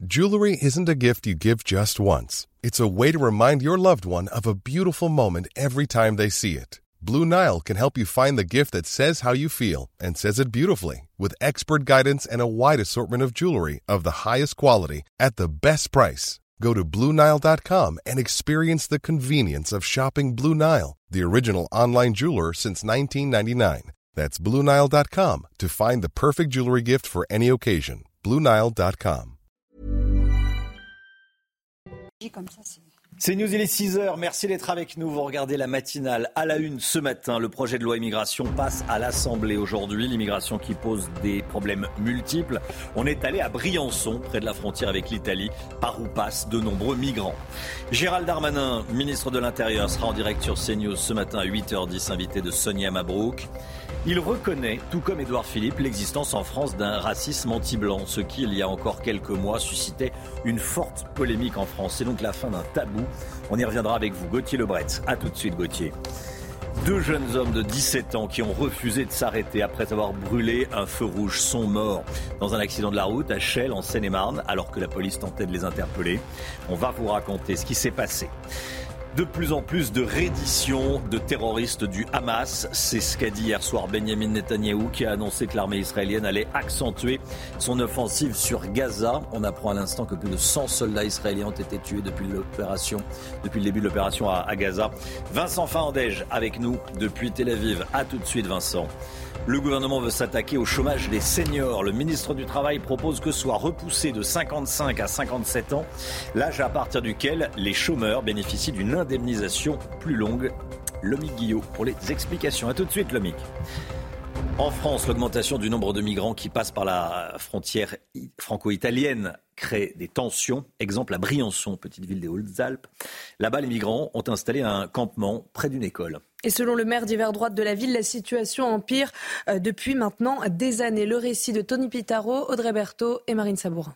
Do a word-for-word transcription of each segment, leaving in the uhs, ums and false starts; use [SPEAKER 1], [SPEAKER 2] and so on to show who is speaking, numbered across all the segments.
[SPEAKER 1] Jewelry isn't a gift you give just once. It's a way to remind your loved one of a beautiful moment every time they see it. Blue Nile can help you find the gift that says how you feel and says it beautifully, with expert guidance and a wide assortment of jewelry of the highest quality at the best price. Go to Blue Nile dot com and experience the convenience of shopping Blue Nile, the original online jeweler since nineteen ninety-nine. That's Blue Nile dot com to find the perfect jewelry gift for any occasion. Blue Nile dot com.
[SPEAKER 2] Comme ça, c'est...
[SPEAKER 3] C'est News, il est six heures. Merci d'être avec nous. Vous regardez la matinale à la une ce matin. Le projet de loi immigration passe à l'Assemblée aujourd'hui. L'immigration qui pose des problèmes multiples. On est allé à Briançon, près de la frontière avec l'Italie, par où passent de nombreux migrants. Gérald Darmanin, ministre de l'Intérieur, sera en direct sur CNews ce matin à huit heures dix, invité de Sonia Mabrouk. Il reconnaît, tout comme Édouard Philippe, l'existence en France d'un racisme anti-blanc, ce qui, il y a encore quelques mois, suscitait une forte polémique en France. C'est donc la fin d'un tabou. On y reviendra avec vous, Gauthier Lebret. A tout de suite, Gauthier. Deux jeunes hommes de dix-sept ans qui ont refusé de s'arrêter après avoir brûlé un feu rouge sont morts dans un accident de la route à Chelles, en Seine-et-Marne, alors que la police tentait de les interpeller. On va vous raconter ce qui s'est passé. De plus en plus de redditions de terroristes du Hamas. C'est ce qu'a dit hier soir Benyamin Netanyahou, qui a annoncé que l'armée israélienne allait accentuer son offensive sur Gaza. On apprend à l'instant que plus de cent soldats israéliens ont été tués depuis l'opération, depuis le début de l'opération à, à Gaza. Vincent Fandège avec nous depuis Tel Aviv. À tout de suite, Vincent. Le gouvernement veut s'attaquer au chômage des seniors. Le ministre du Travail propose que soit repoussé de cinquante-cinq à cinquante-sept ans, l'âge à partir duquel les chômeurs bénéficient d'une indemnisation plus longue. Lomique Guillot pour les explications. A tout de suite, Lomique. En France, l'augmentation du nombre de migrants qui passent par la frontière franco-italienne crée des tensions. Exemple à Briançon, petite ville des Hautes-Alpes. Là-bas, les migrants ont installé un campement près d'une école.
[SPEAKER 4] Et selon le maire d'hiver droite de la ville, la situation empire euh, depuis maintenant des années. Le récit de Tony Pitaro, Audrey Berthaud et Marine Sabourin.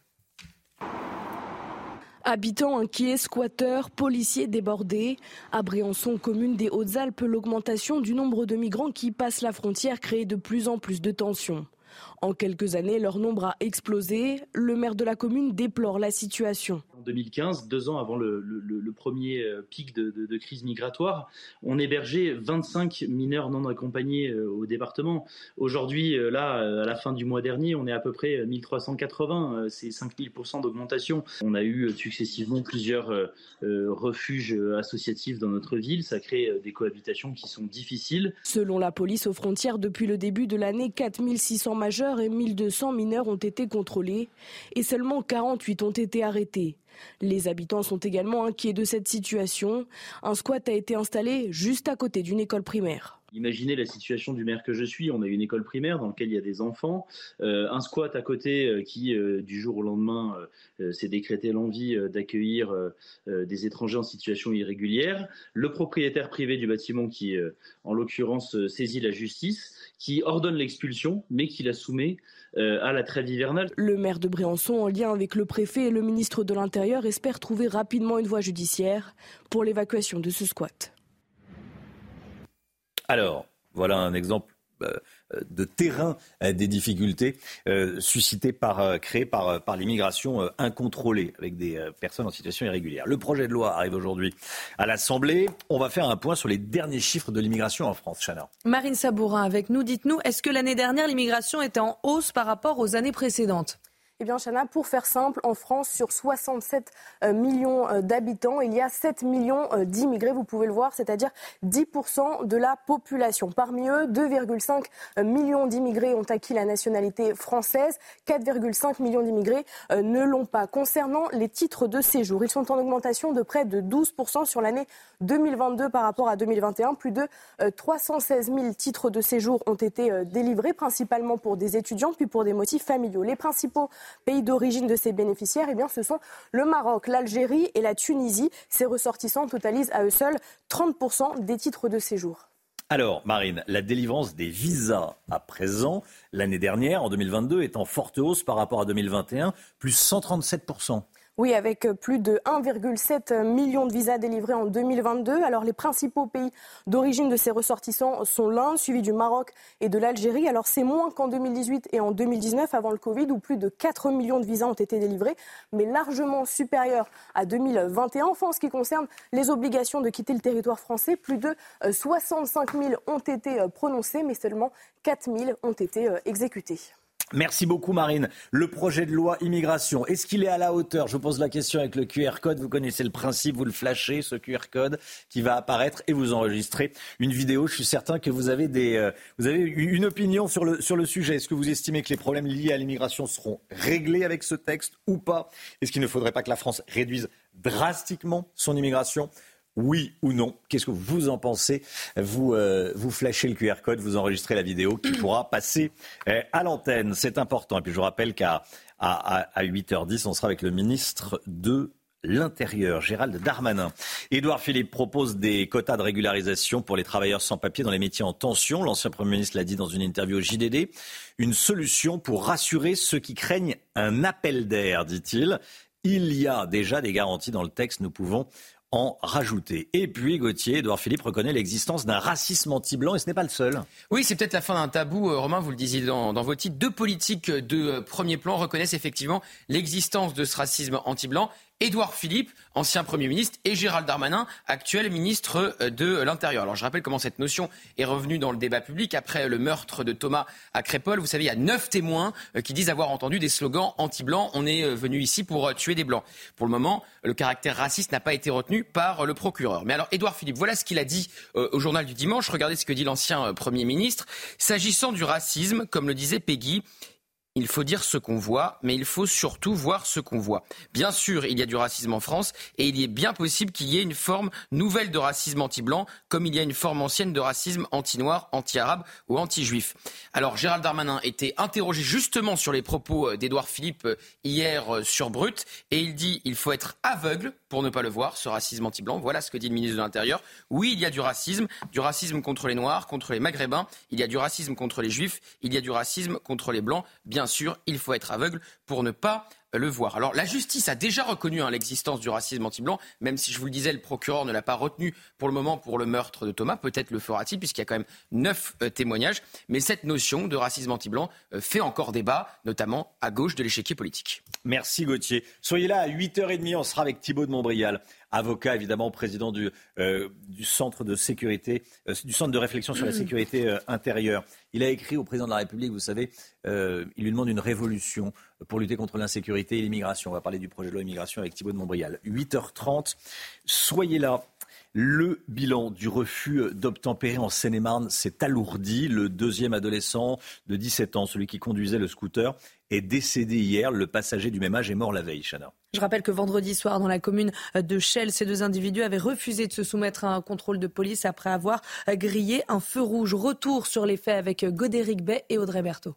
[SPEAKER 5] Habitants inquiets, squatteurs, policiers débordés. À Briançon, commune des Hautes-Alpes, l'augmentation du nombre de migrants qui passent la frontière crée de plus en plus de tensions. En quelques années, leur nombre a explosé. Le maire de la commune déplore la situation.
[SPEAKER 6] En deux mille quinze, deux ans avant le, le, le premier pic de, de, de crise migratoire, on hébergeait vingt-cinq mineurs non accompagnés au département. Aujourd'hui, là, à la fin du mois dernier, on est à peu près mille trois cent quatre-vingts. C'est cinq mille pour cent d'augmentation. On a eu successivement plusieurs euh, refuges associatifs dans notre ville. Ça crée des cohabitations qui sont difficiles.
[SPEAKER 5] Selon la police aux frontières, depuis le début de l'année, quatre mille six cents majeurs et mille deux cents mineurs ont été contrôlés et seulement quarante-huit ont été arrêtés. Les habitants sont également inquiets de cette situation. Un squat a été installé juste à côté d'une école primaire.
[SPEAKER 6] Imaginez la situation du maire que je suis. On a une école primaire dans laquelle il y a des enfants, euh, un squat à côté euh, qui, euh, du jour au lendemain, euh, s'est décrété l'envie euh, d'accueillir euh, euh, des étrangers en situation irrégulière. Le propriétaire privé du bâtiment qui, euh, en l'occurrence, euh, saisit la justice, qui ordonne l'expulsion, mais qui la soumet euh, à la trêve hivernale.
[SPEAKER 5] Le maire de Briançon, en lien avec le préfet et le ministre de l'Intérieur, espère trouver rapidement une voie judiciaire pour l'évacuation de ce squat.
[SPEAKER 3] Alors, voilà un exemple euh, de terrain euh, des difficultés euh, suscitées par, euh, créées par, euh, par l'immigration euh, incontrôlée avec des euh, personnes en situation irrégulière. Le projet de loi arrive aujourd'hui à l'Assemblée. On va faire un point sur les derniers chiffres de l'immigration en France, Chana.
[SPEAKER 4] Marine Sabourin avec nous. Dites-nous, est-ce que l'année dernière, l'immigration était en hausse par rapport aux années précédentes ?
[SPEAKER 5] Eh bien, Chana, pour faire simple, en France, sur soixante-sept millions d'habitants, il y a sept millions d'immigrés, vous pouvez le voir, c'est-à-dire dix pour cent de la population. Parmi eux, deux virgule cinq millions d'immigrés ont acquis la nationalité française, quatre virgule cinq millions d'immigrés ne l'ont pas. Concernant les titres de séjour, ils sont en augmentation de près de douze pour cent sur l'année deux mille vingt-deux par rapport à deux mille vingt et un. Plus de trois cent seize mille titres de séjour ont été délivrés, principalement pour des étudiants, puis pour des motifs familiaux. Les principaux pays d'origine de ces bénéficiaires, eh bien, ce sont le Maroc, l'Algérie et la Tunisie. Ces ressortissants totalisent à eux seuls trente pour cent des titres de séjour.
[SPEAKER 3] Alors, Marine, la délivrance des visas à présent, l'année dernière, en deux mille vingt-deux, est en forte hausse par rapport à deux mille vingt et un, plus cent trente-sept pour cent.
[SPEAKER 5] Oui, avec plus de un virgule sept million de visas délivrés en deux mille vingt-deux. Alors, les principaux pays d'origine de ces ressortissants sont l'Inde, suivi du Maroc et de l'Algérie. Alors, c'est moins qu'en deux mille dix-huit et en deux mille dix-neuf, avant le Covid, où plus de quatre millions de visas ont été délivrés, mais largement supérieur à deux mille vingt et un. Enfin, en ce qui concerne les obligations de quitter le territoire français, plus de soixante-cinq mille ont été prononcées, mais seulement quatre mille ont été exécutées.
[SPEAKER 3] Merci beaucoup Marine. Le projet de loi immigration, est-ce qu'il est à la hauteur ? Je vous pose la question avec le Q R code. Vous connaissez le principe, vous le flashez, ce Q R code qui va apparaître et vous enregistrez une vidéo. Je suis certain que vous avez, des, euh, vous avez une opinion sur le, sur le sujet. Est-ce que vous estimez que les problèmes liés à l'immigration seront réglés avec ce texte ou pas ? Est-ce qu'il ne faudrait pas que la France réduise drastiquement son immigration ? Oui ou non ? Qu'est-ce que vous en pensez ? Vous, euh, vous flashez le Q R code, vous enregistrez la vidéo qui pourra passer euh, à l'antenne. C'est important. Et puis je vous rappelle qu'à à, à, à huit heures dix, on sera avec le ministre de l'Intérieur, Gérald Darmanin. Édouard Philippe propose des quotas de régularisation pour les travailleurs sans papier dans les métiers en tension. L'ancien Premier ministre l'a dit dans une interview au J D D. Une solution pour rassurer ceux qui craignent un appel d'air, dit-il. Il y a déjà des garanties dans le texte. Nous pouvons en rajouter. Et puis Gauthier, Édouard Philippe reconnaît l'existence d'un racisme anti-blanc et ce n'est pas le seul.
[SPEAKER 7] Oui, c'est peut-être la fin d'un tabou. Euh, Romain, vous le disiez dans, dans vos titres, deux politiques de euh, premier plan reconnaissent effectivement l'existence de ce racisme anti-blanc. Édouard Philippe, ancien Premier ministre, et Gérald Darmanin, actuel ministre de l'Intérieur. Alors je rappelle comment cette notion est revenue dans le débat public après le meurtre de Thomas à Crépol. Vous savez, il y a neuf témoins qui disent avoir entendu des slogans anti-blancs. On est venu ici pour tuer des blancs. Pour le moment, le caractère raciste n'a pas été retenu par le procureur. Mais alors Édouard Philippe, voilà ce qu'il a dit au journal du dimanche. Regardez ce que dit l'ancien Premier ministre. S'agissant du racisme, comme le disait Peggy, il faut dire ce qu'on voit, mais il faut surtout voir ce qu'on voit. Bien sûr, il y a du racisme en France et il est bien possible qu'il y ait une forme nouvelle de racisme anti-blanc, comme il y a une forme ancienne de racisme anti-noir, anti-arabe ou anti-juif. Alors, Gérald Darmanin était interrogé justement sur les propos d'Édouard Philippe hier sur Brut et il dit il faut être aveugle pour ne pas le voir, ce racisme anti-blanc. Voilà ce que dit le ministre de l'Intérieur. Oui, il y a du racisme, du racisme contre les Noirs, contre les Maghrébins, il y a du racisme contre les Juifs, il y a du racisme contre les Blancs. Bien sûr, il faut être aveugle pour ne pas le voir. Alors, la justice a déjà reconnu hein, l'existence du racisme anti-blanc, même si, je vous le disais, le procureur ne l'a pas retenu pour le moment pour le meurtre de Thomas. Peut-être le fera-t-il, puisqu'il y a quand même neuf euh, témoignages. Mais cette notion de racisme anti-blanc euh, fait encore débat, notamment à gauche de l'échiquier politique.
[SPEAKER 3] Merci Gauthier. Soyez là à huit heures trente, on sera avec Thibault de Montbrial, avocat évidemment, président du, euh, du centre de sécurité, euh, du centre de réflexion sur la sécurité euh, intérieure. Il a écrit au président de la République, vous savez, euh, il lui demande une révolution pour lutter contre l'insécurité et l'immigration. On va parler du projet de loi immigration avec Thibault de Montbrial. huit heures trente, soyez là. Le bilan du refus d'obtempérer en Seine-et-Marne s'est alourdi. Le deuxième adolescent de dix-sept ans, celui qui conduisait le scooter, est décédé hier. Le passager du même âge est mort la veille, Chana.
[SPEAKER 4] Je rappelle que vendredi soir, dans la commune de Chelles, ces deux individus avaient refusé de se soumettre à un contrôle de police après avoir grillé un feu rouge. Retour sur les faits avec Godéric Bay et Audrey Berthaud.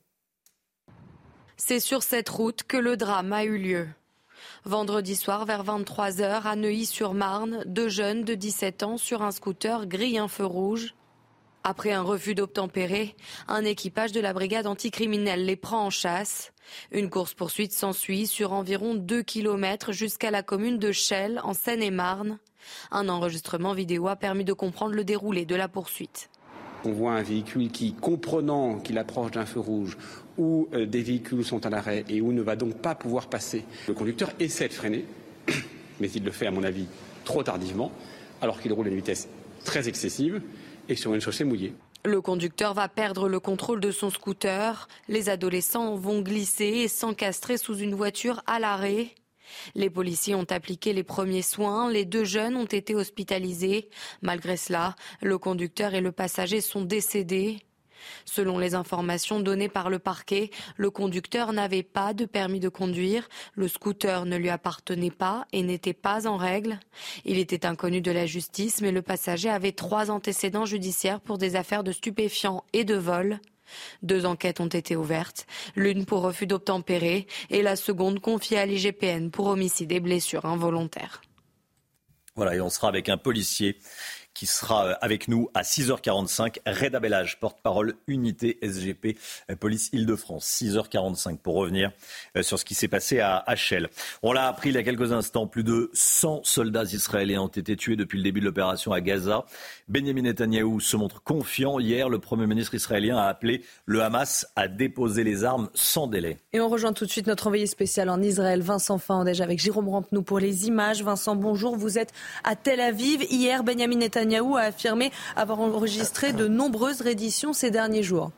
[SPEAKER 8] C'est sur cette route que le drame a eu lieu. Vendredi soir, vers vingt-trois heures, à Neuilly-sur-Marne, deux jeunes de dix-sept ans sur un scooter grillent un feu rouge. Après un refus d'obtempérer, un équipage de la brigade anticriminelle les prend en chasse. Une course-poursuite s'ensuit sur environ deux kilomètres jusqu'à la commune de Chelles, en Seine-et-Marne. Un enregistrement vidéo a permis de comprendre le déroulé de la poursuite.
[SPEAKER 9] On voit un véhicule qui, comprenant qu'il approche d'un feu rouge, où euh, des véhicules sont à l'arrêt et où ne va donc pas pouvoir passer. Le conducteur essaie de freiner, mais il le fait à mon avis trop tardivement, alors qu'il roule à une vitesse très excessive et sur une chaussée mouillée.
[SPEAKER 8] Le conducteur va perdre le contrôle de son scooter. Les adolescents vont glisser et s'encastrer sous une voiture à l'arrêt. Les policiers ont appliqué les premiers soins. Les deux jeunes ont été hospitalisés. Malgré cela, le conducteur et le passager sont décédés. Selon les informations données par le parquet, le conducteur n'avait pas de permis de conduire, le scooter ne lui appartenait pas et n'était pas en règle. Il était inconnu de la justice, mais le passager avait trois antécédents judiciaires pour des affaires de stupéfiants et de vol. Deux enquêtes ont été ouvertes, l'une pour refus d'obtempérer et la seconde confiée à l'I G P N pour homicide et blessures involontaires.
[SPEAKER 3] Voilà, et on sera avec un policier qui sera avec nous à six heures quarante-cinq. Reda Bellage, porte-parole unité S G P, police Île-de-France. six heures quarante-cinq pour revenir sur ce qui s'est passé à Achel. On l'a appris il y a quelques instants, plus de cent soldats israéliens ont été tués depuis le début de l'opération à Gaza. Benjamin Netanyahou se montre confiant. Hier, le Premier ministre israélien a appelé le Hamas à déposer les armes sans délai.
[SPEAKER 4] Et on rejoint tout de suite notre envoyé spécial en Israël, Vincent Fandège, avec Jérôme Rampenou pour les images. Vincent, bonjour. Vous êtes à Tel Aviv. Hier, Benjamin Netanyahou a affirmé avoir enregistré de nombreuses redditions ces derniers jours.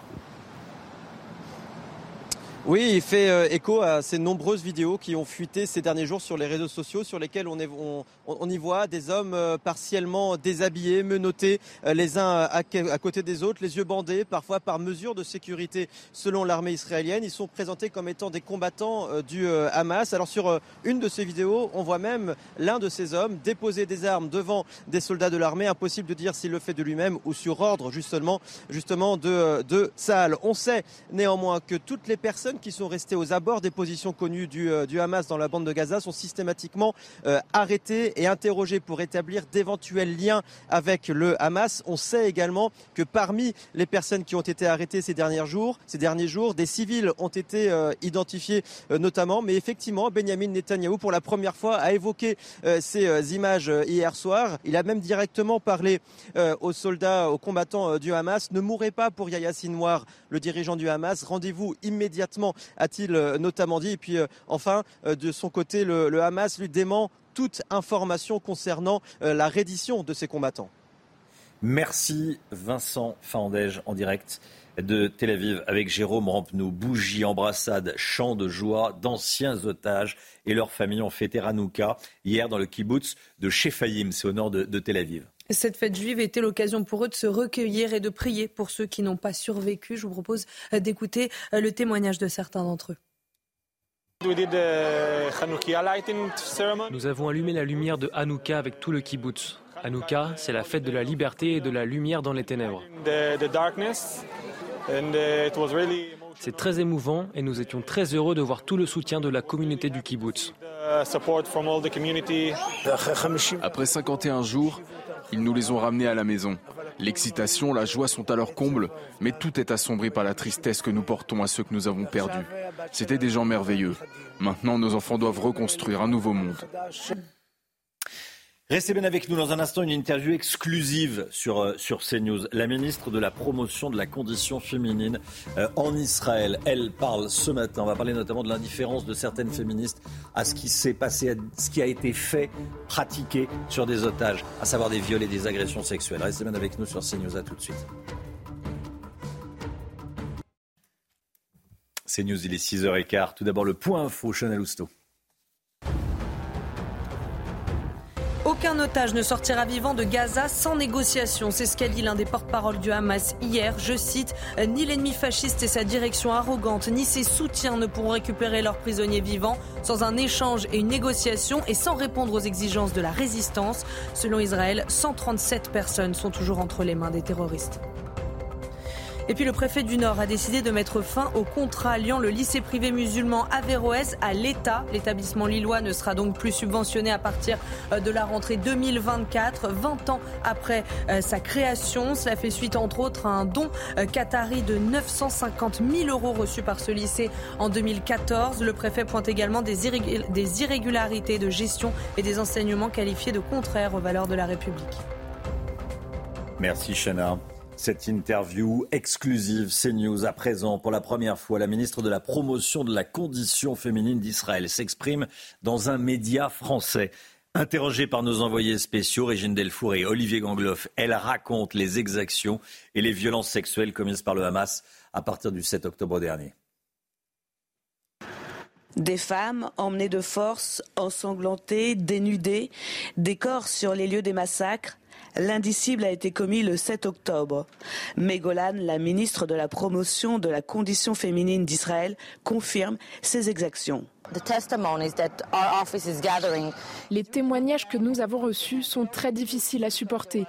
[SPEAKER 10] Oui, il fait euh, écho à ces nombreuses vidéos qui ont fuité ces derniers jours sur les réseaux sociaux, sur lesquelles on, est, on, on y voit des hommes euh, partiellement déshabillés, menottés, euh, les uns à, à côté des autres, les yeux bandés, parfois par mesure de sécurité selon l'armée israélienne. Ils sont présentés comme étant des combattants euh, du euh, Hamas. Alors sur euh, une de ces vidéos, on voit même l'un de ces hommes déposer des armes devant des soldats de l'armée. Impossible de dire s'il le fait de lui-même ou sur ordre justement, justement de, de Tsahal. On sait néanmoins que toutes les personnes qui sont restés aux abords des positions connues du, euh, du Hamas dans la bande de Gaza sont systématiquement euh, arrêtés et interrogés pour établir d'éventuels liens avec le Hamas. On sait également que parmi les personnes qui ont été arrêtées ces derniers jours, ces derniers jours, des civils ont été euh, identifiés euh, notamment. Mais effectivement, Benjamin Netanyahou, pour la première fois, a évoqué euh, ces euh, images euh, hier soir. Il a même directement parlé euh, aux soldats, aux combattants euh, du Hamas. Ne mourrez pas pour Yahya Sinwar, le dirigeant du Hamas. Rendez-vous immédiatement, a-t-il notamment dit. Et puis euh, enfin, euh, de son côté, le, le Hamas lui dément toute information concernant euh, la reddition de ses combattants.
[SPEAKER 3] Merci Vincent Fandège en direct de Tel Aviv avec Jérôme Rampenou. Bougies, embrassades, chants de joie d'anciens otages et leurs familles ont fêté Hanouka hier dans le kibboutz de Shefaïm, c'est au nord de, de Tel Aviv.
[SPEAKER 4] Cette fête juive était l'occasion pour eux de se recueillir et de prier pour ceux qui n'ont pas survécu. Je vous propose d'écouter le témoignage de certains d'entre eux.
[SPEAKER 11] Nous avons allumé la lumière de Hanouka avec tout le kibboutz. Hanouka, c'est la fête de la liberté et de la lumière dans les ténèbres. C'est très émouvant et nous étions très heureux de voir tout le soutien de la communauté du kibboutz.
[SPEAKER 12] Après cinquante et un jours, ils nous les ont ramenés à la maison. L'excitation, la joie sont à leur comble, mais tout est assombri par la tristesse que nous portons à ceux que nous avons perdus. C'étaient des gens merveilleux. Maintenant, nos enfants doivent reconstruire un nouveau monde.
[SPEAKER 3] Restez bien avec nous dans un instant, une interview exclusive sur, euh, sur CNews. La ministre de la promotion de la condition féminine euh, en Israël, elle parle ce matin, on va parler notamment de l'indifférence de certaines féministes à ce qui s'est passé, à ce qui a été fait, pratiqué sur des otages, à savoir des viols et des agressions sexuelles. Restez bien avec nous sur CNews, à tout de suite. CNews, il est six heures quinze. Tout d'abord le point info, Chanel Housteau.
[SPEAKER 4] Aucun otage ne sortira vivant de Gaza sans négociation. C'est ce qu'a dit l'un des porte-parole du Hamas hier. Je cite, « Ni l'ennemi fasciste et sa direction arrogante, ni ses soutiens ne pourront récupérer leurs prisonniers vivants sans un échange et une négociation et sans répondre aux exigences de la résistance. » Selon Israël, cent trente-sept personnes sont toujours entre les mains des terroristes. Et puis le préfet du Nord a décidé de mettre fin au contrat liant le lycée privé musulman Averroès à l'État. L'établissement lillois ne sera donc plus subventionné à partir de la rentrée deux mille vingt-quatre, vingt ans après sa création. Cela fait suite entre autres à un don qatari de neuf cent cinquante mille euros reçu par ce lycée en deux mille quatorze. Le préfet pointe également des, irrég- des irrégularités de gestion et des enseignements qualifiés de contraires aux valeurs de la République.
[SPEAKER 3] Merci Chana. Cette interview exclusive CNews à présent. Pour la première fois, la ministre de la promotion de la condition féminine d'Israël s'exprime dans un média français. Interrogée par nos envoyés spéciaux, Régine Delfour et Olivier Gangloff, elle raconte les exactions et les violences sexuelles commises par le Hamas à partir du sept octobre dernier.
[SPEAKER 13] Des femmes emmenées de force, ensanglantées, dénudées, des corps sur les lieux des massacres. L'indicible a été commis le sept octobre. Mais Golan, la ministre de la promotion de la condition féminine d'Israël, confirme ces exactions.
[SPEAKER 14] Les témoignages que nous avons reçus sont très difficiles à supporter.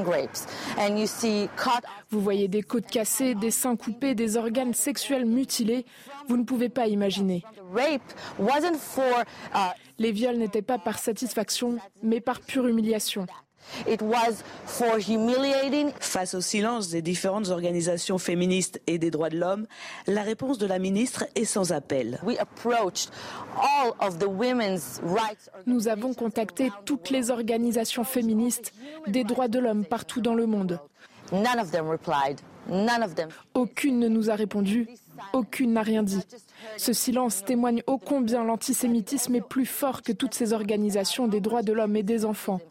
[SPEAKER 14] Vous voyez des côtes cassées, des seins coupés, des organes sexuels mutilés. Vous ne pouvez pas imaginer. Les viols n'étaient pas par satisfaction, mais par pure humiliation.
[SPEAKER 13] It was for humiliating. Face au silence des différentes organisations féministes et des droits de l'homme, la réponse de la ministre est sans appel. We approached all of the women's rights.
[SPEAKER 14] Nous avons contacté toutes les organisations féministes des droits de l'homme partout dans le monde.
[SPEAKER 13] None of them replied. None of them.
[SPEAKER 14] Aucune ne nous a répondu, aucune n'a rien dit. Ce silence témoigne ô combien l'antisémitisme est plus fort que toutes ces organisations des droits de l'homme et des enfants.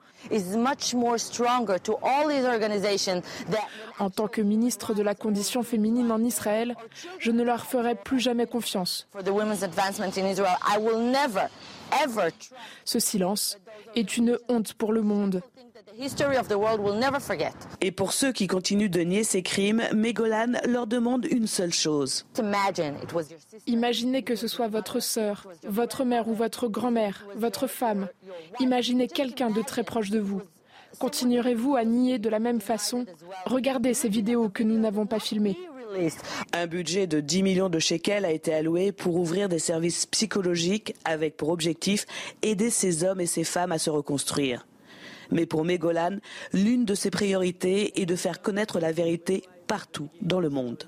[SPEAKER 14] En tant que ministre de la condition féminine en Israël, je ne leur ferai plus jamais confiance. Ce silence est une honte pour le monde.
[SPEAKER 13] Et pour ceux qui continuent de nier ces crimes, Mégolan leur demande une seule chose.
[SPEAKER 14] Imaginez que ce soit votre sœur, votre mère ou votre grand-mère, votre femme. Imaginez quelqu'un de très proche de vous. Continuerez-vous à nier de la même façon ? Regardez ces vidéos que nous n'avons pas filmées.
[SPEAKER 13] Un budget de dix millions de shekels a été alloué pour ouvrir des services psychologiques avec pour objectif aider ces hommes et ces femmes à se reconstruire. Mais pour Mégolan, l'une de ses priorités est de faire connaître la vérité partout dans le monde.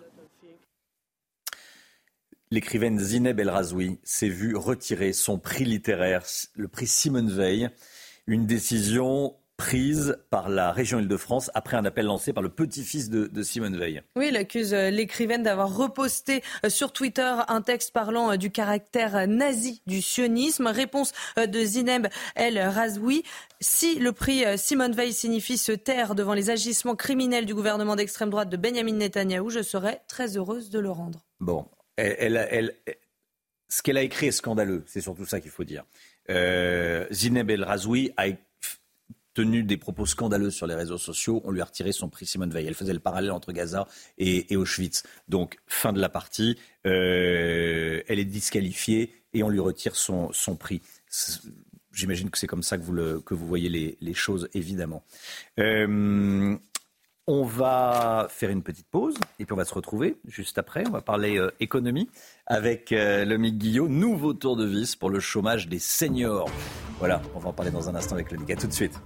[SPEAKER 3] L'écrivaine Zineb El Razoui s'est vue retirer son prix littéraire, le prix Simone Veil, une décision prise par la région Île-de-France après un appel lancé par le petit-fils de, de Simone Veil.
[SPEAKER 4] Oui, il accuse l'écrivaine d'avoir reposté sur Twitter un texte parlant du caractère nazi du sionisme. Réponse de Zineb El Razoui. Si le prix Simone Veil signifie se taire devant les agissements criminels du gouvernement d'extrême droite de Benyamin Netanyahou, je serais très heureuse de le rendre.
[SPEAKER 3] Bon, elle, elle, elle, ce qu'elle a écrit est scandaleux, c'est surtout ça qu'il faut dire. Euh, Zineb El Razoui a tenu des propos scandaleux sur les réseaux sociaux, on lui a retiré son prix Simone Veil. Elle faisait le parallèle entre Gaza et, et Auschwitz. Donc, fin de la partie, euh, elle est disqualifiée et on lui retire son, son prix. J'imagine que c'est comme ça que vous, le, que vous voyez les, les choses, évidemment. Euh, on va faire une petite pause et puis on va se retrouver juste après. On va parler euh, économie avec euh, Lomique Guillot. Nouveau tour de vis pour le chômage des seniors. Voilà, on va en parler dans un instant avec Lomique. À tout de suite.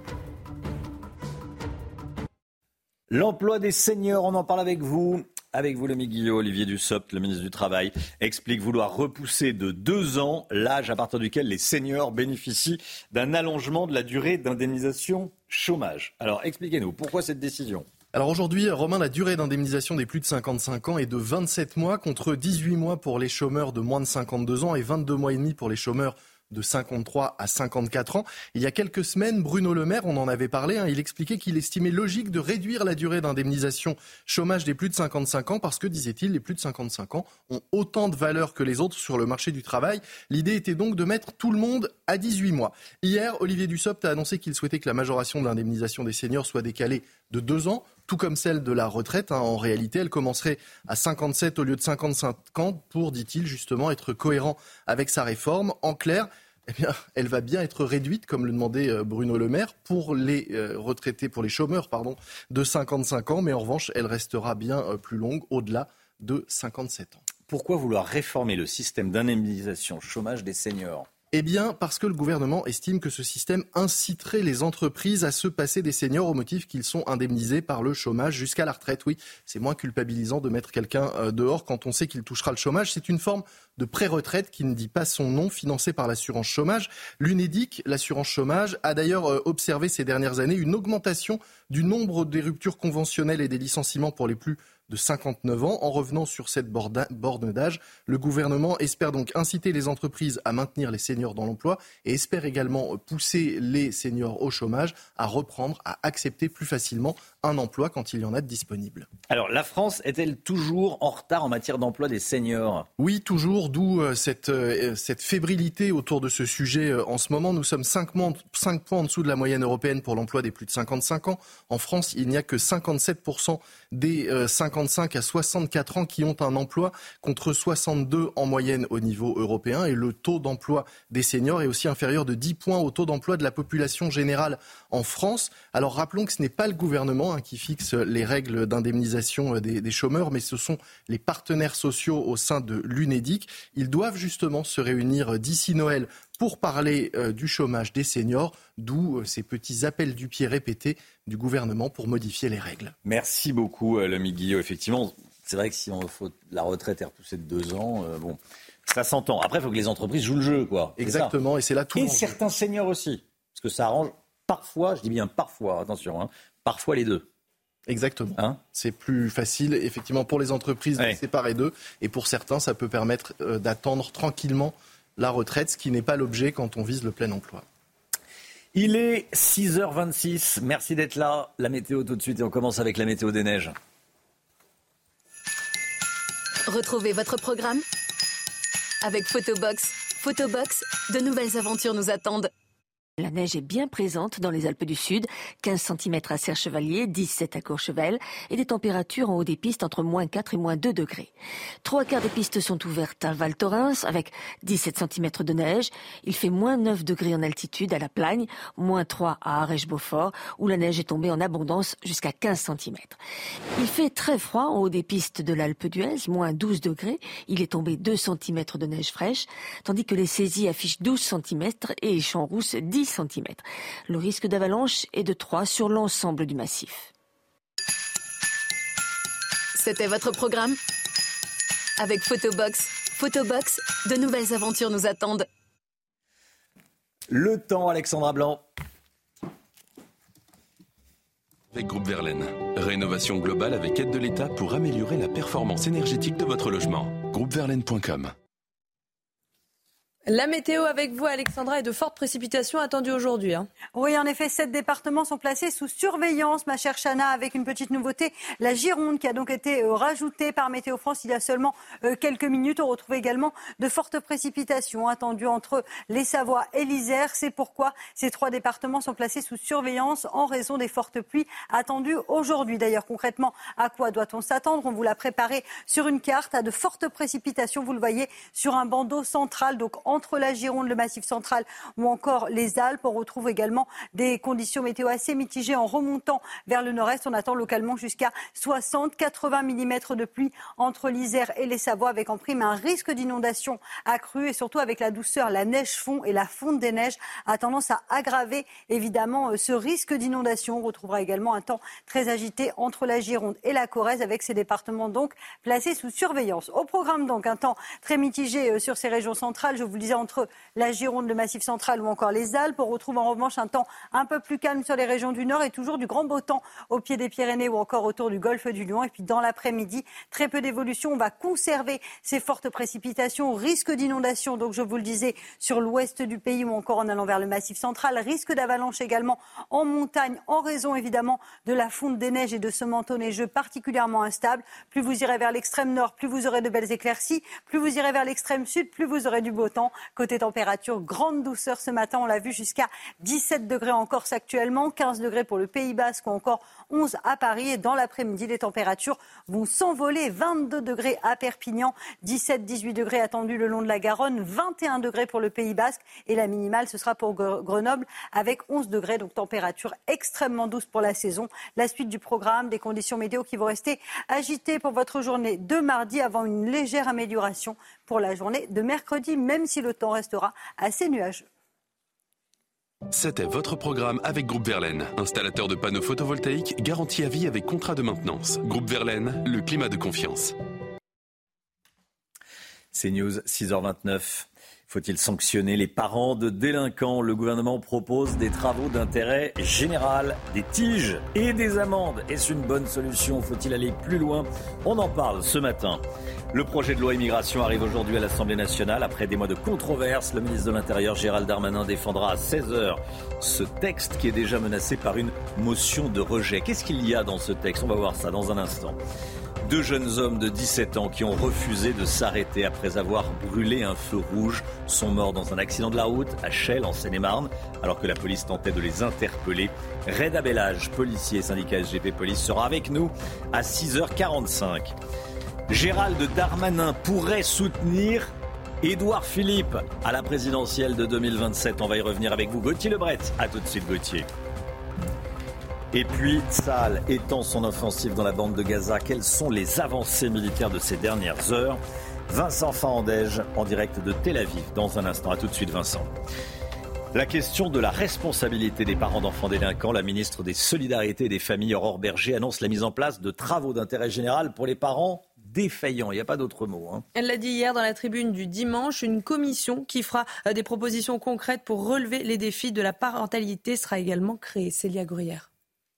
[SPEAKER 3] L'emploi des seniors, on en parle avec vous. Avec vous, Lomique Guillot, Olivier Dussopt, le ministre du Travail, explique vouloir repousser de deux ans l'âge à partir duquel les seniors bénéficient d'un allongement de la durée d'indemnisation chômage. Alors, expliquez-nous, pourquoi cette décision ?
[SPEAKER 15] Alors aujourd'hui, Romain, la durée d'indemnisation des plus de cinquante-cinq ans est de vingt-sept mois contre dix-huit mois pour les chômeurs de moins de cinquante-deux ans et vingt-deux mois et demi pour les chômeurs de cinquante-trois à cinquante-quatre ans. Il y a quelques semaines, Bruno Le Maire, on en avait parlé, hein, il expliquait qu'il estimait logique de réduire la durée d'indemnisation chômage des plus de cinquante-cinq ans parce que, disait-il, les plus de cinquante-cinq ans ont autant de valeur que les autres sur le marché du travail. L'idée était donc de mettre tout le monde à dix-huit mois. Hier, Olivier Dussopt a annoncé qu'il souhaitait que la majoration de l'indemnisation des seniors soit décalée de deux ans, tout comme celle de la retraite. Hein. En réalité, elle commencerait à cinquante-sept au lieu de cinquante-cinq ans pour, dit-il, justement être cohérent avec sa réforme. En clair, eh bien, elle va bien être réduite, comme le demandait Bruno Le Maire, pour les euh, retraités, pour les chômeurs, pardon, de cinquante-cinq ans. Mais en revanche, elle restera bien euh, plus longue, au-delà de cinquante-sept ans.
[SPEAKER 3] Pourquoi vouloir réformer le système d'indemnisation chômage des seniors ?
[SPEAKER 15] Eh bien, parce que le gouvernement estime que ce système inciterait les entreprises à se passer des seniors au motif qu'ils sont indemnisés par le chômage jusqu'à la retraite. Oui, c'est moins culpabilisant de mettre quelqu'un dehors quand on sait qu'il touchera le chômage. C'est une forme de pré-retraite qui ne dit pas son nom, financée par l'assurance chômage. L'Unédic, l'assurance chômage, a d'ailleurs observé ces dernières années une augmentation du nombre des ruptures conventionnelles et des licenciements pour les plus de cinquante-neuf ans. En revenant sur cette borne d'âge, le gouvernement espère donc inciter les entreprises à maintenir les seniors dans l'emploi et espère également pousser les seniors au chômage à reprendre, à accepter plus facilement un emploi quand il y en a de disponible.
[SPEAKER 3] Alors, la France est-elle toujours en retard en matière d'emploi des seniors ?
[SPEAKER 15] Oui, toujours, d'où euh, cette, euh, cette fébrilité autour de ce sujet euh, en ce moment. Nous sommes cinq points en dessous de la moyenne européenne pour l'emploi des plus de cinquante-cinq ans. En France, il n'y a que cinquante-sept pour cent des euh, cinquante-cinq à soixante-quatre ans qui ont un emploi, contre soixante-deux en moyenne au niveau européen. Et le taux d'emploi des seniors est aussi inférieur de dix points au taux d'emploi de la population générale en France. Alors rappelons que ce n'est pas le gouvernement hein, qui fixe les règles d'indemnisation des, des chômeurs, mais ce sont les partenaires sociaux au sein de l'Unédic. Ils doivent justement se réunir d'ici Noël pour parler euh, du chômage des seniors, d'où euh, ces petits appels du pied répétés du gouvernement pour modifier les règles.
[SPEAKER 3] Merci beaucoup, euh, l'ami Guillaume. Effectivement, c'est vrai que si on faut la retraite est repoussée de deux ans, euh, bon, ça s'entend. Après, il faut que les entreprises jouent le jeu, quoi.
[SPEAKER 15] Exactement, et c'est là tout.
[SPEAKER 3] Et certains seniors aussi, parce que ça arrange parfois, je dis bien parfois, attention, hein, parfois les deux.
[SPEAKER 15] Exactement. Hein c'est plus facile, effectivement, pour les entreprises ouais. de séparer d'eux. Et pour certains, ça peut permettre euh, d'attendre tranquillement la retraite, ce qui n'est pas l'objet quand on vise le plein emploi.
[SPEAKER 3] Il est six heures vingt-six. Merci d'être là. La météo tout de suite. Et on commence avec la météo des neiges.
[SPEAKER 16] Retrouvez votre programme avec Photobox. Photobox, de nouvelles aventures nous attendent. La neige est bien présente dans les Alpes du Sud, quinze centimètres à Serre-Chevalier, dix-sept à Courchevel, et des températures en haut des pistes entre moins quatre et moins deux degrés. Trois quarts des pistes sont ouvertes à Val Thorens, avec dix-sept centimètres de neige. Il fait moins neuf degrés en altitude à La Plagne, moins trois à Arèche-Beaufort, où la neige est tombée en abondance jusqu'à quinze centimètres. Il fait très froid en haut des pistes de l'Alpe d'Huez, moins douze degrés. Il est tombé deux centimètres de neige fraîche, tandis que les saisies affichent douze centimètres et Champs-Rousses dix centimètres. Le risque d'avalanche est de trois sur l'ensemble du massif. C'était votre programme avec Photobox. Photobox, de nouvelles aventures nous attendent.
[SPEAKER 3] Le temps, Alexandra Blanc.
[SPEAKER 17] Avec Groupe Verlaine. Rénovation globale avec aide de l'État pour améliorer la performance énergétique de votre logement. groupe verlaine point com.
[SPEAKER 4] La météo avec vous, Alexandra, et de fortes précipitations attendues aujourd'hui. Hein.
[SPEAKER 2] Oui, en effet, sept départements sont placés sous surveillance, ma chère Chana, avec une petite nouveauté. La Gironde qui a donc été euh, rajoutée par Météo France il y a seulement euh, quelques minutes. On retrouve également de fortes précipitations attendues entre les Savoies et l'Isère. C'est pourquoi ces trois départements sont placés sous surveillance en raison des fortes pluies attendues aujourd'hui. D'ailleurs, concrètement, à quoi doit-on s'attendre ? On vous l'a préparé sur une carte à de fortes précipitations. Vous le voyez sur un bandeau central, donc en entre la Gironde, le Massif central ou encore les Alpes. On retrouve également des conditions météo assez mitigées en remontant vers le nord-est. On attend localement jusqu'à soixante à quatre-vingts millimètres de pluie entre l'Isère et les Savoies, avec en prime un risque d'inondation accru et surtout avec la douceur, la neige fond et la fonte des neiges a tendance à aggraver évidemment ce risque d'inondation. On retrouvera également un temps très agité entre la Gironde et la Corrèze, avec ces départements donc placés sous surveillance. Au programme donc un temps très mitigé sur ces régions centrales. Je vous le disais, entre la Gironde, le Massif central ou encore les Alpes. On retrouve en revanche un temps un peu plus calme sur les régions du Nord et toujours du grand beau temps au pied des Pyrénées ou encore autour du golfe du Lion. Et puis dans l'après-midi, très peu d'évolution. On va conserver ces fortes précipitations, risque d'inondation, donc je vous le disais, sur l'ouest du pays ou encore en allant vers le Massif central. Risque d'avalanche également en montagne en raison évidemment de la fonte des neiges et de ce manteau neigeux particulièrement instable. Plus vous irez vers l'extrême nord, plus vous aurez de belles éclaircies. Plus vous irez vers l'extrême sud, plus vous aurez du beau temps. Côté température, grande douceur ce matin, on l'a vu, jusqu'à dix-sept degrés en Corse actuellement, quinze degrés pour le Pays Basque ou encore onze à Paris. Et dans l'après-midi, les températures vont s'envoler, vingt-deux degrés à Perpignan, dix-sept à dix-huit degrés attendus le long de la Garonne, vingt et un degrés pour le Pays Basque et la minimale ce sera pour Grenoble avec onze degrés, donc température extrêmement douce pour la saison. La suite du programme, des conditions météo qui vont rester agitées pour votre journée de mardi avant une légère amélioration pour la journée de mercredi, même si le temps restera assez nuageux.
[SPEAKER 17] C'était votre programme avec Groupe Verlaine, installateur de panneaux photovoltaïques garantie à vie avec contrat de maintenance. Groupe Verlaine, le climat de confiance.
[SPEAKER 3] C'est News, six heures vingt-neuf. Faut-il sanctionner les parents de délinquants ? Le gouvernement propose des travaux d'intérêt général, des tiges et des amendes. Est-ce une bonne solution ? Faut-il aller plus loin ? On en parle ce matin. Le projet de loi immigration arrive aujourd'hui à l'Assemblée nationale. Après des mois de controverse, le ministre de l'Intérieur, Gérald Darmanin, défendra à seize heures ce texte qui est déjà menacé par une motion de rejet. Qu'est-ce qu'il y a dans ce texte ? On va voir ça dans un instant. Deux jeunes hommes de dix-sept ans qui ont refusé de s'arrêter après avoir brûlé un feu rouge sont morts dans un accident de la route à Chelles, en Seine-et-Marne, alors que la police tentait de les interpeller. Reda Bellage, policier et syndicat S G P Police, sera avec nous à six heures quarante-cinq. Gérald Darmanin pourrait soutenir Édouard Philippe à la présidentielle de deux mille vingt-sept. On va y revenir avec vous. Gauthier Lebret. A tout de suite, Gauthier. Et puis, Tsahal étend son offensive dans la bande de Gaza. Quelles sont les avancées militaires de ces dernières heures ? Vincent Fandège en direct de Tel Aviv dans un instant. À tout de suite Vincent. La question de la responsabilité des parents d'enfants délinquants. La ministre des Solidarités et des Familles, Aurore Bergé, annonce la mise en place de travaux d'intérêt général pour les parents défaillants. Il n'y a pas d'autre mot. Hein.
[SPEAKER 4] Elle l'a dit hier dans la tribune du dimanche. Une commission qui fera des propositions concrètes pour relever les défis de la parentalité sera également créée. Célia Gruyère.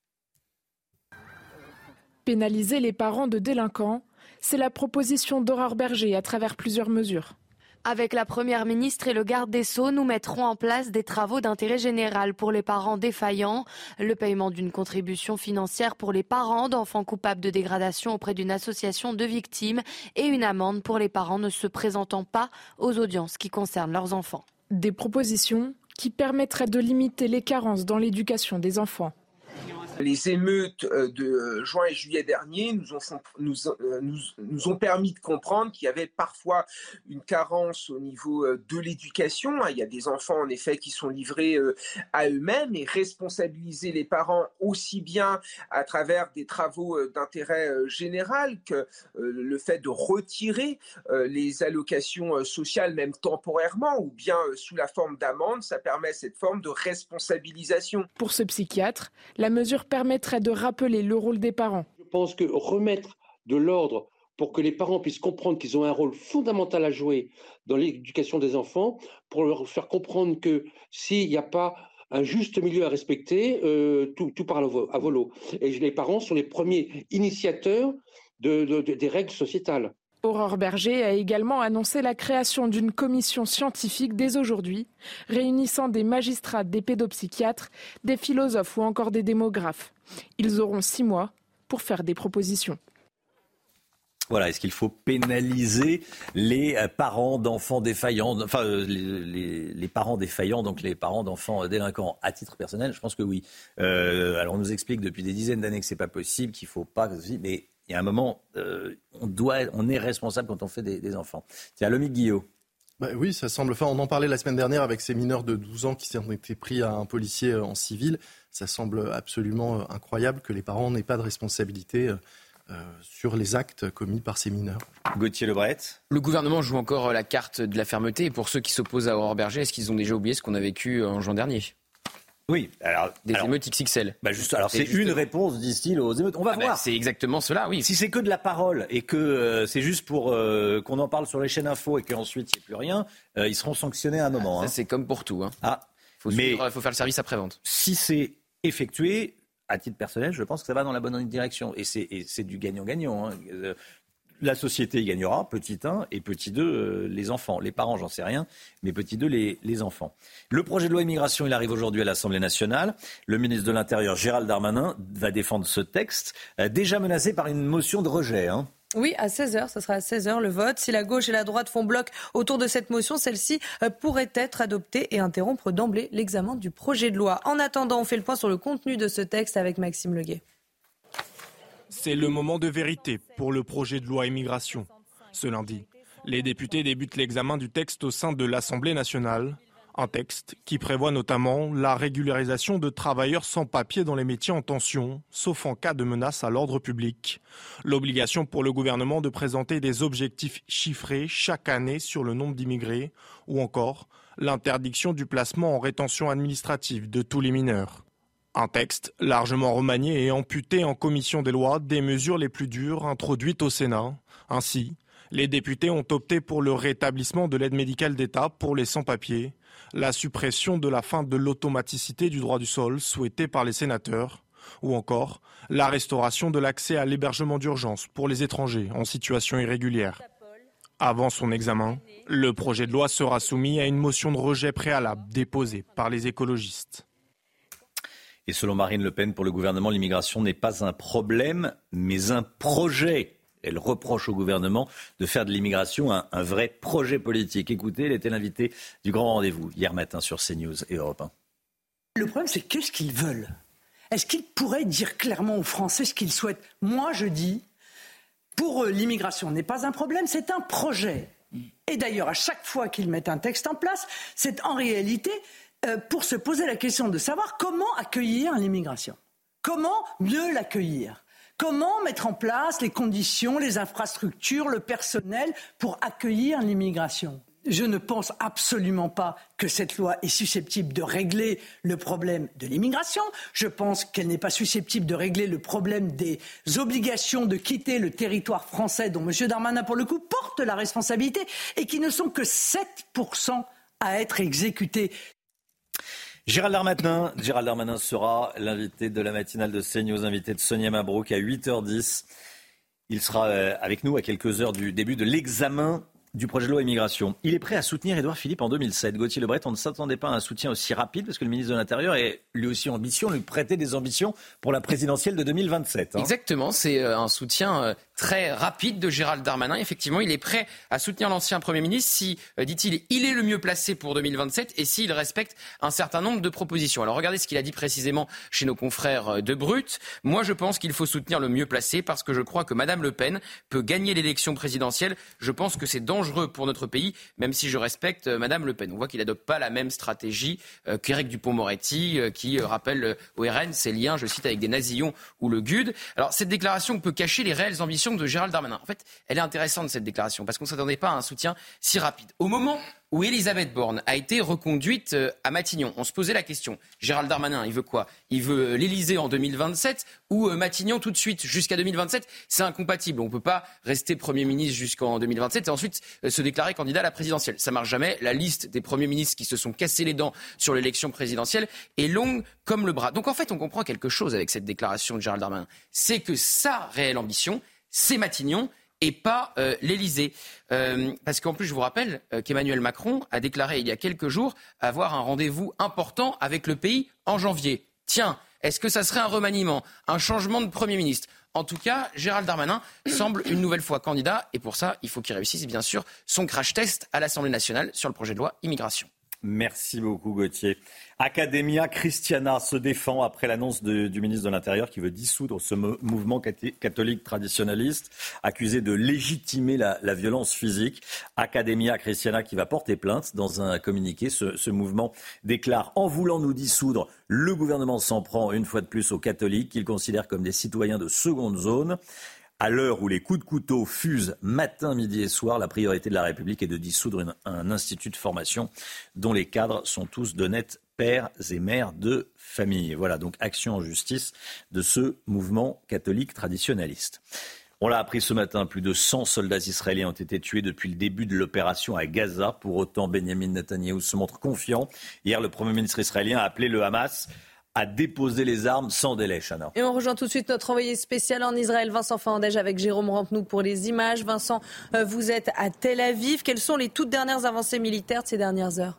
[SPEAKER 14] Pénaliser les parents de délinquants, c'est la proposition d'Aurore Bergé à travers plusieurs mesures.
[SPEAKER 8] Avec la Première ministre et le garde des Sceaux, nous mettrons en place des travaux d'intérêt général pour les parents défaillants, le paiement d'une contribution financière pour les parents d'enfants coupables de dégradation auprès d'une association de victimes et une amende pour les parents ne se présentant pas aux audiences qui concernent leurs enfants.
[SPEAKER 14] Des propositions qui permettraient de limiter les carences dans l'éducation des enfants.
[SPEAKER 18] Les émeutes de juin et juillet dernier nous ont, nous, nous, nous ont permis de comprendre qu'il y avait parfois une carence au niveau de l'éducation. Il y a des enfants en effet qui sont livrés à eux-mêmes et responsabiliser les parents aussi bien à travers des travaux d'intérêt général que le fait de retirer les allocations sociales même temporairement ou bien sous la forme d'amende, ça permet cette forme de responsabilisation.
[SPEAKER 14] Pour ce psychiatre, la mesure permettrait de rappeler le rôle des parents.
[SPEAKER 19] Je pense que remettre de l'ordre pour que les parents puissent comprendre qu'ils ont un rôle fondamental à jouer dans l'éducation des enfants, pour leur faire comprendre que s'il n'y a pas un juste milieu à respecter, euh, tout, tout part à volo. Et les parents sont les premiers initiateurs de, de, de, des règles sociétales.
[SPEAKER 14] Aurore Bergé a également annoncé la création d'une commission scientifique dès aujourd'hui, réunissant des magistrats, des pédopsychiatres, des philosophes ou encore des démographes. Ils auront six mois pour faire des propositions.
[SPEAKER 3] Voilà, est-ce qu'il faut pénaliser les parents d'enfants défaillants, enfin euh, les, les, les parents défaillants, donc les parents d'enfants délinquants? À titre personnel, je pense que oui. Euh, alors on nous explique depuis des dizaines d'années que c'est pas possible, qu'il faut pas, mais il y a un moment, euh, on doit, on est responsable quand on fait des, des enfants. Tiens, Lomique Guillot.
[SPEAKER 15] Bah oui, ça semble. Enfin, on en parlait la semaine dernière avec ces mineurs de douze ans qui ont été pris à un policier en civil. Ça semble absolument incroyable que les parents n'aient pas de responsabilité euh, sur les actes commis par ces mineurs.
[SPEAKER 3] Gauthier Lebret.
[SPEAKER 7] Le gouvernement joue encore la carte de la fermeté. Et pour ceux qui s'opposent à Aurore Bergé, est-ce qu'ils ont déjà oublié ce qu'on a vécu en juin dernier ?
[SPEAKER 3] Oui, alors
[SPEAKER 7] des
[SPEAKER 3] alors,
[SPEAKER 7] émeutes X X L.
[SPEAKER 3] Bah juste, alors c'est une réponse, disent-ils, aux émeutes. On va
[SPEAKER 7] ah
[SPEAKER 3] voir.
[SPEAKER 7] Bah c'est exactement cela, oui.
[SPEAKER 3] Si c'est que de la parole et que euh, c'est juste pour euh, qu'on en parle sur les chaînes info et qu'ensuite il n'y ait plus rien, euh, ils seront sanctionnés à un moment.
[SPEAKER 7] Ah, ça
[SPEAKER 3] hein.
[SPEAKER 7] c'est comme pour tout. Hein.
[SPEAKER 3] Ah,
[SPEAKER 7] faut
[SPEAKER 3] mais
[SPEAKER 7] il faut faire le service après-vente.
[SPEAKER 3] Si c'est effectué, à titre personnel, je pense que ça va dans la bonne direction et c'est, et c'est du gagnant-gagnant. Hein. Euh, La société y gagnera, petit un, et petit deux, euh, les enfants. Les parents, j'en sais rien, mais petit deux, les, les enfants. Le projet de loi immigration, il arrive aujourd'hui à l'Assemblée nationale. Le ministre de l'Intérieur, Gérald Darmanin, va défendre ce texte, euh, déjà menacé par une motion de rejet. Hein.
[SPEAKER 4] Oui, à seize heures, ça sera à seize heures le vote. Si la gauche et la droite font bloc autour de cette motion, celle-ci euh, pourrait être adoptée et interrompre d'emblée l'examen du projet de loi. En attendant, on fait le point sur le contenu de ce texte avec Maxime Leguet.
[SPEAKER 20] C'est le moment de vérité pour le projet de loi immigration. Ce lundi, les députés débutent l'examen du texte au sein de l'Assemblée nationale. Un texte qui prévoit notamment la régularisation de travailleurs sans papier dans les métiers en tension, sauf en cas de menace à l'ordre public. L'obligation pour le gouvernement de présenter des objectifs chiffrés chaque année sur le nombre d'immigrés, ou encore l'interdiction du placement en rétention administrative de tous les mineurs. Un texte largement remanié et amputé en commission des lois des mesures les plus dures introduites au Sénat. Ainsi, les députés ont opté pour le rétablissement de l'aide médicale d'État pour les sans-papiers, la suppression de la fin de l'automaticité du droit du sol souhaitée par les sénateurs, ou encore la restauration de l'accès à l'hébergement d'urgence pour les étrangers en situation irrégulière. Avant son examen, le projet de loi sera soumis à une motion de rejet préalable déposée par les écologistes.
[SPEAKER 3] Et selon Marine Le Pen, pour le gouvernement, l'immigration n'est pas un problème, mais un projet. Elle reproche au gouvernement de faire de l'immigration un, un vrai projet politique. Écoutez, elle était l'invitée du grand rendez-vous hier matin sur CNews et Europe un.
[SPEAKER 21] Le problème, c'est qu'est-ce qu'ils veulent ? Est-ce qu'ils pourraient dire clairement aux Français ce qu'ils souhaitent ? Moi, je dis, pour eux, l'immigration n'est pas un problème, c'est un projet. Et d'ailleurs, à chaque fois qu'ils mettent un texte en place, c'est en réalité euh, pour se poser la question de savoir comment accueillir l'immigration. Comment mieux l'accueillir ? Comment mettre en place les conditions, les infrastructures, le personnel pour accueillir l'immigration ? Je ne pense absolument pas que cette loi est susceptible de régler le problème de l'immigration. Je pense qu'elle n'est pas susceptible de régler le problème des obligations de quitter le territoire français dont M. Darmanin, pour le coup, porte la responsabilité et qui ne sont que sept pour cent à être exécutés.
[SPEAKER 3] Gérald Darmanin, Gérald Darmanin sera l'invité de la matinale de CNews, invité de Sonia Mabrouk à huit heures dix. Il sera avec nous à quelques heures du début de l'examen du projet de loi immigration. Il est prêt à soutenir Édouard Philippe en deux mille sept. Gauthier Lebret, on ne s'attendait pas à un soutien aussi rapide parce que le ministre de l'Intérieur est lui aussi ambitieux, lui prêtait des ambitions pour la présidentielle de deux mille vingt-sept. Hein.
[SPEAKER 7] Exactement, c'est un soutien très rapide de Gérald Darmanin. Effectivement, il est prêt à soutenir l'ancien Premier ministre si, dit-il, il est le mieux placé pour deux mille vingt-sept et s'il respecte un certain nombre de propositions. Alors regardez ce qu'il a dit précisément chez nos confrères de Brut. Moi, je pense qu'il faut soutenir le mieux placé parce que je crois que Madame Le Pen peut gagner l'élection présidentielle. Je pense que c'est dangereux pour notre pays, même si je respecte euh, Madame Le Pen. On voit qu'il n'adopte pas la même stratégie euh, qu'Éric Dupond-Moretti, euh, qui euh, rappelle euh, au R N ses liens, je cite, avec des nazillons ou le G U D. Alors, cette déclaration peut cacher les réelles ambitions de Gérald Darmanin. En fait, elle est intéressante, cette déclaration, parce qu'on ne s'attendait pas à un soutien si rapide. Au moment où Elisabeth Borne a été reconduite à Matignon, on se posait la question. Gérald Darmanin, il veut quoi ? Il veut l'Élysée en deux mille vingt-sept ou Matignon tout de suite jusqu'à deux mille vingt-sept ? C'est incompatible. On ne peut pas rester Premier ministre jusqu'en deux mille vingt-sept et ensuite se déclarer candidat à la présidentielle. Ça ne marche jamais. La liste des premiers ministres qui se sont cassés les dents sur l'élection présidentielle est longue comme le bras. Donc en fait, on comprend quelque chose avec cette déclaration de Gérald Darmanin. C'est que sa réelle ambition, c'est Matignon et pas euh, l'Élysée. Euh, parce qu'en plus, je vous rappelle euh, qu'Emmanuel Macron a déclaré il y a quelques jours avoir un rendez-vous important avec le pays en janvier. Tiens, est-ce que ça serait un remaniement, un changement de Premier ministre ? En tout cas, Gérald Darmanin semble une nouvelle fois candidat et pour ça, il faut qu'il réussisse bien sûr son crash test à l'Assemblée nationale sur le projet de loi immigration.
[SPEAKER 3] Merci beaucoup Gauthier. Academia Christiana se défend après l'annonce de, du ministre de l'Intérieur qui veut dissoudre ce mo- mouvement catholique traditionnaliste, accusé de légitimer la, la violence physique. Academia Christiana qui va porter plainte dans un communiqué. Ce, ce mouvement déclare, en voulant nous dissoudre, le gouvernement s'en prend une fois de plus aux catholiques qu'il considère comme des citoyens de seconde zone. À l'heure où les coups de couteau fusent matin, midi et soir, la priorité de la République est de dissoudre une, un institut de formation dont les cadres sont tous d'honnêtes pères et mères de famille. Voilà donc action en justice de ce mouvement catholique traditionnaliste. On l'a appris ce matin, plus de cent soldats israéliens ont été tués depuis le début de l'opération à Gaza. Pour autant, Benyamin Netanyahou se montre confiant. Hier, le Premier ministre israélien a appelé le Hamas à déposer les armes sans délai, Chana.
[SPEAKER 4] Et on rejoint tout de suite notre envoyé spécial en Israël, Vincent Fandège, avec Jérôme Rampenou pour les images. Vincent, vous êtes à Tel Aviv. Quelles sont les toutes dernières avancées militaires de ces dernières heures ?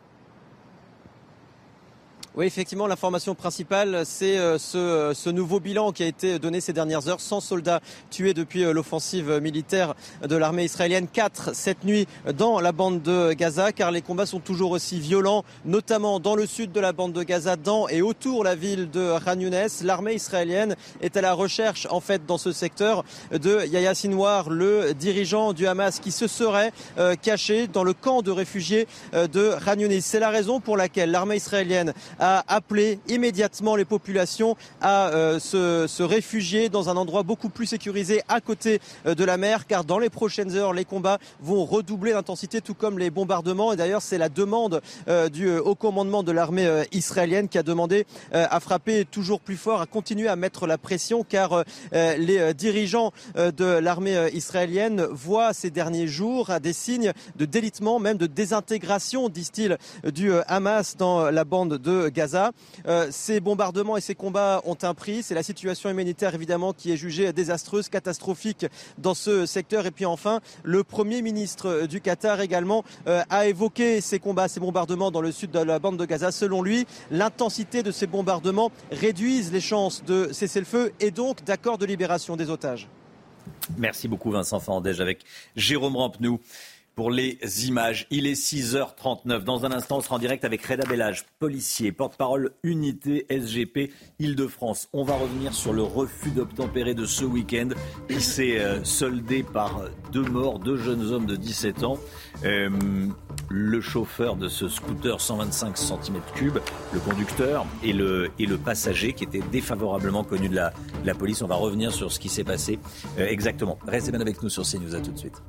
[SPEAKER 10] Oui, effectivement, l'information principale, c'est ce, ce nouveau bilan qui a été donné ces dernières heures. cent soldats tués depuis l'offensive militaire de l'armée israélienne. quatre cette nuit dans la bande de Gaza, car les combats sont toujours aussi violents, notamment dans le sud de la bande de Gaza, dans et autour la ville de Khan Younes. L'armée israélienne est à la recherche, en fait, dans ce secteur, de Yahya Sinwar, le dirigeant du Hamas, qui se serait euh, caché dans le camp de réfugiés euh, de Khan Younes. C'est la raison pour laquelle l'armée israélienne a appelé immédiatement les populations à euh, se, se réfugier dans un endroit beaucoup plus sécurisé à côté euh, de la mer, car dans les prochaines heures, les combats vont redoubler d'intensité, tout comme les bombardements. Et d'ailleurs, c'est la demande euh, du euh, haut commandement de l'armée euh, israélienne qui a demandé euh, à frapper toujours plus fort, à continuer à mettre la pression, car euh, les euh, dirigeants euh, de l'armée euh, israélienne voient ces derniers jours des signes de délitement, même de désintégration, disent-ils, du euh, Hamas dans la bande de Gaza. Euh, ces bombardements et ces combats ont un prix. C'est la situation humanitaire, évidemment, qui est jugée désastreuse, catastrophique dans ce secteur. Et puis enfin, le Premier ministre du Qatar également euh, a évoqué ces combats, ces bombardements dans le sud de la bande de Gaza. Selon lui, l'intensité de ces bombardements réduisent les chances de cessez-le-feu et donc d'accord de libération des otages.
[SPEAKER 3] Merci beaucoup Vincent Fandège avec Jérôme Rampenou pour les images. Il est six heures trente-neuf. Dans un instant, on sera en direct avec Reda Bellage, policier, porte-parole unité S G P Île-de-France. On va revenir sur le refus d'obtempérer de ce week-end qui s'est euh, soldé par deux morts, deux jeunes hommes de dix-sept ans. Euh, le chauffeur de ce scooter cent vingt-cinq centimètres cubes, le conducteur et le, et le passager qui était défavorablement connu de la, de la police. On va revenir sur ce qui s'est passé euh, exactement. Restez bien avec nous sur CNews, à tout de suite.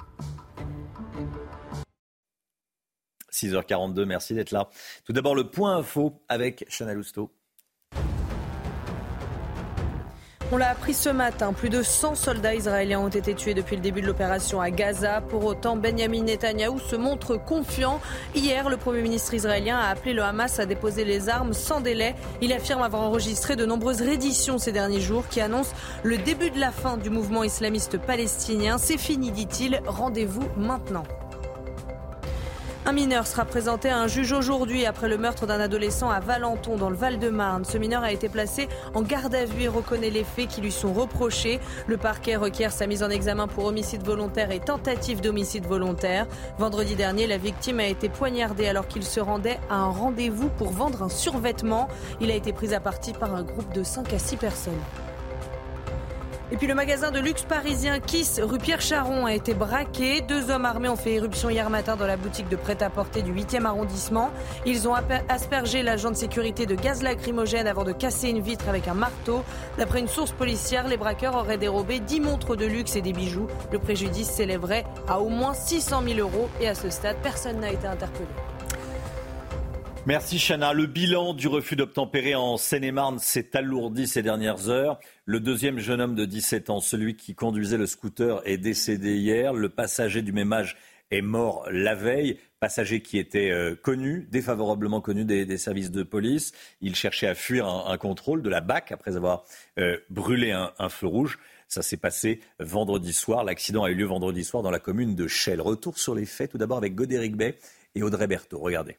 [SPEAKER 3] six heures quarante-deux, merci d'être là. Tout d'abord, le point info avec Chana Lousteau.
[SPEAKER 4] On l'a appris ce matin, plus de cent soldats israéliens ont été tués depuis le début de l'opération à Gaza. Pour autant, Benyamin Netanyahou se montre confiant. Hier, le Premier ministre israélien a appelé le Hamas à déposer les armes sans délai. Il affirme avoir enregistré de nombreuses redditions ces derniers jours qui annoncent le début de la fin du mouvement islamiste palestinien. C'est fini, dit-il. Rendez-vous maintenant. Un mineur sera présenté à un juge aujourd'hui après le meurtre d'un adolescent à Valenton dans le Val-de-Marne. Ce mineur a été placé en garde à vue et reconnaît les faits qui lui sont reprochés. Le parquet requiert sa mise en examen pour homicide volontaire et tentative d'homicide volontaire. Vendredi dernier, la victime a été poignardée alors qu'il se rendait à un rendez-vous pour vendre un survêtement. Il a été pris à partie par un groupe de cinq à six personnes. Et puis le magasin de luxe parisien Kiss, rue Pierre Charon, a été braqué. Deux hommes armés ont fait éruption hier matin dans la boutique de prêt-à-porter du huitième arrondissement. Ils ont aspergé l'agent de sécurité de gaz lacrymogène avant de casser une vitre avec un marteau. D'après une source policière, les braqueurs auraient dérobé dix montres de luxe et des bijoux. Le préjudice s'élèverait à au moins six cent mille euros et à ce stade, personne n'a été interpellé.
[SPEAKER 3] Merci Chana. Le bilan du refus d'obtempérer en Seine-et-Marne s'est alourdi ces dernières heures. Le deuxième jeune homme de dix-sept ans, celui qui conduisait le scooter, est décédé hier. Le passager du même âge est mort la veille. Passager qui était euh, connu, défavorablement connu des, des services de police. Il cherchait à fuir un, un contrôle de la B A C après avoir euh, brûlé un, un feu rouge. Ça s'est passé vendredi soir. L'accident a eu lieu vendredi soir dans la commune de Chelles. Retour sur les faits, tout d'abord avec Godéric Bay et Audrey Berthaud. Regardez.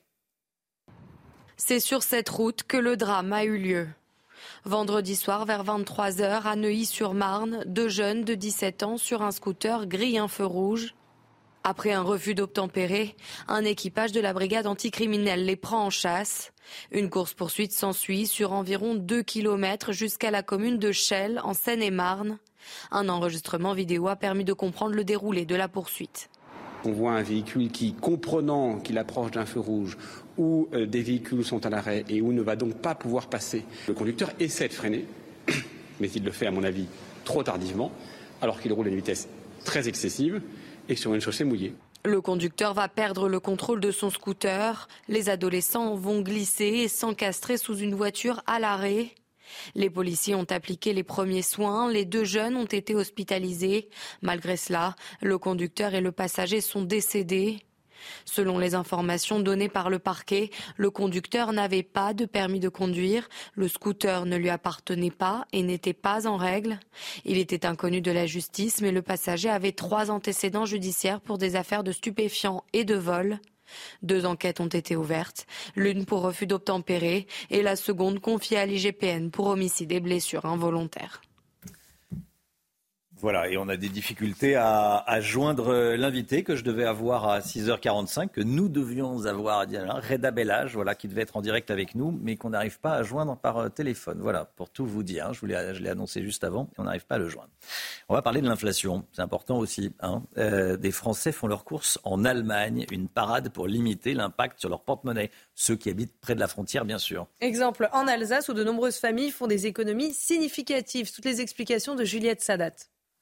[SPEAKER 8] C'est sur cette route que le drame a eu lieu. Vendredi soir, vers vingt-trois heures, à Neuilly-sur-Marne, deux jeunes de dix-sept ans sur un scooter grillent un feu rouge. Après un refus d'obtempérer, un équipage de la brigade anticriminelle les prend en chasse. Une course-poursuite s'ensuit sur environ deux kilomètres jusqu'à la commune de Chelles, en Seine-et-Marne. Un enregistrement vidéo a permis de comprendre le déroulé de la poursuite.
[SPEAKER 9] On voit un véhicule qui, comprenant qu'il approche d'un feu rouge, où euh, des véhicules sont à l'arrêt et où ne va donc pas pouvoir passer. Le conducteur essaie de freiner, mais il le fait à mon avis trop tardivement, alors qu'il roule à une vitesse très excessive et sur une chaussée mouillée.
[SPEAKER 8] Le conducteur va perdre le contrôle de son scooter. Les adolescents vont glisser et s'encastrer sous une voiture à l'arrêt. Les policiers ont appliqué les premiers soins. Les deux jeunes ont été hospitalisés. Malgré cela, le conducteur et le passager sont décédés. Selon les informations données par le parquet, le conducteur n'avait pas de permis de conduire, le scooter ne lui appartenait pas et n'était pas en règle. Il était inconnu de la justice, mais le passager avait trois antécédents judiciaires pour des affaires de stupéfiants et de vol. Deux enquêtes ont été ouvertes, l'une pour refus d'obtempérer et la seconde confiée à l'I G P N pour homicide et blessures involontaires.
[SPEAKER 3] Voilà, et on a des difficultés à, à joindre l'invité que je devais avoir à six heures quarante-cinq, que nous devions avoir à dire, Reda Bellage, voilà, qui devait être en direct avec nous, mais qu'on n'arrive pas à joindre par téléphone. Voilà, pour tout vous dire, hein, je, vous l'ai, je l'ai annoncé juste avant, et on n'arrive pas à le joindre. On va parler de l'inflation, c'est important aussi. Hein. Euh, des Français font leurs courses en Allemagne, une parade pour limiter l'impact sur leur porte-monnaie. Ceux qui habitent près de la frontière, bien sûr.
[SPEAKER 4] Exemple en Alsace, où de nombreuses familles font des économies significatives. Toutes les explications de Juliette Sadat.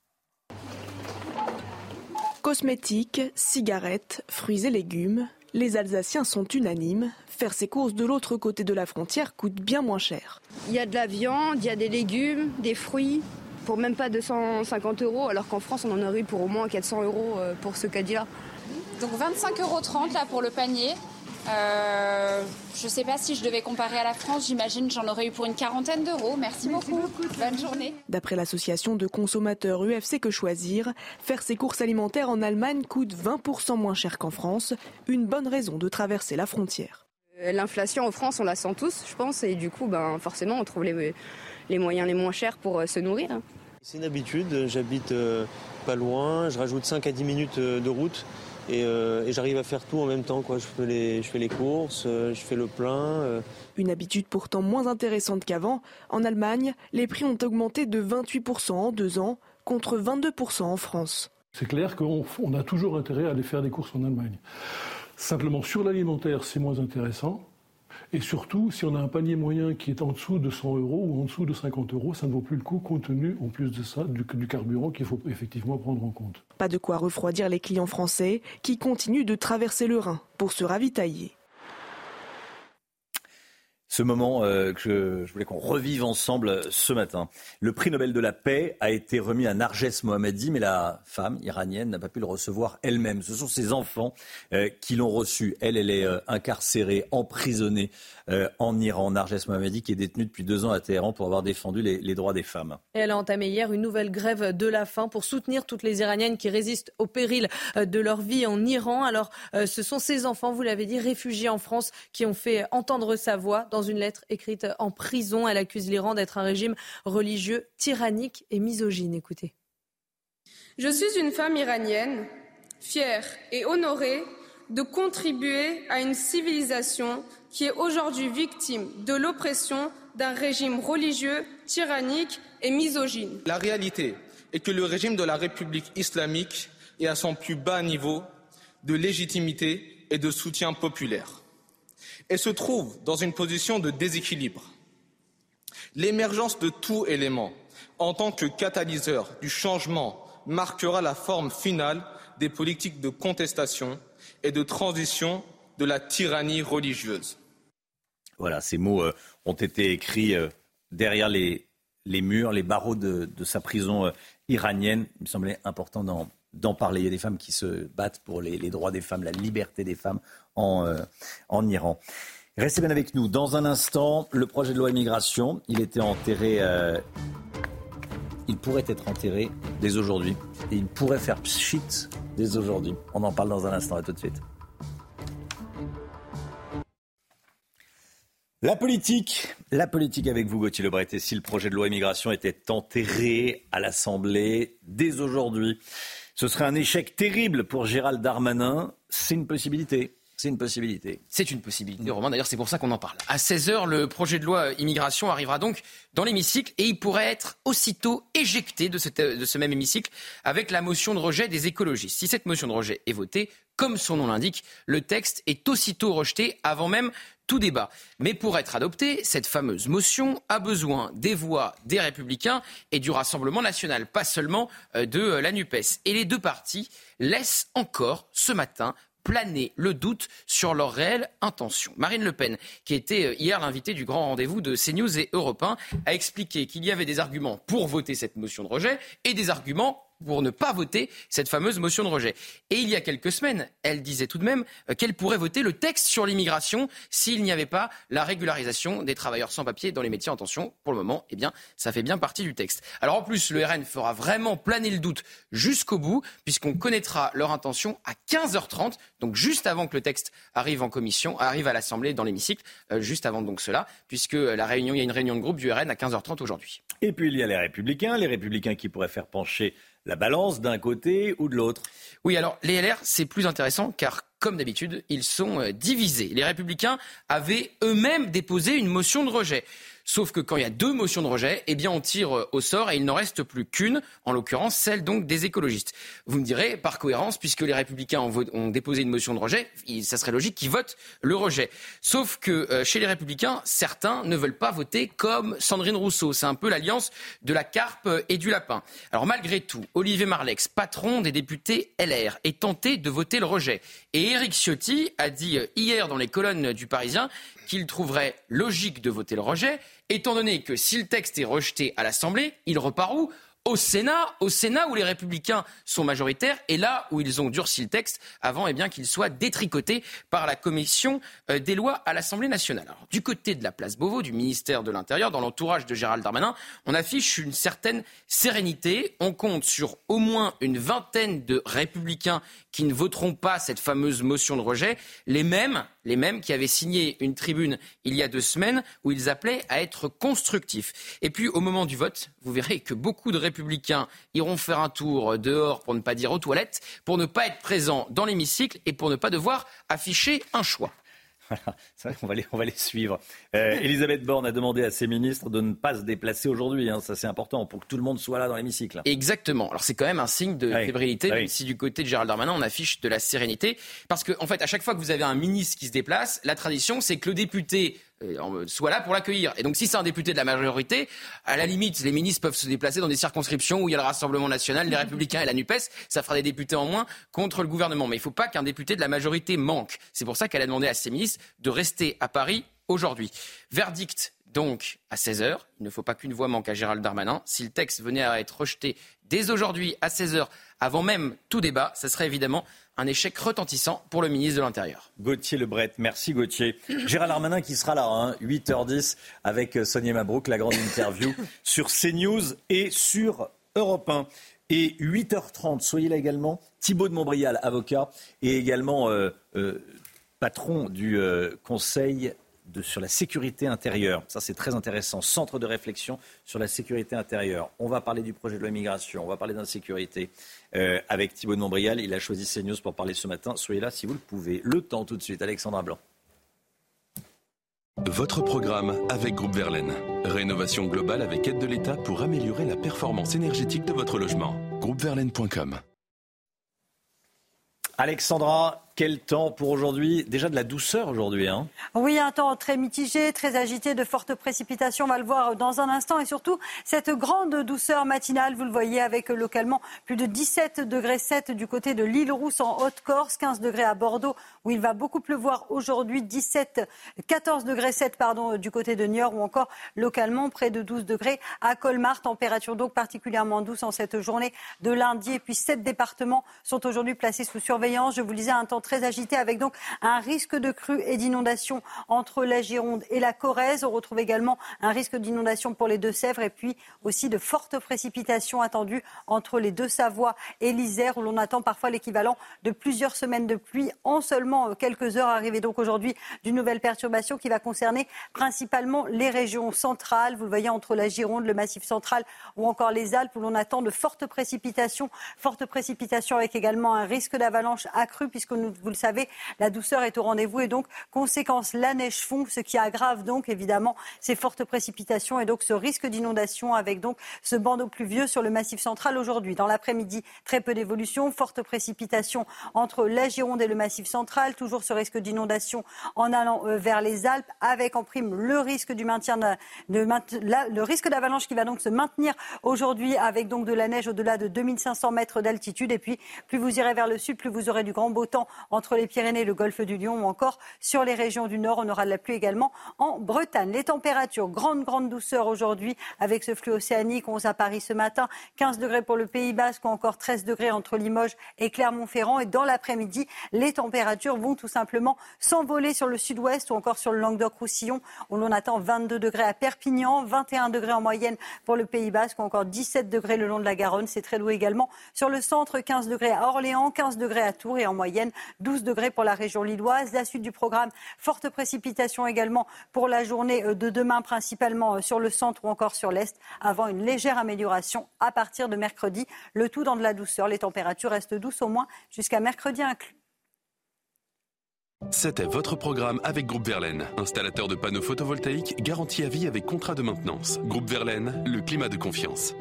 [SPEAKER 1] Cosmétiques, cigarettes, fruits et légumes, les Alsaciens sont unanimes. Faire ses courses de l'autre côté de la frontière coûte bien moins cher.
[SPEAKER 22] Il y a de la viande, il y a des légumes, des fruits, pour même pas deux cent cinquante euros, alors qu'en France on en aurait eu pour au moins quatre cents euros pour ce caddie-là.
[SPEAKER 23] Donc vingt-cinq euros trente là pour le panier. Euh, je ne sais pas si je devais comparer à la France, j'imagine j'en aurais eu pour une quarantaine d'euros. Merci, Merci beaucoup. beaucoup. Bonne journée.
[SPEAKER 1] D'après l'association de consommateurs U F C Que Choisir, faire ses courses alimentaires en Allemagne coûte vingt pour cent moins cher qu'en France. Une bonne raison de traverser la frontière.
[SPEAKER 22] L'inflation en France, on la sent tous, je pense, et du coup, ben, forcément, on trouve les, les moyens les moins chers pour se nourrir.
[SPEAKER 24] C'est une habitude, j'habite euh, pas loin, je rajoute cinq à dix minutes de route. Et, euh, et j'arrive à faire tout en même temps, quoi. Je fais les, je fais les courses, euh, je fais le plein. Euh.
[SPEAKER 1] Une habitude pourtant moins intéressante qu'avant. En Allemagne, les prix ont augmenté de vingt-huit pour cent en deux ans, contre vingt-deux pour cent en France.
[SPEAKER 25] C'est clair qu'on on a toujours intérêt à aller faire des courses en Allemagne.
[SPEAKER 5] Simplement, sur l'alimentaire, c'est moins intéressant. Et surtout, si on a un panier moyen qui est en dessous de cent euros ou en dessous de cinquante euros, ça ne vaut plus le coup compte tenu, en plus de ça, du, du carburant qu'il faut effectivement prendre en compte.
[SPEAKER 1] Pas de quoi refroidir les clients français qui continuent de traverser le Rhin pour se ravitailler.
[SPEAKER 3] Ce moment euh, que je, je voulais qu'on revive ensemble ce matin. Le prix Nobel de la paix a été remis à Narges Mohammadi, mais la femme iranienne n'a pas pu le recevoir elle-même. Ce sont ses enfants euh, qui l'ont reçu. Elle, elle est euh, incarcérée, emprisonnée euh, en Iran. Narges Mohammadi qui est détenue depuis deux ans à Téhéran pour avoir défendu les, les droits des femmes.
[SPEAKER 4] Et elle a entamé hier une nouvelle grève de la faim pour soutenir toutes les Iraniennes qui résistent au péril de leur vie en Iran. Alors, euh, ce sont ces enfants, vous l'avez dit, réfugiés en France, qui ont fait entendre sa voix dans une lettre écrite en prison. Elle accuse l'Iran d'être un régime religieux tyrannique et misogyne. Écoutez.
[SPEAKER 6] Je suis une femme iranienne, fière et honorée de contribuer à une civilisation qui est aujourd'hui victime de l'oppression d'un régime religieux tyrannique et misogyne.
[SPEAKER 11] La réalité est que le régime de la République islamique est à son plus bas niveau de légitimité et de soutien populaire. Elle se trouve dans une position de déséquilibre. L'émergence de tout élément en tant que catalyseur du changement marquera la forme finale des politiques de contestation et de transition de la tyrannie religieuse.
[SPEAKER 3] Voilà, ces mots euh, ont été écrits euh, derrière les, les murs, les barreaux de, de sa prison euh, iranienne. Il me semblait important d'en, d'en parler. Il y a des femmes qui se battent pour les, les droits des femmes, la liberté des femmes en, euh, en Iran. Restez bien avec nous. Dans un instant, le projet de loi immigration, il était enterré, euh, il pourrait être enterré dès aujourd'hui. Et il pourrait faire pchit dès aujourd'hui. On en parle dans un instant. À tout de suite. La politique, la politique avec vous, Gauthier Lebret. Et si le projet de loi immigration était enterré à l'Assemblée dès aujourd'hui, ce serait un échec terrible pour Gérald Darmanin. C'est une possibilité. C'est une possibilité.
[SPEAKER 7] C'est une possibilité, Romain. D'ailleurs, c'est pour ça qu'on en parle. À seize heures, le projet de loi immigration arrivera donc dans l'hémicycle et il pourrait être aussitôt éjecté de ce, de ce même hémicycle avec la motion de rejet des écologistes. Si cette motion de rejet est votée, comme son nom l'indique, le texte est aussitôt rejeté avant même tout débat. Mais pour être adoptée, cette fameuse motion a besoin des voix des Républicains et du Rassemblement national, pas seulement de la NUPES. Et les deux partis laissent encore ce matin planer le doute sur leur réelle intention. Marine Le Pen, qui était hier l'invitée du grand rendez-vous de CNews et Europe un, a expliqué qu'il y avait des arguments pour voter cette motion de rejet et des arguments pour ne pas voter cette fameuse motion de rejet. Et il y a quelques semaines, elle disait tout de même qu'elle pourrait voter le texte sur l'immigration s'il n'y avait pas la régularisation des travailleurs sans papier dans les métiers en tension. Pour le moment, eh bien, ça fait bien partie du texte. Alors en plus, le R N fera vraiment planer le doute jusqu'au bout, puisqu'on connaîtra leur intention à quinze heures trente, donc juste avant que le texte arrive en commission, arrive à l'Assemblée dans l'hémicycle, euh, juste avant donc cela, puisque la réunion, il y a une réunion de groupe du R N à quinze heures trente aujourd'hui.
[SPEAKER 3] Et puis il y a les Républicains, les Républicains qui pourraient faire pencher la balance d'un côté ou de l'autre.
[SPEAKER 7] Oui, alors les L R, c'est plus intéressant car, comme d'habitude, ils sont divisés. Les Républicains avaient eux-mêmes déposé une motion de rejet. Sauf que quand il y a deux motions de rejet, eh bien on tire au sort et il n'en reste plus qu'une, en l'occurrence celle donc des écologistes. Vous me direz, par cohérence, puisque les Républicains ont, vo- ont déposé une motion de rejet, il, ça serait logique qu'ils votent le rejet. Sauf que euh, chez les Républicains, certains ne veulent pas voter comme Sandrine Rousseau. C'est un peu l'alliance de la carpe et du lapin. Alors malgré tout, Olivier Marleix, patron des députés L R, est tenté de voter le rejet. Et Éric Ciotti a dit hier dans les colonnes du Parisien qu'il trouverait logique de voter le rejet, étant donné que si le texte est rejeté à l'Assemblée, il repart où ? Au Sénat, au Sénat où les Républicains sont majoritaires et là où ils ont durci le texte avant eh bien, qu'il soit détricoté par la commission euh, des lois à l'Assemblée nationale. Alors, du côté de la place Beauvau, du ministère de l'Intérieur, dans l'entourage de Gérald Darmanin, on affiche une certaine sérénité. On compte sur au moins une vingtaine de Républicains qui ne voteront pas cette fameuse motion de rejet, les mêmes, les mêmes qui avaient signé une tribune il y a deux semaines où ils appelaient à être constructifs. Et puis au moment du vote, vous verrez que beaucoup de Républicains iront faire un tour dehors, pour ne pas dire aux toilettes, pour ne pas être présents dans l'hémicycle et pour ne pas devoir afficher un choix.
[SPEAKER 3] C'est vrai qu'on va les, on va les suivre. Euh, Elisabeth Borne a demandé à ses ministres de ne pas se déplacer aujourd'hui. Hein, ça, c'est important pour que tout le monde soit là dans l'hémicycle.
[SPEAKER 7] Exactement. Alors, c'est quand même un signe de
[SPEAKER 3] oui.
[SPEAKER 7] fébrilité,
[SPEAKER 3] oui.
[SPEAKER 7] même si du côté de Gérald Darmanin, on affiche de la sérénité. Parce qu'en en fait, à chaque fois que vous avez un ministre qui se déplace, la tradition, c'est que le député euh, soit là pour l'accueillir. Et donc, si c'est un député de la majorité, à la limite, les ministres peuvent se déplacer dans des circonscriptions où il y a le Rassemblement national, les Républicains et la NUPES. Ça fera des députés en moins contre le gouvernement. Mais il ne faut pas qu'un député de la majorité manque. C'est pour ça qu'elle a demandé à ses ministres de rester à Paris aujourd'hui. Verdict donc à seize heures. Il ne faut pas qu'une voix manque à Gérald Darmanin. Si le texte venait à être rejeté dès aujourd'hui à seize heures, avant même tout débat, ça serait évidemment un échec retentissant pour le ministre de l'Intérieur.
[SPEAKER 3] Gauthier Lebret, merci Gauthier. Gérald Darmanin qui sera là, hein, huit heures dix, avec Sonia Mabrouk, la grande interview sur CNews et sur Europe un. Et huit heures trente, soyez là également, Thibaut de Montbrial, avocat, et également euh, euh, patron du euh, Conseil de, sur la sécurité intérieure. Ça, c'est très intéressant. Centre de réflexion sur la sécurité intérieure. On va parler du projet de loi immigration, on va parler d'insécurité. Euh, avec Thibaut de Montbrial, il a choisi CNews pour parler ce matin. Soyez là si vous le pouvez. Le temps tout de suite, Alexandra Blanc.
[SPEAKER 17] Votre programme avec Groupe Verlaine. Rénovation globale avec aide de l'État pour améliorer la performance énergétique de votre logement. groupe verlaine point com.
[SPEAKER 3] Alexandra, quel temps pour aujourd'hui ? Déjà de la douceur aujourd'hui, hein ?
[SPEAKER 2] Oui, un temps très mitigé, très agité, de fortes précipitations, on va le voir dans un instant. Et surtout, cette grande douceur matinale, vous le voyez, avec localement plus de dix-sept degrés sept du côté de l'Île-Rousse en Haute-Corse, quinze degrés à Bordeaux, où il va beaucoup pleuvoir aujourd'hui, dix-sept, quatorze degrés sept pardon, du côté de Niort, ou encore localement près de douze degrés à Colmar. Température donc particulièrement douce en cette journée de lundi. Et puis sept départements sont aujourd'hui placés sous surveillance. Je vous le disais, un temps très agité avec donc un risque de crue et d'inondation entre la Gironde et la Corrèze. On retrouve également un risque d'inondation pour les Deux-Sèvres et puis aussi de fortes précipitations attendues entre les Deux-Savoies et l'Isère, où l'on attend parfois l'équivalent de plusieurs semaines de pluie en seulement quelques heures. Arrivée donc aujourd'hui d'une nouvelle perturbation qui va concerner principalement les régions centrales. Vous le voyez, entre la Gironde, le Massif central ou encore les Alpes, où l'on attend de fortes précipitations. Fortes précipitations avec également un risque d'avalanche accru, puisque nous, vous le savez, la douceur est au rendez-vous et donc, conséquence, la neige fond, ce qui aggrave donc évidemment ces fortes précipitations et donc ce risque d'inondation avec donc ce bandeau pluvieux sur le Massif central aujourd'hui. Dans l'après-midi, très peu d'évolution, fortes précipitations entre la Gironde et le Massif central, toujours ce risque d'inondation en allant euh, vers les Alpes, avec en prime le risque du maintien de, de, de la, le risque d'avalanche qui va donc se maintenir aujourd'hui avec donc de la neige au-delà de deux mille cinq cents mètres d'altitude. Et puis, plus vous irez vers le sud, plus vous aurez du grand beau temps entre les Pyrénées et le golfe du Lion, ou encore sur les régions du nord. On aura de la pluie également en Bretagne. Les températures, grande, grande douceur aujourd'hui avec ce flux océanique. onze à Paris ce matin, quinze degrés pour le Pays Basque, ou encore treize degrés entre Limoges et Clermont-Ferrand. Et dans l'après-midi, les températures vont tout simplement s'envoler sur le sud-ouest ou encore sur le Languedoc-Roussillon, où l'on attend vingt-deux degrés à Perpignan, vingt et un degrés en moyenne pour le Pays Basque, ou encore dix-sept degrés le long de la Garonne. C'est très doux également sur le centre, quinze degrés à Orléans, quinze degrés à Tours et en moyenne douze degrés pour la région lilloise. La suite du programme, fortes précipitations également pour la journée de demain, principalement sur le centre ou encore sur l'est, avant une légère amélioration à partir de mercredi. Le tout dans de la douceur. Les températures restent douces au moins jusqu'à mercredi inclus.
[SPEAKER 17] C'était votre programme avec Groupe Verlaine, installateur de panneaux photovoltaïques garantis à vie avec contrat de maintenance. Groupe Verlaine, le climat de confiance.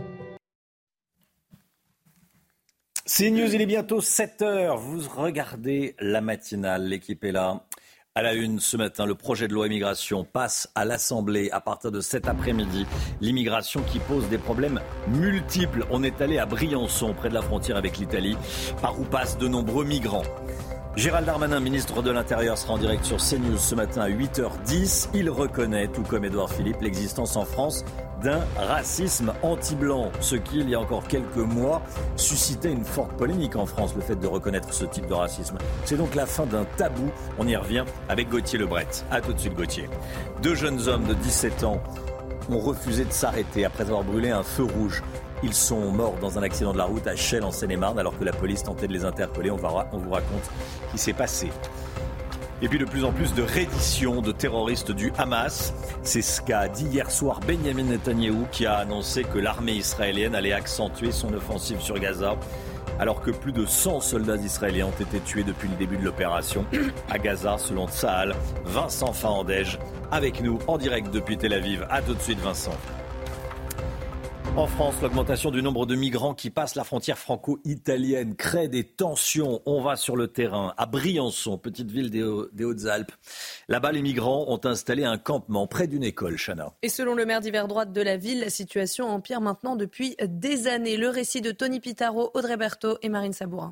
[SPEAKER 3] CNews, il est bientôt sept heures. Vous regardez la matinale. L'équipe est là. À la une ce matin, le projet de loi immigration passe à l'Assemblée à partir de cet après-midi. L'immigration qui pose des problèmes multiples. On est allé à Briançon, près de la frontière avec l'Italie, par où passent de nombreux migrants. Gérald Darmanin, ministre de l'Intérieur, sera en direct sur CNews ce matin à huit heures dix. Il reconnaît, tout comme Édouard Philippe, l'existence en France d'un racisme anti-blanc. Ce qui, il y a encore quelques mois, suscitait une forte polémique en France, le fait de reconnaître ce type de racisme. C'est donc la fin d'un tabou. On y revient avec Gauthier Lebret. A tout de suite, Gauthier. Deux jeunes hommes de dix-sept ans ont refusé de s'arrêter après avoir brûlé un feu rouge. Ils sont morts dans un accident de la route à Chelles en Seine-et-Marne alors que la police tentait de les interpeller. On, va, on vous raconte ce qui s'est passé. Et puis de plus en plus de redditions de terroristes du Hamas. C'est ce qu'a dit hier soir Benyamin Netanyahou, qui a annoncé que l'armée israélienne allait accentuer son offensive sur Gaza. alors que plus de cent soldats israéliens ont été tués depuis le début de l'opération à Gaza, selon Tsahal. Vincent Fahandège avec nous en direct depuis Tel Aviv. A tout de suite, Vincent. En France, l'augmentation du nombre de migrants qui passent la frontière franco-italienne crée des tensions. On va sur le terrain, à Briançon, petite ville des, Hauts- des Hautes-Alpes. Là-bas, les migrants ont installé un campement près d'une école, Chana.
[SPEAKER 4] Et selon le maire d'hiver droite de la ville, la situation empire maintenant depuis des années. Le récit de Tony Pitaro, Audrey Berthaud et Marine Sabourin.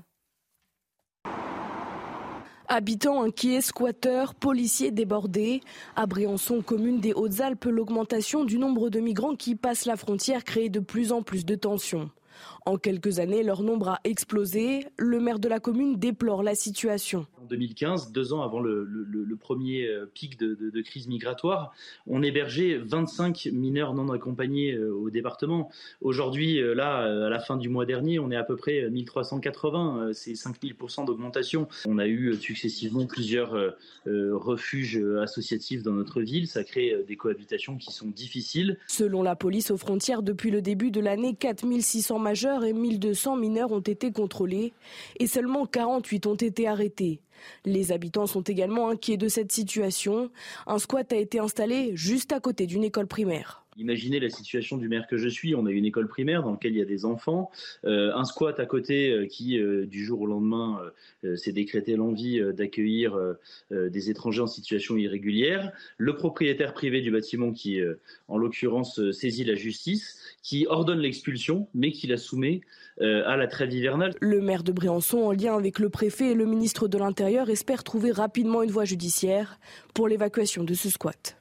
[SPEAKER 12] Habitants inquiets, squatteurs, policiers débordés. À Briançon, commune des Hautes-Alpes, l'augmentation du nombre de migrants qui passent la frontière crée de plus en plus de tensions. En quelques années, leur nombre a explosé. Le maire de la commune déplore la situation.
[SPEAKER 13] En deux mille quinze, deux ans avant le, le, le premier pic de, de, de crise migratoire, on hébergeait vingt-cinq mineurs non accompagnés au département. Aujourd'hui, là, à la fin du mois dernier, on est à peu près mille trois cent quatre-vingts, c'est cinq mille pour cent d'augmentation. On a eu successivement plusieurs euh, refuges associatifs dans notre ville, ça crée des cohabitations qui sont difficiles.
[SPEAKER 12] Selon la police aux frontières, depuis le début de l'année, quatre mille six cents majeurs et mille deux cents mineurs ont été contrôlés et seulement quarante-huit ont été arrêtés. Les habitants sont également inquiets de cette situation. Un squat a été installé juste à côté d'une école primaire.
[SPEAKER 13] Imaginez la situation du maire que je suis. On a une école primaire dans laquelle il y a des enfants, euh, un squat à côté euh, qui, euh, du jour au lendemain, euh, s'est décrété l'envie euh, d'accueillir euh, euh, des étrangers en situation irrégulière. Le propriétaire privé du bâtiment qui, euh, en l'occurrence, euh, saisit la justice, qui ordonne l'expulsion, mais qui la soumet euh, à la trêve hivernale.
[SPEAKER 12] Le maire de Briançon, en lien avec le préfet et le ministre de l'Intérieur, espère trouver rapidement une voie judiciaire pour l'évacuation de ce squat.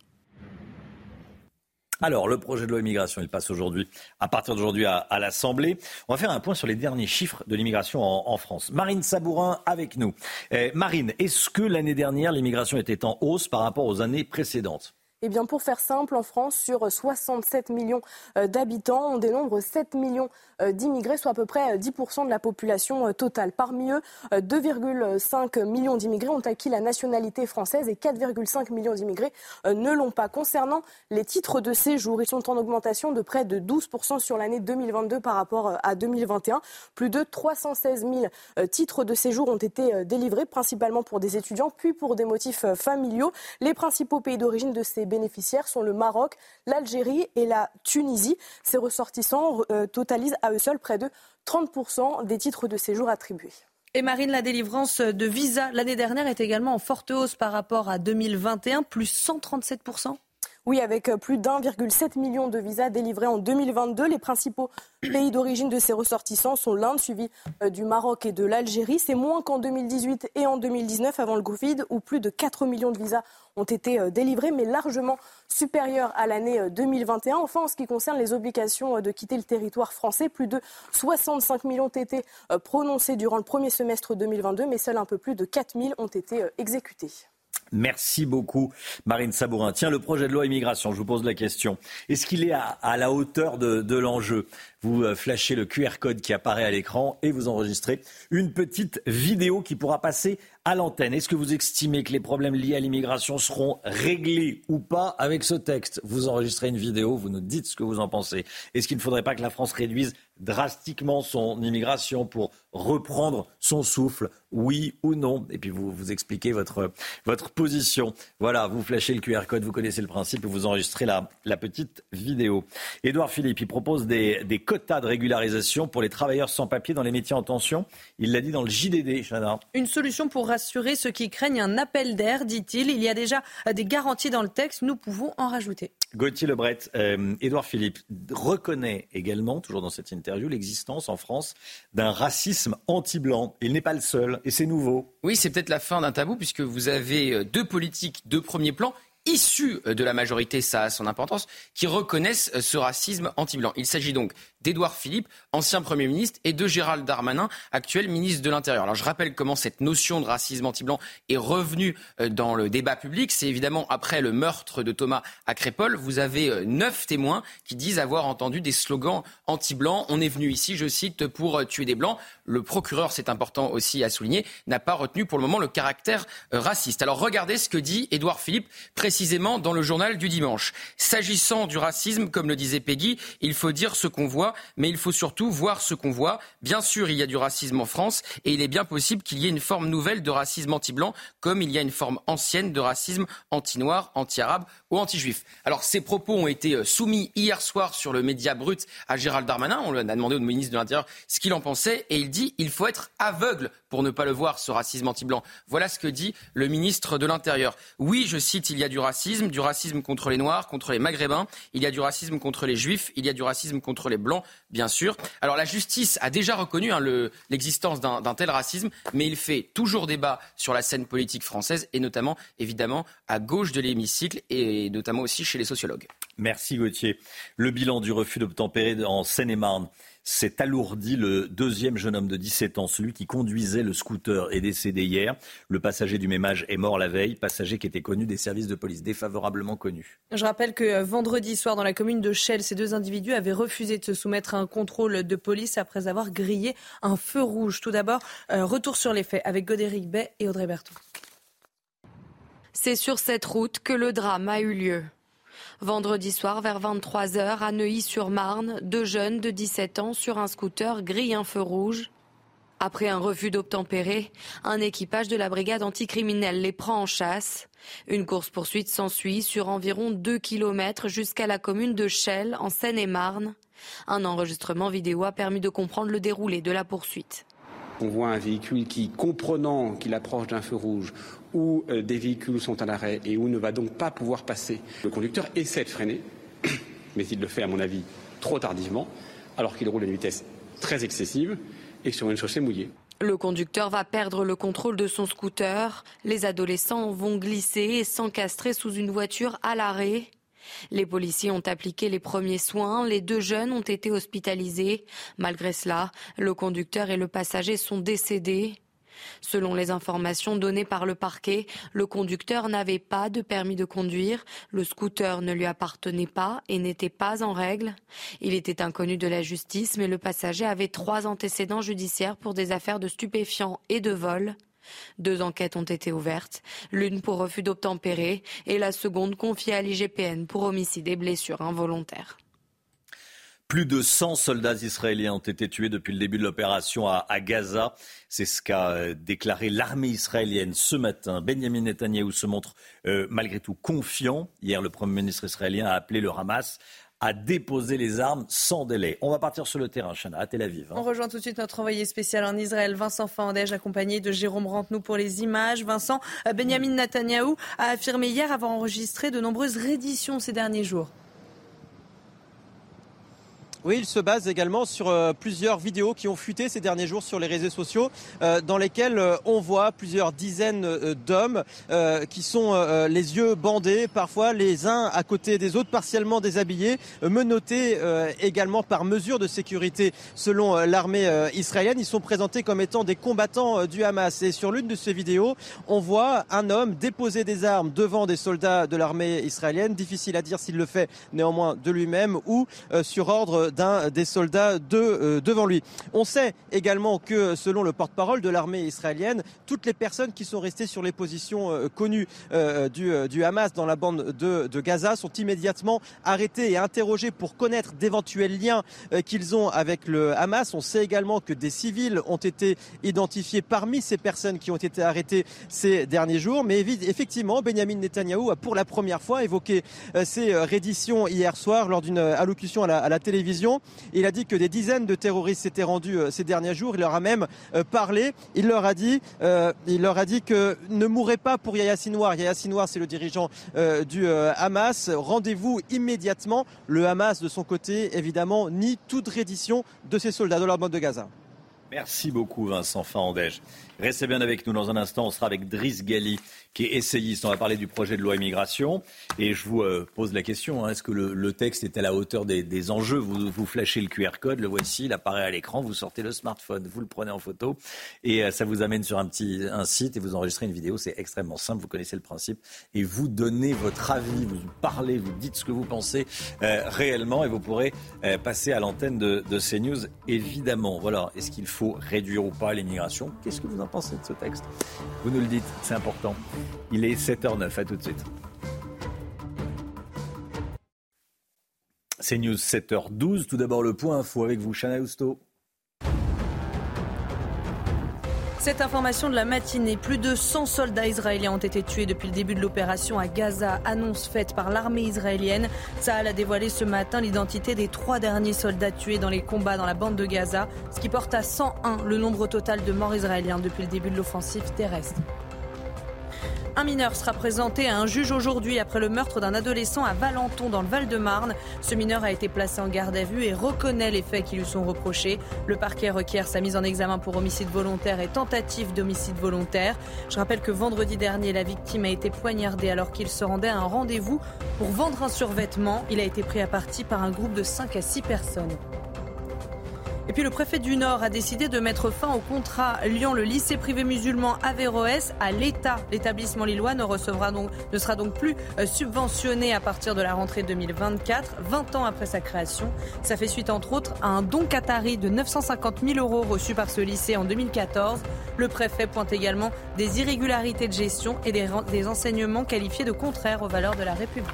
[SPEAKER 3] Alors, le projet de loi immigration, il passe aujourd'hui, à partir d'aujourd'hui, à, à l'Assemblée. On va faire un point sur les derniers chiffres de l'immigration en, en France. Marine Sabourin avec nous. Eh, Marine, est-ce que l'année dernière, l'immigration était en hausse par rapport aux années précédentes ?
[SPEAKER 12] Eh bien, pour faire simple, en France, sur soixante-sept millions d'habitants, on dénombre sept millions d'immigrés, soit à peu près dix pour cent de la population totale. Parmi eux, deux virgule cinq millions d'immigrés ont acquis la nationalité française et quatre virgule cinq millions d'immigrés ne l'ont pas. Concernant les titres de séjour, ils sont en augmentation de près de douze pour cent sur l'année deux mille vingt-deux par rapport à deux mille vingt et un. Plus de trois cent seize mille titres de séjour ont été délivrés, principalement pour des étudiants, puis pour des motifs familiaux. Les principaux pays d'origine de ces bénéficiaires sont le Maroc, l'Algérie et la Tunisie. Ces ressortissants euh, totalisent à eux seuls près de trente pour cent des titres de séjour attribués.
[SPEAKER 4] Et Marine, la délivrance de visas l'année dernière est également en forte hausse par rapport à deux mille vingt et un, plus cent trente-sept pour cent.
[SPEAKER 12] Oui, avec plus d'un virgule sept million de visas délivrés en deux mille vingt-deux. Les principaux pays d'origine de ces ressortissants sont l'Inde, suivi du Maroc et de l'Algérie. C'est moins qu'en deux mille dix-huit et en deux mille dix-neuf, avant le Covid, où plus de quatre millions de visas ont été délivrés, mais largement supérieurs à l'année deux mille vingt et un. Enfin, en ce qui concerne les obligations de quitter le territoire français, plus de soixante-cinq mille ont été prononcées durant le premier semestre deux mille vingt-deux, mais seuls un peu plus de quatre mille ont été exécutés.
[SPEAKER 3] Merci beaucoup, Marine Sabourin. Tiens, le projet de loi immigration, je vous pose la question. Est-ce qu'il est à, à la hauteur de, de l'enjeu ? Vous flashez le Q R code qui apparaît à l'écran et vous enregistrez une petite vidéo qui pourra passer à l'antenne. Est-ce que vous estimez que les problèmes liés à l'immigration seront réglés ou pas avec ce texte ? Vous enregistrez une vidéo, vous nous dites ce que vous en pensez. Est-ce qu'il ne faudrait pas que la France réduise drastiquement son immigration pour reprendre son souffle, oui ou non? Et puis vous, vous expliquez votre, votre position. Voilà, vous flashez le Q R code, vous connaissez le principe et vous enregistrez la, la petite vidéo. Édouard Philippe, il propose des, des quotas de régularisation pour les travailleurs sans papier dans les métiers en tension. Il l'a dit dans le J D D, Chana.
[SPEAKER 4] Une solution pour rassurer ceux qui craignent un appel d'air, dit-il. Il y a déjà des garanties dans le texte, nous pouvons en rajouter.
[SPEAKER 3] Gauthier Lebret, euh, Édouard Philippe reconnaît également, toujours dans cette interview, l'existence en France d'un racisme anti-blanc. Il n'est pas le seul et c'est nouveau.
[SPEAKER 7] Oui, c'est peut-être la fin d'un tabou puisque vous avez deux politiques de premier plan issus de la majorité, ça a son importance, qui reconnaissent ce racisme anti-blanc. Il s'agit donc d'Édouard Philippe, ancien Premier ministre, et de Gérald Darmanin, actuel ministre de l'Intérieur. Alors je rappelle comment cette notion de racisme anti-blanc est revenue dans le débat public. C'est évidemment après le meurtre de Thomas à Crépol. Vous avez neuf témoins qui disent avoir entendu des slogans anti-blancs. On est venu ici, je cite, pour tuer des blancs. Le procureur, c'est important aussi à souligner, n'a pas retenu pour le moment le caractère raciste. Alors regardez ce que dit Édouard Philippe précisément dans le journal du dimanche. S'agissant du racisme, comme le disait Peggy, il faut dire ce qu'on voit. mais il faut surtout voir ce qu'on voit. Bien sûr, il y a du racisme en France et il est bien possible qu'il y ait une forme nouvelle de racisme anti-blanc, comme il y a une forme ancienne de racisme anti-noir, anti-arabe ou anti-juif. Alors, ces propos ont été soumis hier soir sur le Média Brut à Gérald Darmanin. On lui a demandé au ministre de l'Intérieur ce qu'il en pensait et il dit il faut être aveugle pour ne pas le voir, ce racisme anti-blanc. Voilà ce que dit le ministre de l'Intérieur. Oui, je cite, il y a du racisme, du racisme contre les Noirs, contre les Maghrébins, il y a du racisme contre les Juifs, il y a du racisme contre les Blancs, bien sûr. Alors la justice a déjà reconnu hein, le, l'existence d'un, d'un tel racisme, mais il fait toujours débat sur la scène politique française et notamment, évidemment, à gauche de l'hémicycle et notamment aussi chez les sociologues.
[SPEAKER 3] Merci Gauthier. Le bilan du refus d'obtempérer en Seine-et-Marne s'est alourdi. Le deuxième jeune homme de dix-sept ans, celui qui conduisait le scooter, est décédé hier. Le passager du même âge est mort la veille, passager qui était connu des services de police, défavorablement connu.
[SPEAKER 4] Je rappelle que vendredi soir, dans la commune de Chelles, ces deux individus avaient refusé de se soumettre à un contrôle de police après avoir grillé un feu rouge. Tout d'abord, euh, retour sur les faits avec Godéric Bay et Audrey Berthaud.
[SPEAKER 8] C'est sur cette route que le drame a eu lieu. Vendredi soir, vers vingt-trois heures, à Neuilly-sur-Marne, deux jeunes de dix-sept ans sur un scooter grillent un feu rouge. Après un refus d'obtempérer, un équipage de la brigade anticriminelle les prend en chasse. Une course-poursuite s'ensuit sur environ deux kilomètres jusqu'à la commune de Chelles, en Seine-et-Marne. Un enregistrement vidéo a permis de comprendre le déroulé de la poursuite.
[SPEAKER 9] On voit un véhicule qui, comprenant qu'il approche d'un feu rouge, où euh, des véhicules sont à l'arrêt et où ne va donc pas pouvoir passer. Le conducteur essaie de freiner, mais il le fait, à mon avis, trop tardivement, alors qu'il roule à une vitesse très excessive et sur une chaussée mouillée.
[SPEAKER 8] Le conducteur va perdre le contrôle de son scooter. Les adolescents vont glisser et s'encastrer sous une voiture à l'arrêt. Les policiers ont appliqué les premiers soins. Les deux jeunes ont été hospitalisés. Malgré cela, le conducteur et le passager sont décédés. Selon les informations données par le parquet, le conducteur n'avait pas de permis de conduire, le scooter ne lui appartenait pas et n'était pas en règle. Il était inconnu de la justice, mais le passager avait trois antécédents judiciaires pour des affaires de stupéfiants et de vol. Deux enquêtes ont été ouvertes, l'une pour refus d'obtempérer et la seconde confiée à l'I G P N pour homicide et blessures involontaires.
[SPEAKER 3] Plus de cent soldats israéliens ont été tués depuis le début de l'opération à, à Gaza. C'est ce qu'a euh, déclaré l'armée israélienne ce matin. Benjamin Netanyahou se montre euh, malgré tout confiant. Hier, le Premier ministre israélien a appelé le Hamas à déposer les armes sans délai. On va partir sur le terrain, Chana, à Tel Aviv. Hein.
[SPEAKER 4] On rejoint tout de suite notre envoyé spécial en Israël, Vincent Fandège, accompagné de Jérôme Rampenou pour les images. Vincent, euh, Benjamin Netanyahou a affirmé hier avoir enregistré de nombreuses redditions ces derniers jours.
[SPEAKER 10] Oui, il se base également sur euh, plusieurs vidéos qui ont fuité ces derniers jours sur les réseaux sociaux, euh, dans lesquelles euh, on voit plusieurs dizaines euh, d'hommes euh, qui sont euh, les yeux bandés, parfois les uns à côté des autres, partiellement déshabillés, euh, menottés euh, également par mesure de sécurité selon euh, l'armée euh, israélienne. Ils sont présentés comme étant des combattants euh, du Hamas. Et sur l'une de ces vidéos, on voit un homme déposer des armes devant des soldats de l'armée israélienne. Difficile à dire s'il le fait néanmoins de lui-même ou euh, sur ordre d'un des soldats de, euh, devant lui. On sait également que, selon le porte-parole de l'armée israélienne, toutes les personnes qui sont restées sur les positions euh, connues euh, du, euh, du Hamas dans la bande de, de Gaza sont immédiatement arrêtées et interrogées pour connaître d'éventuels liens euh, qu'ils ont avec le Hamas. On sait également que des civils ont été identifiés parmi ces personnes qui ont été arrêtées ces derniers jours. Mais effectivement, Benjamin Netanyahou a pour la première fois évoqué euh, ces redditions hier soir lors d'une allocution à la, à la télévision. Il a dit que des dizaines de terroristes s'étaient rendus euh, ces derniers jours. Il leur a même euh, parlé. Il leur a dit, euh, il leur a dit que ne mourrez pas pour Yahya Sinwar. Yahya Sinwar, c'est le dirigeant euh, du euh, Hamas. Rendez-vous immédiatement. Le Hamas, de son côté, évidemment, nie toute reddition de ces soldats de la bande de Gaza.
[SPEAKER 3] Merci beaucoup Vincent Fandège. Restez bien avec nous dans un instant. On sera avec Driss Ghali, qui est essayiste. On va parler du projet de loi immigration. Et je vous euh, pose la question, hein, est-ce que le, le texte est à la hauteur des, des enjeux ? Vous, vous flashez le Q R code, le voici, il apparaît à l'écran, vous sortez le smartphone, vous le prenez en photo et euh, ça vous amène sur un petit un site et vous enregistrez une vidéo. C'est extrêmement simple, vous connaissez le principe. Et vous donnez votre avis, vous parlez, vous dites ce que vous pensez euh, réellement et vous pourrez euh, passer à l'antenne de, de CNews, évidemment. Voilà, est-ce qu'il faut réduire ou pas l'immigration ? Qu'est-ce que vous en pensez de ce texte ? Vous nous le dites, c'est important. Il est sept heures zéro neuf, à tout de suite. C'est News sept heures douze. Tout d'abord, le point info avec vous, Chana Housteau.
[SPEAKER 4] Cette information de la matinée, plus de cent soldats israéliens ont été tués depuis le début de l'opération à Gaza, annonce faite par l'armée israélienne. Tsahal a dévoilé ce matin l'identité des trois derniers soldats tués dans les combats dans la bande de Gaza, ce qui porte à cent un le nombre total de morts israéliens depuis le début de l'offensive terrestre. Un mineur sera présenté à un juge aujourd'hui après le meurtre d'un adolescent à Valenton dans le Val-de-Marne. Ce mineur a été placé en garde à vue et reconnaît les faits qui lui sont reprochés. Le parquet requiert sa mise en examen pour homicide volontaire et tentative d'homicide volontaire. Je rappelle que vendredi dernier, la victime a été poignardée alors qu'il se rendait à un rendez-vous pour vendre un survêtement. Il a été pris à partie par un groupe de cinq à six personnes. Et puis le préfet du Nord a décidé de mettre fin au contrat liant le lycée privé musulman Averroès à l'État. L'établissement lillois ne, recevra donc, ne sera donc plus subventionné à partir de la rentrée deux mille vingt-quatre, vingt ans après sa création. Ça fait suite entre autres à un don qatari de neuf cent cinquante mille euros reçu par ce lycée en deux mille quatorze. Le préfet pointe également des irrégularités de gestion et des, des enseignements qualifiés de contraires aux valeurs de la République.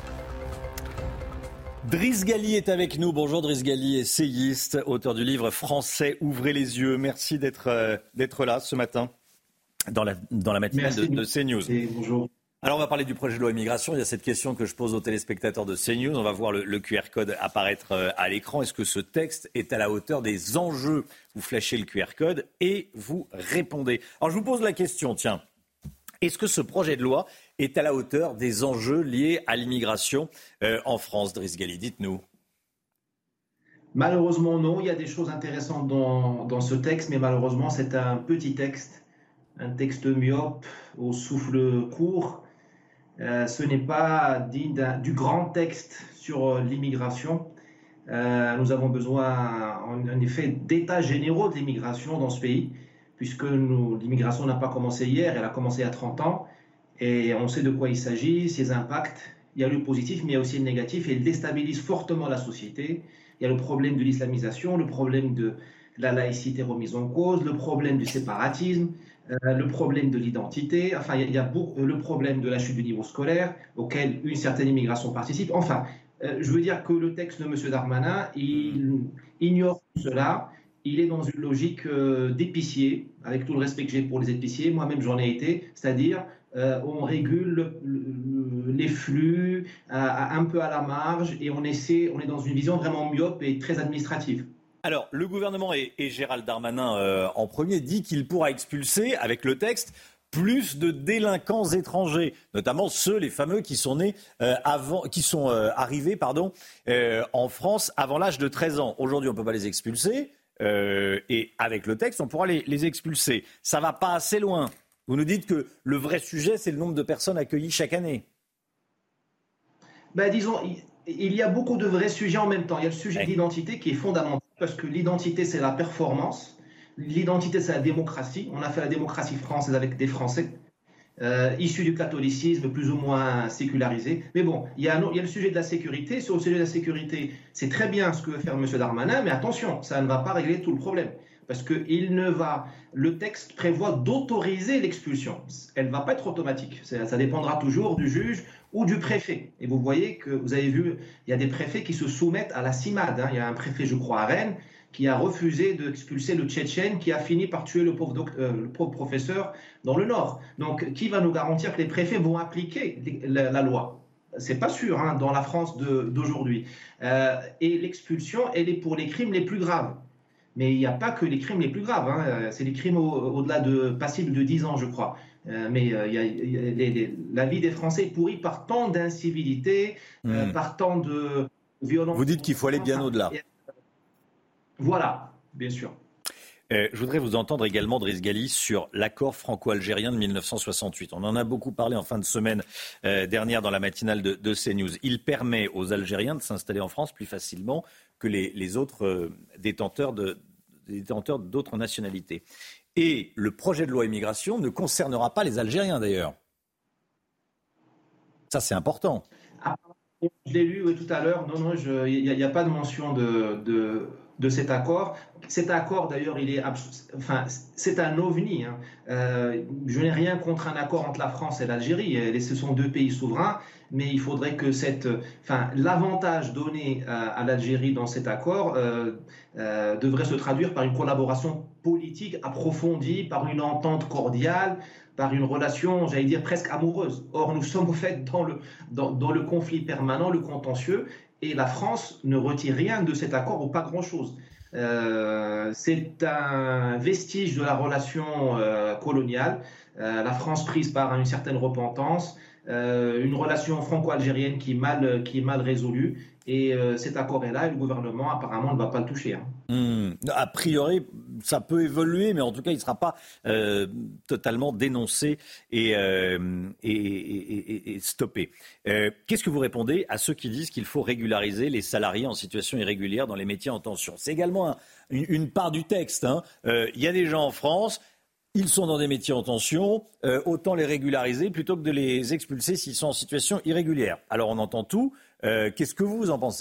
[SPEAKER 3] Driss Ghali est avec nous. Bonjour Driss Ghali, essayiste, auteur du livre Français, ouvrez les yeux. Merci d'être, euh, d'être là ce matin dans la, dans la matinale de, de CNews.
[SPEAKER 14] Et bonjour.
[SPEAKER 3] Alors on va parler du projet de loi immigration. Il y a cette question que je pose aux téléspectateurs de CNews. On va voir le, le Q R code apparaître euh, à l'écran. Est-ce que ce texte est à la hauteur des enjeux ? Vous flashez le Q R code et vous répondez. Alors je vous pose la question, tiens. Est-ce que ce projet de loi est à la hauteur des enjeux liés à l'immigration euh, en France ? Driss Ghali, dites-nous.
[SPEAKER 14] Malheureusement, non. Il y a des choses intéressantes dans, dans ce texte, mais malheureusement, c'est un petit texte, un texte myope, au souffle court. Euh, ce n'est pas digne d'un, du grand texte sur l'immigration. Euh, nous avons besoin, en, en effet, d'états généraux de l'immigration dans ce pays, puisque nous, l'immigration n'a pas commencé hier, elle a commencé il y a trente ans, et on sait de quoi il s'agit, ses impacts. Il y a le positif, mais il y a aussi le négatif, et il déstabilise fortement la société. Il y a le problème de l'islamisation, le problème de la laïcité remise en cause, le problème du séparatisme, euh, le problème de l'identité, enfin, il y a beaucoup, le problème de la chute du niveau scolaire, auquel une certaine immigration participe. Enfin, euh, je veux dire que le texte de M. Darmanin, il ignore tout cela. Il est dans une logique euh, d'épicier, avec tout le respect que j'ai pour les épiciers, moi-même j'en ai été, c'est-à-dire euh, on régule le, le, les flux à, à, un peu à la marge et on essaie, on est dans une vision vraiment myope et très administrative.
[SPEAKER 3] Alors, le gouvernement et, et Gérald Darmanin euh, en premier dit qu'il pourra expulser, avec le texte, plus de délinquants étrangers, notamment ceux, les fameux, qui sont nés euh, avant, qui sont euh, arrivés, pardon, euh, en France avant l'âge de treize ans. Aujourd'hui, on ne peut pas les expulser. Euh, et avec le texte, on pourra les, les expulser. Ça ne va pas assez loin. Vous nous dites que le vrai sujet, c'est le nombre de personnes accueillies chaque année.
[SPEAKER 14] Ben, disons, il, il y a beaucoup de vrais sujets en même temps. Il y a le sujet ouais. de l'identité qui est fondamental, parce que l'identité, c'est la performance. L'identité, c'est la démocratie. On a fait la démocratie française avec des Français, euh, issus du catholicisme, plus ou moins sécularisé. Mais bon, il y, a un, il y a le sujet de la sécurité. Sur le sujet de la sécurité, c'est très bien ce que veut faire M. Darmanin, mais attention, ça ne va pas régler tout le problème. Parce que il ne va, le texte prévoit d'autoriser l'expulsion. Elle ne va pas être automatique. Ça, ça dépendra toujours du juge ou du préfet. Et vous voyez que, vous avez vu, il y a des préfets qui se soumettent à la CIMAD. Hein. Il y a un préfet, je crois, à Rennes, qui a refusé d'expulser le Tchétchène, qui a fini par tuer le pauvre, doct- euh, le pauvre professeur dans le Nord. Donc, qui va nous garantir que les préfets vont appliquer la, la loi ? C'est pas sûr hein, dans la France de, d'aujourd'hui. Euh, et l'expulsion, elle est pour les crimes les plus graves. Mais il n'y a pas que les crimes les plus graves. Hein. C'est les crimes au, au-delà de passibles de dix ans, je crois. Euh, mais euh, y a, y a les, les, la vie des Français est pourrie par tant d'incivilité, mmh. euh, par tant de violence.
[SPEAKER 3] Vous dites qu'il faut aller bien au-delà.
[SPEAKER 14] Voilà, bien sûr.
[SPEAKER 3] Euh, je voudrais vous entendre également, Driss Ghali, sur l'accord franco-algérien de mille neuf cent soixante-huit. On en a beaucoup parlé en fin de semaine euh, dernière dans la matinale de, de CNews. Il permet aux Algériens de s'installer en France plus facilement que les, les autres euh, détenteurs, de, détenteurs d'autres nationalités. Et le projet de loi immigration ne concernera pas les Algériens, d'ailleurs. Ça, c'est important.
[SPEAKER 14] Ah, je l'ai lu oui, tout à l'heure. Non, non, il n'y a, a pas de mention de... de... de cet accord. Cet accord, d'ailleurs, il est, enfin, c'est un ovni. Hein. Euh, je n'ai rien contre un accord entre la France et l'Algérie. Ce sont deux pays souverains. mais il faudrait que cette, enfin, l'avantage donné à, à l'Algérie dans cet accord euh, euh, devrait se traduire par une collaboration politique approfondie, par une entente cordiale, par une relation, j'allais dire, presque amoureuse. Or, nous sommes au fait dans le, dans, dans le conflit permanent, le contentieux, et la France ne retire rien de cet accord ou pas grand-chose. Euh, c'est un vestige de la relation euh, coloniale, euh, la France prise par une certaine repentance, euh, une relation franco-algérienne qui est mal, qui est mal résolue. Et euh, cet accord est là et le gouvernement apparemment ne va pas le toucher. Hein.
[SPEAKER 3] Mmh. A priori, ça peut évoluer, mais en tout cas, il ne sera pas euh, totalement dénoncé et, euh, et, et, et, et stoppé. Euh, qu'est-ce que vous répondez à ceux qui disent qu'il faut régulariser les salariés en situation irrégulière dans les métiers en tension ? C'est également un, une, une part du texte. Hein. Euh, il y a des gens en France, ils sont dans des métiers en tension, euh, autant les régulariser plutôt que de les expulser s'ils sont en situation irrégulière. Alors on entend tout. Euh, qu'est-ce que vous en pensez ?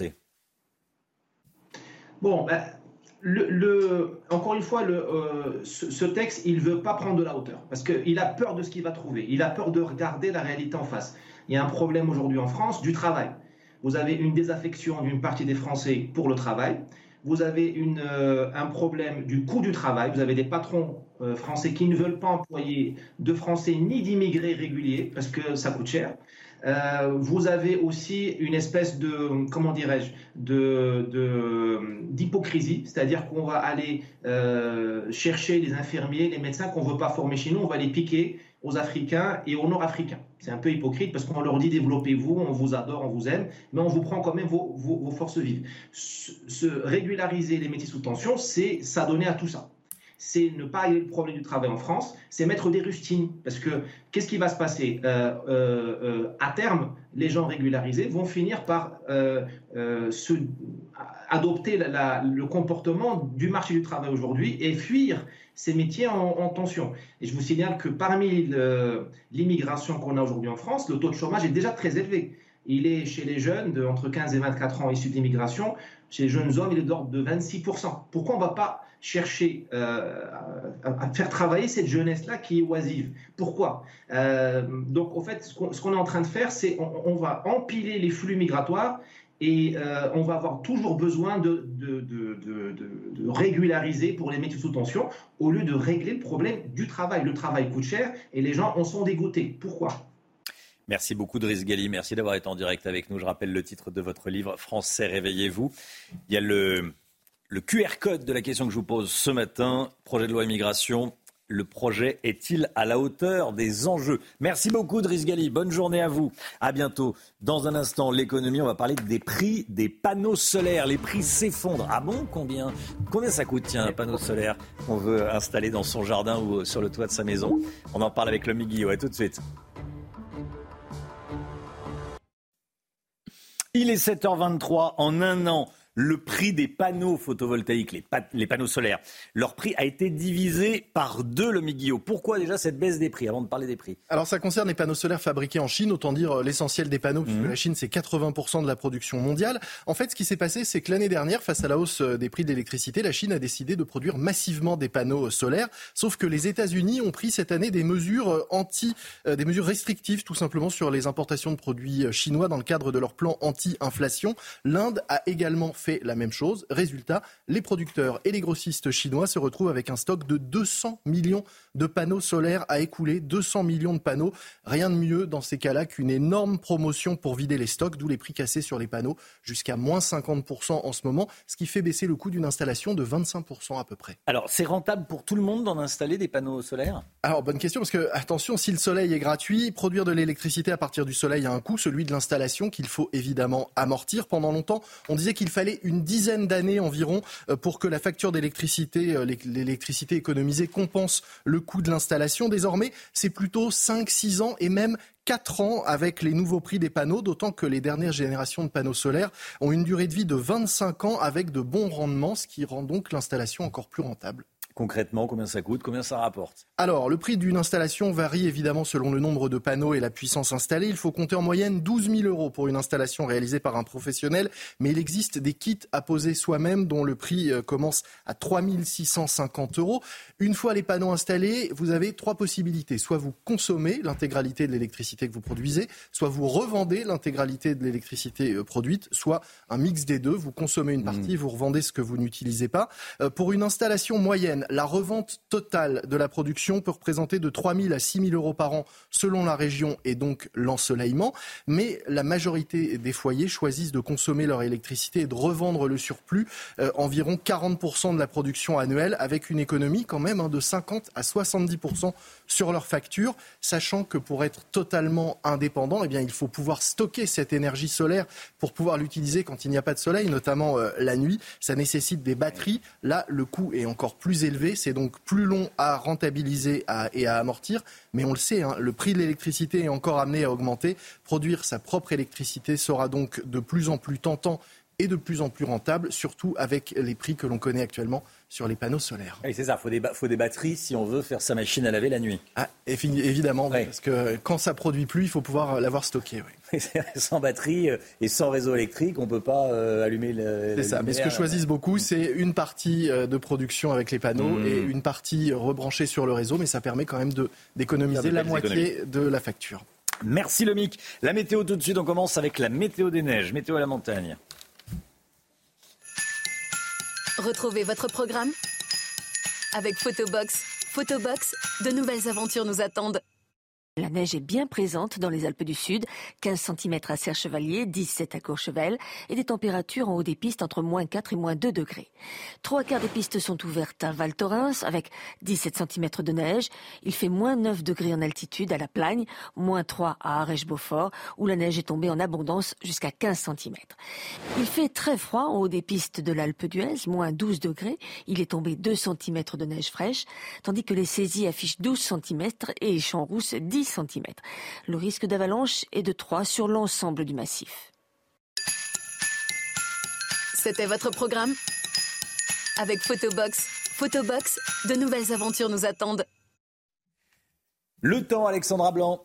[SPEAKER 14] Bon, ben, le, le, encore une fois, le, euh, ce, ce texte, il ne veut pas prendre de la hauteur parce qu'il a peur de ce qu'il va trouver. Il a peur de regarder la réalité en face. Il y a un problème aujourd'hui en France du travail. Vous avez une désaffection d'une partie des Français pour le travail. Vous avez une, euh, un problème du coût du travail. Vous avez des patrons euh, français qui ne veulent pas employer de Français ni d'immigrés réguliers parce que ça coûte cher. Euh, vous avez aussi une espèce de, comment dirais-je, de, de, d'hypocrisie, c'est-à-dire qu'on va aller euh, chercher les infirmiers, les médecins qu'on ne veut pas former chez nous, on va les piquer aux Africains et aux Nord-Africains. C'est un peu hypocrite parce qu'on leur dit développez-vous, on vous adore, on vous aime, mais on vous prend quand même vos, vos, vos forces vives. Se, se régulariser les métiers sous tension, c'est s'adonner à tout ça. C'est ne pas régler le problème du travail en France, c'est mettre des rustines. Parce que qu'est-ce qui va se passer euh, euh, euh, à terme, les gens régularisés vont finir par euh, euh, se, adopter la, la, le comportement du marché du travail aujourd'hui et fuir ces métiers en, en tension. Et je vous signale que parmi le, l'immigration qu'on a aujourd'hui en France, le taux de chômage est déjà très élevé. Il est chez les jeunes de entre quinze et vingt-quatre ans issus d'immigration, chez les jeunes hommes, il est d'ordre de vingt-six pour cent. Pourquoi on ne va pas chercher euh, à, à faire travailler cette jeunesse-là qui est oisive ? Pourquoi ? euh, Donc, en fait, ce qu'on, ce qu'on est en train de faire, c'est on, on va empiler les flux migratoires et euh, on va avoir toujours besoin de, de, de, de, de, de régulariser pour les métiers sous tension au lieu de régler le problème du travail. Le travail coûte cher et les gens en sont dégoûtés. Pourquoi ?
[SPEAKER 3] Merci beaucoup Driss Ghali, merci d'avoir été en direct avec nous. Je rappelle le titre de votre livre, Français, réveillez-vous. Il y a le, le Q R code de la question que je vous pose ce matin, projet de loi immigration. Le projet est-il à la hauteur des enjeux ? Merci beaucoup Driss Ghali, bonne journée à vous. À bientôt. Dans un instant, l'économie, on va parler des prix des panneaux solaires. Les prix s'effondrent. Ah bon ? Combien ? Combien ça coûte, tiens, un panneau solaire qu'on veut installer dans son jardin ou sur le toit de sa maison ? On en parle avec Lomi Guillot. À tout de suite. Il est sept heures vingt-trois. En un an, le prix des panneaux photovoltaïques, les, pa- les panneaux solaires, leur prix a été divisé par deux, le Guillot. Pourquoi déjà cette baisse des prix, avant de parler des prix ?
[SPEAKER 15] Alors ça concerne les panneaux solaires fabriqués en Chine, autant dire l'essentiel des panneaux, puisque mmh. la Chine c'est quatre-vingts pour cent de la production mondiale. En fait, ce qui s'est passé, c'est que l'année dernière, face à la hausse des prix de l'électricité, la Chine a décidé de produire massivement des panneaux solaires. Sauf que les États-Unis ont pris cette année des mesures anti, euh, des mesures restrictives, tout simplement sur les importations de produits chinois dans le cadre de leur plan anti-inflation. L'Inde a également fait la même chose. Résultat, les producteurs et les grossistes chinois se retrouvent avec un stock de deux cents millions de panneaux solaires à écouler. deux cents millions de panneaux. Rien de mieux dans ces cas-là qu'une énorme promotion pour vider les stocks, d'où les prix cassés sur les panneaux jusqu'à moins cinquante pour cent en ce moment, ce qui fait baisser le coût d'une installation de vingt-cinq pour cent à peu près.
[SPEAKER 3] Alors, c'est rentable pour tout le monde d'en installer des panneaux solaires ?
[SPEAKER 15] Alors, bonne question, parce que, attention, si le soleil est gratuit, produire de l'électricité à partir du soleil a un coût, celui de l'installation qu'il faut évidemment amortir. Pendant longtemps, on disait qu'il fallait une dizaine d'années environ pour que la facture d'électricité, l'électricité économisée compense le coût de l'installation. Désormais, c'est plutôt cinq six ans et même quatre ans avec les nouveaux prix des panneaux, d'autant que les dernières générations de panneaux solaires ont une durée de vie de vingt-cinq ans avec de bons rendements, ce qui rend donc l'installation encore plus rentable.
[SPEAKER 3] Concrètement, combien ça coûte, combien ça rapporte?
[SPEAKER 15] Alors, le prix d'une installation varie évidemment selon le nombre de panneaux et la puissance installée. Il faut compter en moyenne douze mille euros pour une installation réalisée par un professionnel. Mais il existe des kits à poser soi-même dont le prix commence à trois mille six cent cinquante euros. Une fois les panneaux installés, vous avez trois possibilités. Soit vous consommez l'intégralité de l'électricité que vous produisez, soit vous revendez l'intégralité de l'électricité produite, soit un mix des deux. Vous consommez une partie, mmh. vous revendez ce que vous n'utilisez pas. Euh, pour une installation moyenne, la revente totale de la production peut représenter de trois mille à six mille euros par an selon la région et donc l'ensoleillement. Mais la majorité des foyers choisissent de consommer leur électricité et de revendre le surplus, euh, environ quarante pour cent de la production annuelle, avec une économie quand même hein, de cinquante à soixante-dix pour cent sur leur facture, sachant que pour être totalement indépendant, eh bien, il faut pouvoir stocker cette énergie solaire pour pouvoir l'utiliser quand il n'y a pas de soleil, notamment euh, la nuit. Ça nécessite des batteries. Là, le coût est encore plus élevé. C'est donc plus long à rentabiliser à, et à amortir. Mais on le sait, hein, le prix de l'électricité est encore amené à augmenter. Produire sa propre électricité sera donc de plus en plus tentant et de plus en plus rentable, surtout avec les prix que l'on connaît actuellement sur les panneaux solaires.
[SPEAKER 3] Oui, c'est ça, il faut des, ba- faut des batteries si on veut faire sa machine à laver la nuit.
[SPEAKER 15] Ah, évidemment, oui, parce que quand ça ne produit plus, il faut pouvoir l'avoir stocké. Oui.
[SPEAKER 3] Sans batterie et sans réseau électrique, on ne peut pas euh, allumer le...
[SPEAKER 15] C'est ça, mais ce que choisissent beaucoup, c'est une partie de production avec les panneaux mmh. et une partie rebranchée sur le réseau, mais ça permet quand même de, d'économiser la moitié économies. de la facture.
[SPEAKER 3] Merci Lomic. La météo tout de suite, on commence avec la météo des neiges, météo à la montagne.
[SPEAKER 16] Retrouvez votre programme avec Photobox. Photobox, de nouvelles aventures nous attendent. La neige est bien présente dans les Alpes du Sud, quinze centimètres à Serre-Chevalier, dix-sept à Courchevel, et des températures en haut des pistes entre moins quatre et moins deux degrés. Trois quarts des pistes sont ouvertes à Val Thorens, avec dix-sept centimètres de neige. Il fait moins neuf degrés en altitude à La Plagne, moins trois à Arèche-Beaufort, où la neige est tombée en abondance jusqu'à quinze centimètres. Il fait très froid en haut des pistes de l'Alpe d'Huez, moins douze degrés. Il est tombé deux centimètres de neige fraîche, tandis que les saisies affichent douze centimètres et Champs-Rousses dix centimètres. Le risque d'avalanche est de trois sur l'ensemble du massif. C'était votre programme avec Photobox. Photobox, de nouvelles aventures nous attendent.
[SPEAKER 3] Le temps, Alexandra Blanc.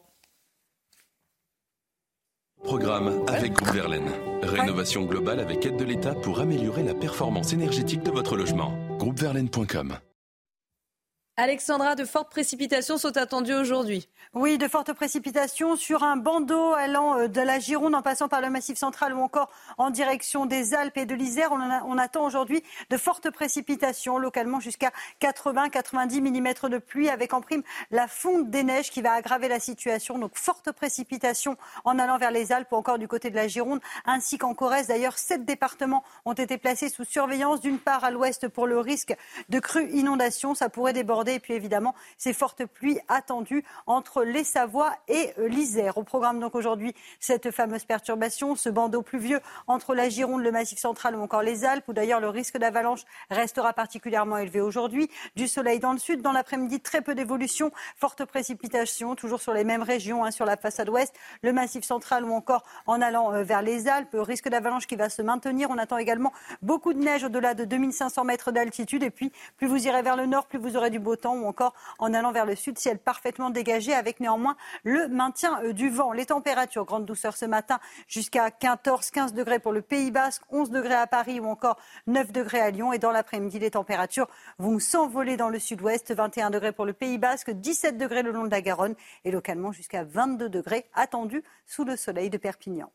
[SPEAKER 17] Programme avec Groupe Verlaine. Rénovation globale avec aide de l'État pour améliorer la performance énergétique de votre logement. groupe verlaine point com.
[SPEAKER 4] Alexandra, de fortes précipitations sont attendues aujourd'hui.
[SPEAKER 2] Oui, de fortes précipitations sur un bandeau allant de la Gironde en passant par le Massif central ou encore en direction des Alpes et de l'Isère. On, a, on attend aujourd'hui de fortes précipitations, localement jusqu'à quatre-vingts à quatre-vingt-dix millimètres de pluie, avec en prime la fonte des neiges qui va aggraver la situation. Donc fortes précipitations en allant vers les Alpes ou encore du côté de la Gironde, ainsi qu'en Corrèze. D'ailleurs, sept départements ont été placés sous surveillance, d'une part à l'ouest pour le risque de crues inondations. Ça pourrait déborder. Et puis évidemment, ces fortes pluies attendues entre les Savoies et l'Isère. Au programme donc aujourd'hui, cette fameuse perturbation, ce bandeau pluvieux entre la Gironde, le Massif central ou encore les Alpes, où d'ailleurs le risque d'avalanche restera particulièrement élevé aujourd'hui. Du soleil dans le sud, dans l'après-midi, très peu d'évolution, fortes précipitations, toujours sur les mêmes régions, hein, sur la façade ouest, le Massif central ou encore en allant euh, vers les Alpes. Risque d'avalanche qui va se maintenir. On attend également beaucoup de neige au-delà de deux mille cinq cents mètres d'altitude. Et puis, plus vous irez vers le nord, plus vous aurez du beau temps, ou encore en allant vers le sud, ciel parfaitement dégagé avec néanmoins le maintien du vent. Les températures, grande douceur ce matin, jusqu'à quatorze à quinze degrés pour le Pays Basque, onze degrés à Paris ou encore neuf degrés à Lyon. Et dans l'après-midi, les températures vont s'envoler dans le sud-ouest, vingt et un degrés pour le Pays Basque, dix-sept degrés le long de la Garonne et localement jusqu'à vingt-deux degrés attendus sous le soleil de Perpignan.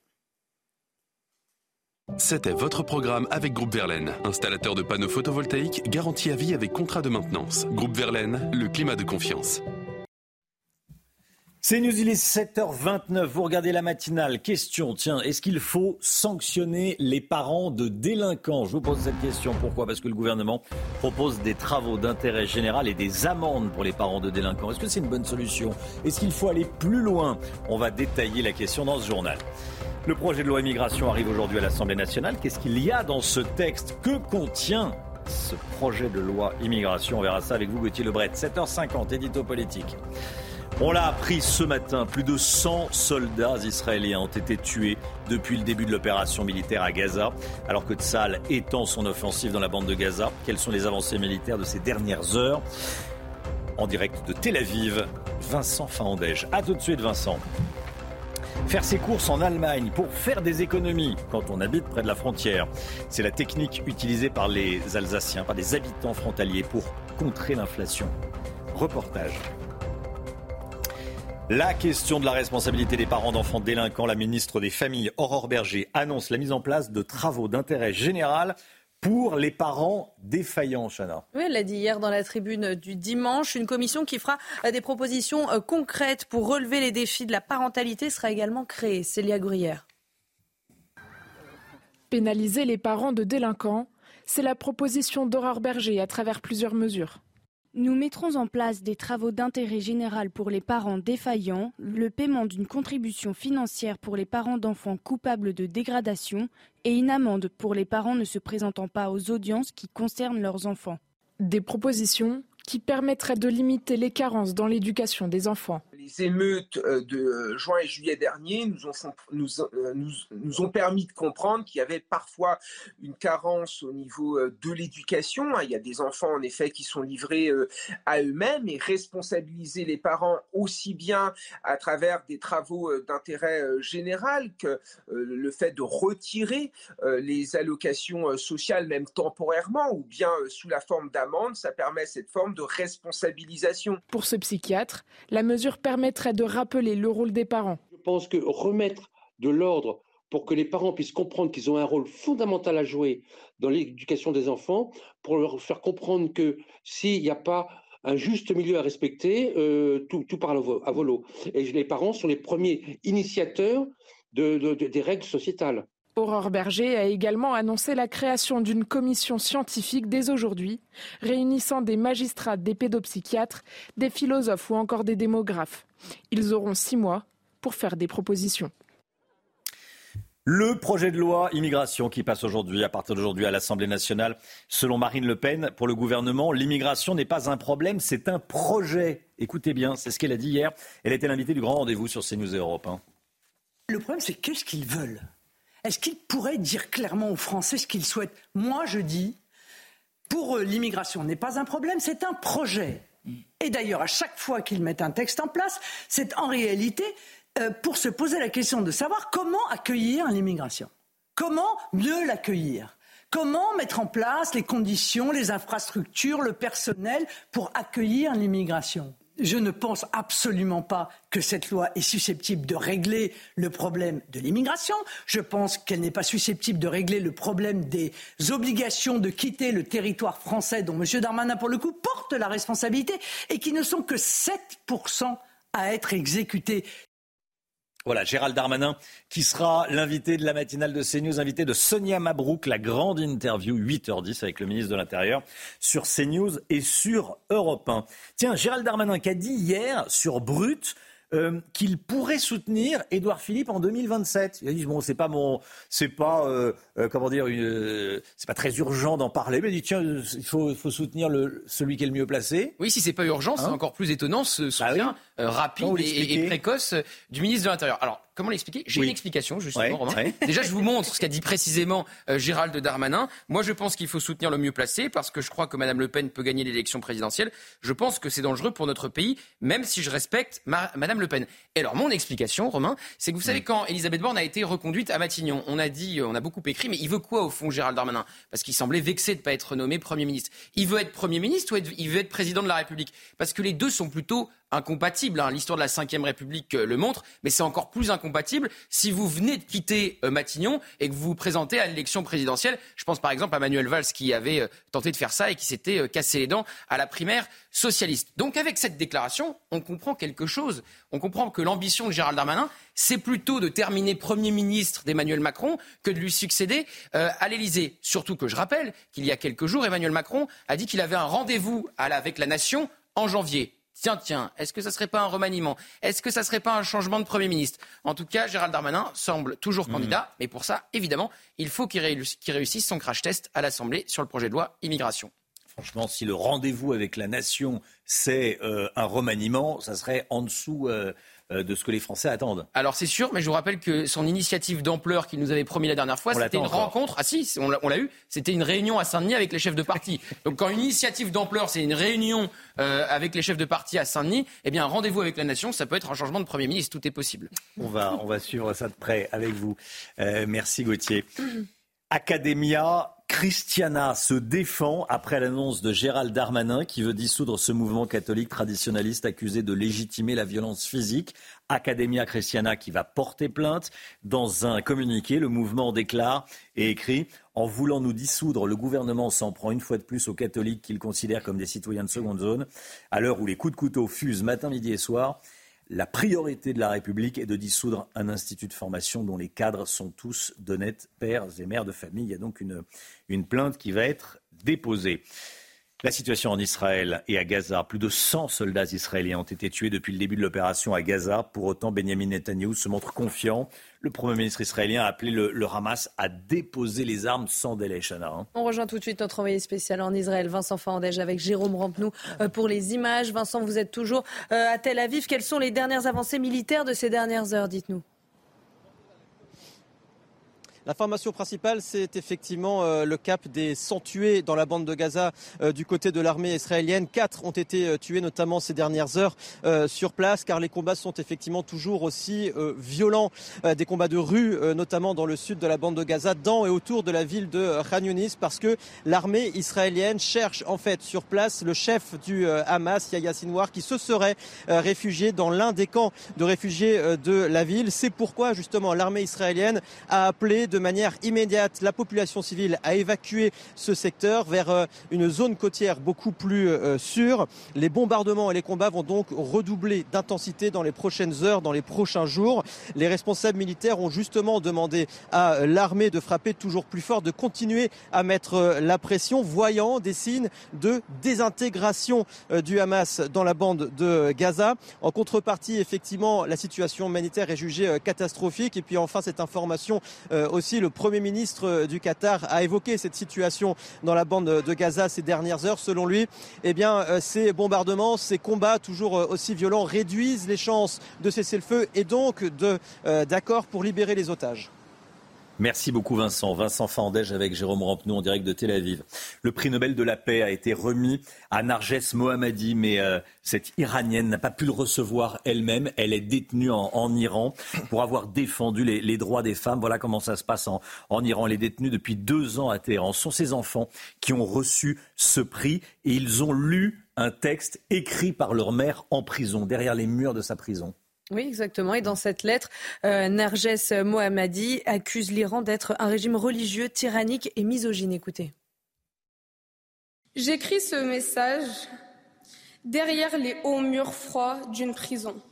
[SPEAKER 17] C'était votre programme avec Groupe Verlaine, installateur de panneaux photovoltaïques garantie à vie avec contrat de maintenance. Groupe Verlaine, le climat de confiance.
[SPEAKER 3] C'est News, il est sept heures vingt-neuf, vous regardez la matinale. Question, tiens, est-ce qu'il faut sanctionner les parents de délinquants ? Je vous pose cette question, pourquoi ? Parce que le gouvernement propose des travaux d'intérêt général et des amendes pour les parents de délinquants. Est-ce que c'est une bonne solution ? Est-ce qu'il faut aller plus loin ? On va détailler la question dans ce journal. Le projet de loi immigration arrive aujourd'hui à l'Assemblée nationale. Qu'est-ce qu'il y a dans ce texte ? Que contient ce projet de loi immigration ? On verra ça avec vous, Gauthier Lebret. sept heures cinquante, édito politique. On l'a appris ce matin, plus de cent soldats israéliens ont été tués depuis le début de l'opération militaire à Gaza, alors que Tsahal étend son offensive dans la bande de Gaza. Quelles sont les avancées militaires de ces dernières heures ? En direct de Tel Aviv, Vincent Fahandège. A tout de suite, Vincent. Faire ses courses en Allemagne pour faire des économies quand on habite près de la frontière. C'est la technique utilisée par les Alsaciens, par des habitants frontaliers pour contrer l'inflation. Reportage. La question de la responsabilité des parents d'enfants délinquants, la ministre des Familles, Aurore Bergé, annonce la mise en place de travaux d'intérêt général pour les parents défaillants, Chana.
[SPEAKER 4] Oui, elle l'a dit hier dans la tribune du dimanche. Une commission qui fera des propositions concrètes pour relever les défis de la parentalité sera également créée. Célia Gruyère.
[SPEAKER 18] Pénaliser les parents de délinquants, c'est la proposition d'Aurore Bergé à travers plusieurs mesures.
[SPEAKER 19] Nous mettrons en place des travaux d'intérêt général pour les parents défaillants, le paiement d'une contribution financière pour les parents d'enfants coupables de dégradation et une amende pour les parents ne se présentant pas aux audiences qui concernent leurs enfants.
[SPEAKER 18] Des propositions qui permettraient de limiter les carences dans l'éducation des enfants.
[SPEAKER 20] Les émeutes de juin et juillet dernier nous ont, nous, nous, nous ont permis de comprendre qu'il y avait parfois une carence au niveau de l'éducation. Il y a des enfants en effet qui sont livrés à eux-mêmes et responsabiliser les parents aussi bien à travers des travaux d'intérêt général que le fait de retirer les allocations sociales même temporairement ou bien sous la forme d'amende, ça permet cette forme de responsabilisation.
[SPEAKER 18] Pour ce psychiatre, la mesure permettrait de rappeler le rôle des parents.
[SPEAKER 21] Je pense que remettre de l'ordre pour que les parents puissent comprendre qu'ils ont un rôle fondamental à jouer dans l'éducation des enfants, pour leur faire comprendre que s'il n'y a pas un juste milieu à respecter, euh, tout, tout part à volo. Et les parents sont les premiers initiateurs de, de, de, des règles sociétales.
[SPEAKER 18] Aurore Bergé a également annoncé la création d'une commission scientifique dès aujourd'hui, réunissant des magistrats, des pédopsychiatres, des philosophes ou encore des démographes. Ils auront six mois pour faire des propositions.
[SPEAKER 3] Le projet de loi immigration qui passe aujourd'hui, à partir d'aujourd'hui à l'Assemblée nationale, selon Marine Le Pen, pour le gouvernement, l'immigration n'est pas un problème, c'est un projet. Écoutez bien, c'est ce qu'elle a dit hier. Elle était l'invitée du grand rendez-vous sur CNews Europe. Hein.
[SPEAKER 25] Le problème, c'est qu'est-ce qu'ils veulent ? Est-ce qu'ils pourraient dire clairement aux Français ce qu'ils souhaitent ? Moi, je dis, pour eux, l'immigration n'est pas un problème, c'est un projet. Et d'ailleurs, à chaque fois qu'ils mettent un texte en place, c'est en réalité euh, pour se poser la question de savoir comment accueillir l'immigration. Comment mieux l'accueillir ? Comment mettre en place les conditions, les infrastructures, le personnel pour accueillir l'immigration ? Je ne pense absolument pas que cette loi est susceptible de régler le problème de l'immigration. Je pense qu'elle n'est pas susceptible de régler le problème des obligations de quitter le territoire français dont M. Darmanin, pour le coup, porte la responsabilité et qui ne sont que sept pour cent à être exécutés.
[SPEAKER 3] Voilà, Gérald Darmanin qui sera l'invité de la matinale de CNews, invité de Sonia Mabrouk, la grande interview, huit heures dix avec le ministre de l'Intérieur sur CNews et sur Europe un. Tiens, Gérald Darmanin qui a dit hier sur Brut euh, qu'il pourrait soutenir Édouard Philippe en deux mille vingt-sept. Il a dit bon, c'est pas mon, c'est pas euh, euh, comment dire, une, euh, c'est pas très urgent d'en parler, mais il dit tiens, il faut, il faut soutenir le, celui qui est le mieux placé.
[SPEAKER 7] Oui, si c'est pas urgent, hein c'est encore plus étonnant ce soutien ah oui. euh, rapide et, et précoce du ministre de l'Intérieur. Alors. Comment l'expliquer ? J'ai oui. une explication, justement, ouais, Romain. Ouais. Déjà, je vous montre ce qu'a dit précisément euh, Gérald Darmanin. Moi, je pense qu'il faut soutenir le mieux placé parce que je crois que Mme Le Pen peut gagner l'élection présidentielle. Je pense que c'est dangereux pour notre pays, même si je respecte ma- Mme Le Pen. Et alors, mon explication, Romain, c'est que vous savez, oui. quand Elisabeth Borne a été reconduite à Matignon, on a dit, on a beaucoup écrit, mais il veut quoi, au fond, Gérald Darmanin ? Parce qu'il semblait vexé de ne pas être nommé Premier ministre. Il veut être Premier ministre ou être, il veut être président de la République ? Parce que les deux sont plutôt incompatible, hein. L'histoire de la cinquième République euh, le montre, mais c'est encore plus incompatible si vous venez de quitter euh, Matignon et que vous vous présentez à l'élection présidentielle. Je pense par exemple à Manuel Valls qui avait euh, tenté de faire ça et qui s'était euh, cassé les dents à la primaire socialiste. Donc avec cette déclaration, on comprend quelque chose. On comprend que l'ambition de Gérald Darmanin, c'est plutôt de terminer Premier ministre d'Emmanuel Macron que de lui succéder euh, à l'Élysée. Surtout que je rappelle qu'il y a quelques jours, Emmanuel Macron a dit qu'il avait un rendez-vous à la, avec la nation en janvier. Tiens, tiens, est-ce que ça ne serait pas un remaniement ? Est-ce que ça ne serait pas un changement de Premier ministre ? En tout cas, Gérald Darmanin semble toujours mmh. candidat, mais pour ça, évidemment, il faut qu'il réussisse, qu'il réussisse son crash test à l'Assemblée sur le projet de loi immigration.
[SPEAKER 3] franchement, si le rendez-vous avec la nation, c'est euh, un remaniement, ça serait en dessous euh, euh, de ce que les Français attendent.
[SPEAKER 7] Alors c'est sûr, mais je vous rappelle que son initiative d'ampleur qu'il nous avait promis la dernière fois, on c'était une encore. rencontre. Ah si, on l'a, on l'a eu. C'était une réunion à Saint-Denis avec les chefs de parti. Donc quand une initiative d'ampleur, c'est une réunion euh, avec les chefs de parti à Saint-Denis, eh bien un rendez-vous avec la nation, ça peut être un changement de Premier ministre. Tout est possible.
[SPEAKER 3] On va, on va suivre ça de près avec vous. Euh, merci Gauthier. Academia Christiana se défend après l'annonce de Gérald Darmanin qui veut dissoudre ce mouvement catholique traditionnaliste accusé de légitimer la violence physique. Academia Christiana qui va porter plainte. Dans un communiqué, le mouvement déclare et écrit « En voulant nous dissoudre, le gouvernement s'en prend une fois de plus aux catholiques qu'il considère comme des citoyens de seconde zone. À l'heure où les coups de couteau fusent matin, midi et soir, la priorité de la République est de dissoudre un institut de formation dont les cadres sont tous d'honnêtes pères et mères de famille. » Il y a donc une, une plainte qui va être déposée. La situation en Israël et à Gaza. Plus de cent soldats israéliens ont été tués depuis le début de l'opération à Gaza. Pour autant, Benjamin Netanyahou se montre confiant. Le Premier ministre israélien a appelé le, le Hamas à déposer les armes sans délai, Chana. Hein.
[SPEAKER 4] On rejoint tout de suite notre envoyé spécial en Israël, Vincent Fandège, avec Jérôme Rampenou pour les images. Vincent, vous êtes toujours à Tel Aviv. Quelles sont les dernières avancées militaires de ces dernières heures, dites-nous?
[SPEAKER 10] L'information principale, c'est effectivement euh, le cap des cent tués dans la bande de Gaza euh, du côté de l'armée israélienne. Quatre ont été euh, tués, notamment ces dernières heures euh, sur place, car les combats sont effectivement toujours aussi euh, violents. Euh, des combats de rue, euh, notamment dans le sud de la bande de Gaza, dans et autour de la ville de Khan Younis, parce que l'armée israélienne cherche en fait sur place le chef du euh, Hamas, Yahya Sinwar, qui se serait euh, réfugié dans l'un des camps de réfugiés euh, de la ville. C'est pourquoi justement l'armée israélienne a appelé de manière immédiate la population civile à évacuer ce secteur vers une zone côtière beaucoup plus sûre. Les bombardements et les combats vont donc redoubler d'intensité dans les prochaines heures, dans les prochains jours. Les responsables militaires ont justement demandé à l'armée de frapper toujours plus fort, de continuer à mettre la pression, voyant des signes de désintégration du Hamas dans la bande de Gaza. En contrepartie, effectivement, la situation humanitaire est jugée catastrophique. Et puis enfin, cette information aussi, le Premier ministre du Qatar a évoqué cette situation dans la bande de Gaza ces dernières heures. Selon lui, eh bien, ces bombardements, ces combats toujours aussi violents réduisent les chances de cesser le feu et donc de, euh, d'accord pour libérer les otages.
[SPEAKER 3] Merci beaucoup Vincent. Vincent Fandège avec Jérôme Rampenou en direct de Tel Aviv. Le prix Nobel de la paix a été remis à Narges Mohammadi, mais euh, cette Iranienne n'a pas pu le recevoir elle-même. Elle est détenue en, en Iran pour avoir défendu les, les droits des femmes. Voilà comment ça se passe en, en Iran. Elle est détenue depuis deux ans à Téhéran. Ce sont ses enfants qui ont reçu ce prix et ils ont lu un texte écrit par leur mère en prison, derrière les murs de sa prison.
[SPEAKER 4] Oui, exactement. Et dans cette lettre, euh, Narges Mohammadi accuse l'Iran d'être un régime religieux, tyrannique et misogyne. Écoutez.
[SPEAKER 6] J'écris ce message derrière les hauts murs froids d'une prison.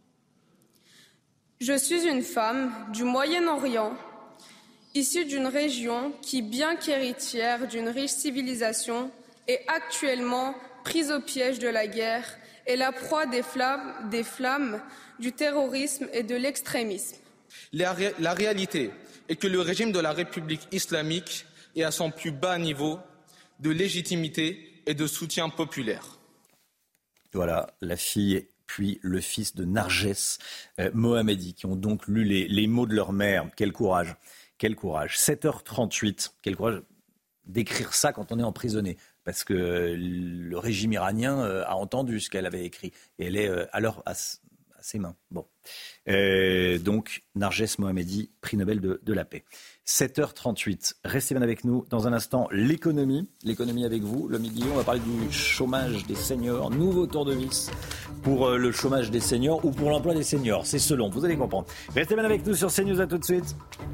[SPEAKER 6] Je suis une femme du Moyen-Orient, issue d'une région qui, bien qu'héritière d'une riche civilisation, est actuellement prise au piège de la guerre et la proie des flammes, des flammes du terrorisme et de l'extrémisme.
[SPEAKER 11] La, ré- la réalité est que le régime de la République islamique est à son plus bas niveau de légitimité et de soutien populaire.
[SPEAKER 3] Voilà, la fille puis le fils de Narges euh, Mohammadi qui ont donc lu les, les mots de leur mère. Quel courage, quel courage. sept heures trente-huit, quel courage d'écrire ça quand on est emprisonné. Parce que le régime iranien euh, a entendu ce qu'elle avait écrit. Et elle est euh, alors à, à ses mains. Bon. Euh, donc, Narges Mohammadi, prix Nobel de, de la paix. sept heures trente-huit. Restez bien avec nous. Dans un instant, l'économie. L'économie avec vous. Le midi, on va parler du chômage des seniors. Nouveau tour de vis pour euh, le chômage des seniors ou pour l'emploi des seniors. C'est selon. Vous allez comprendre. Restez bien avec nous sur CNews. À tout de suite.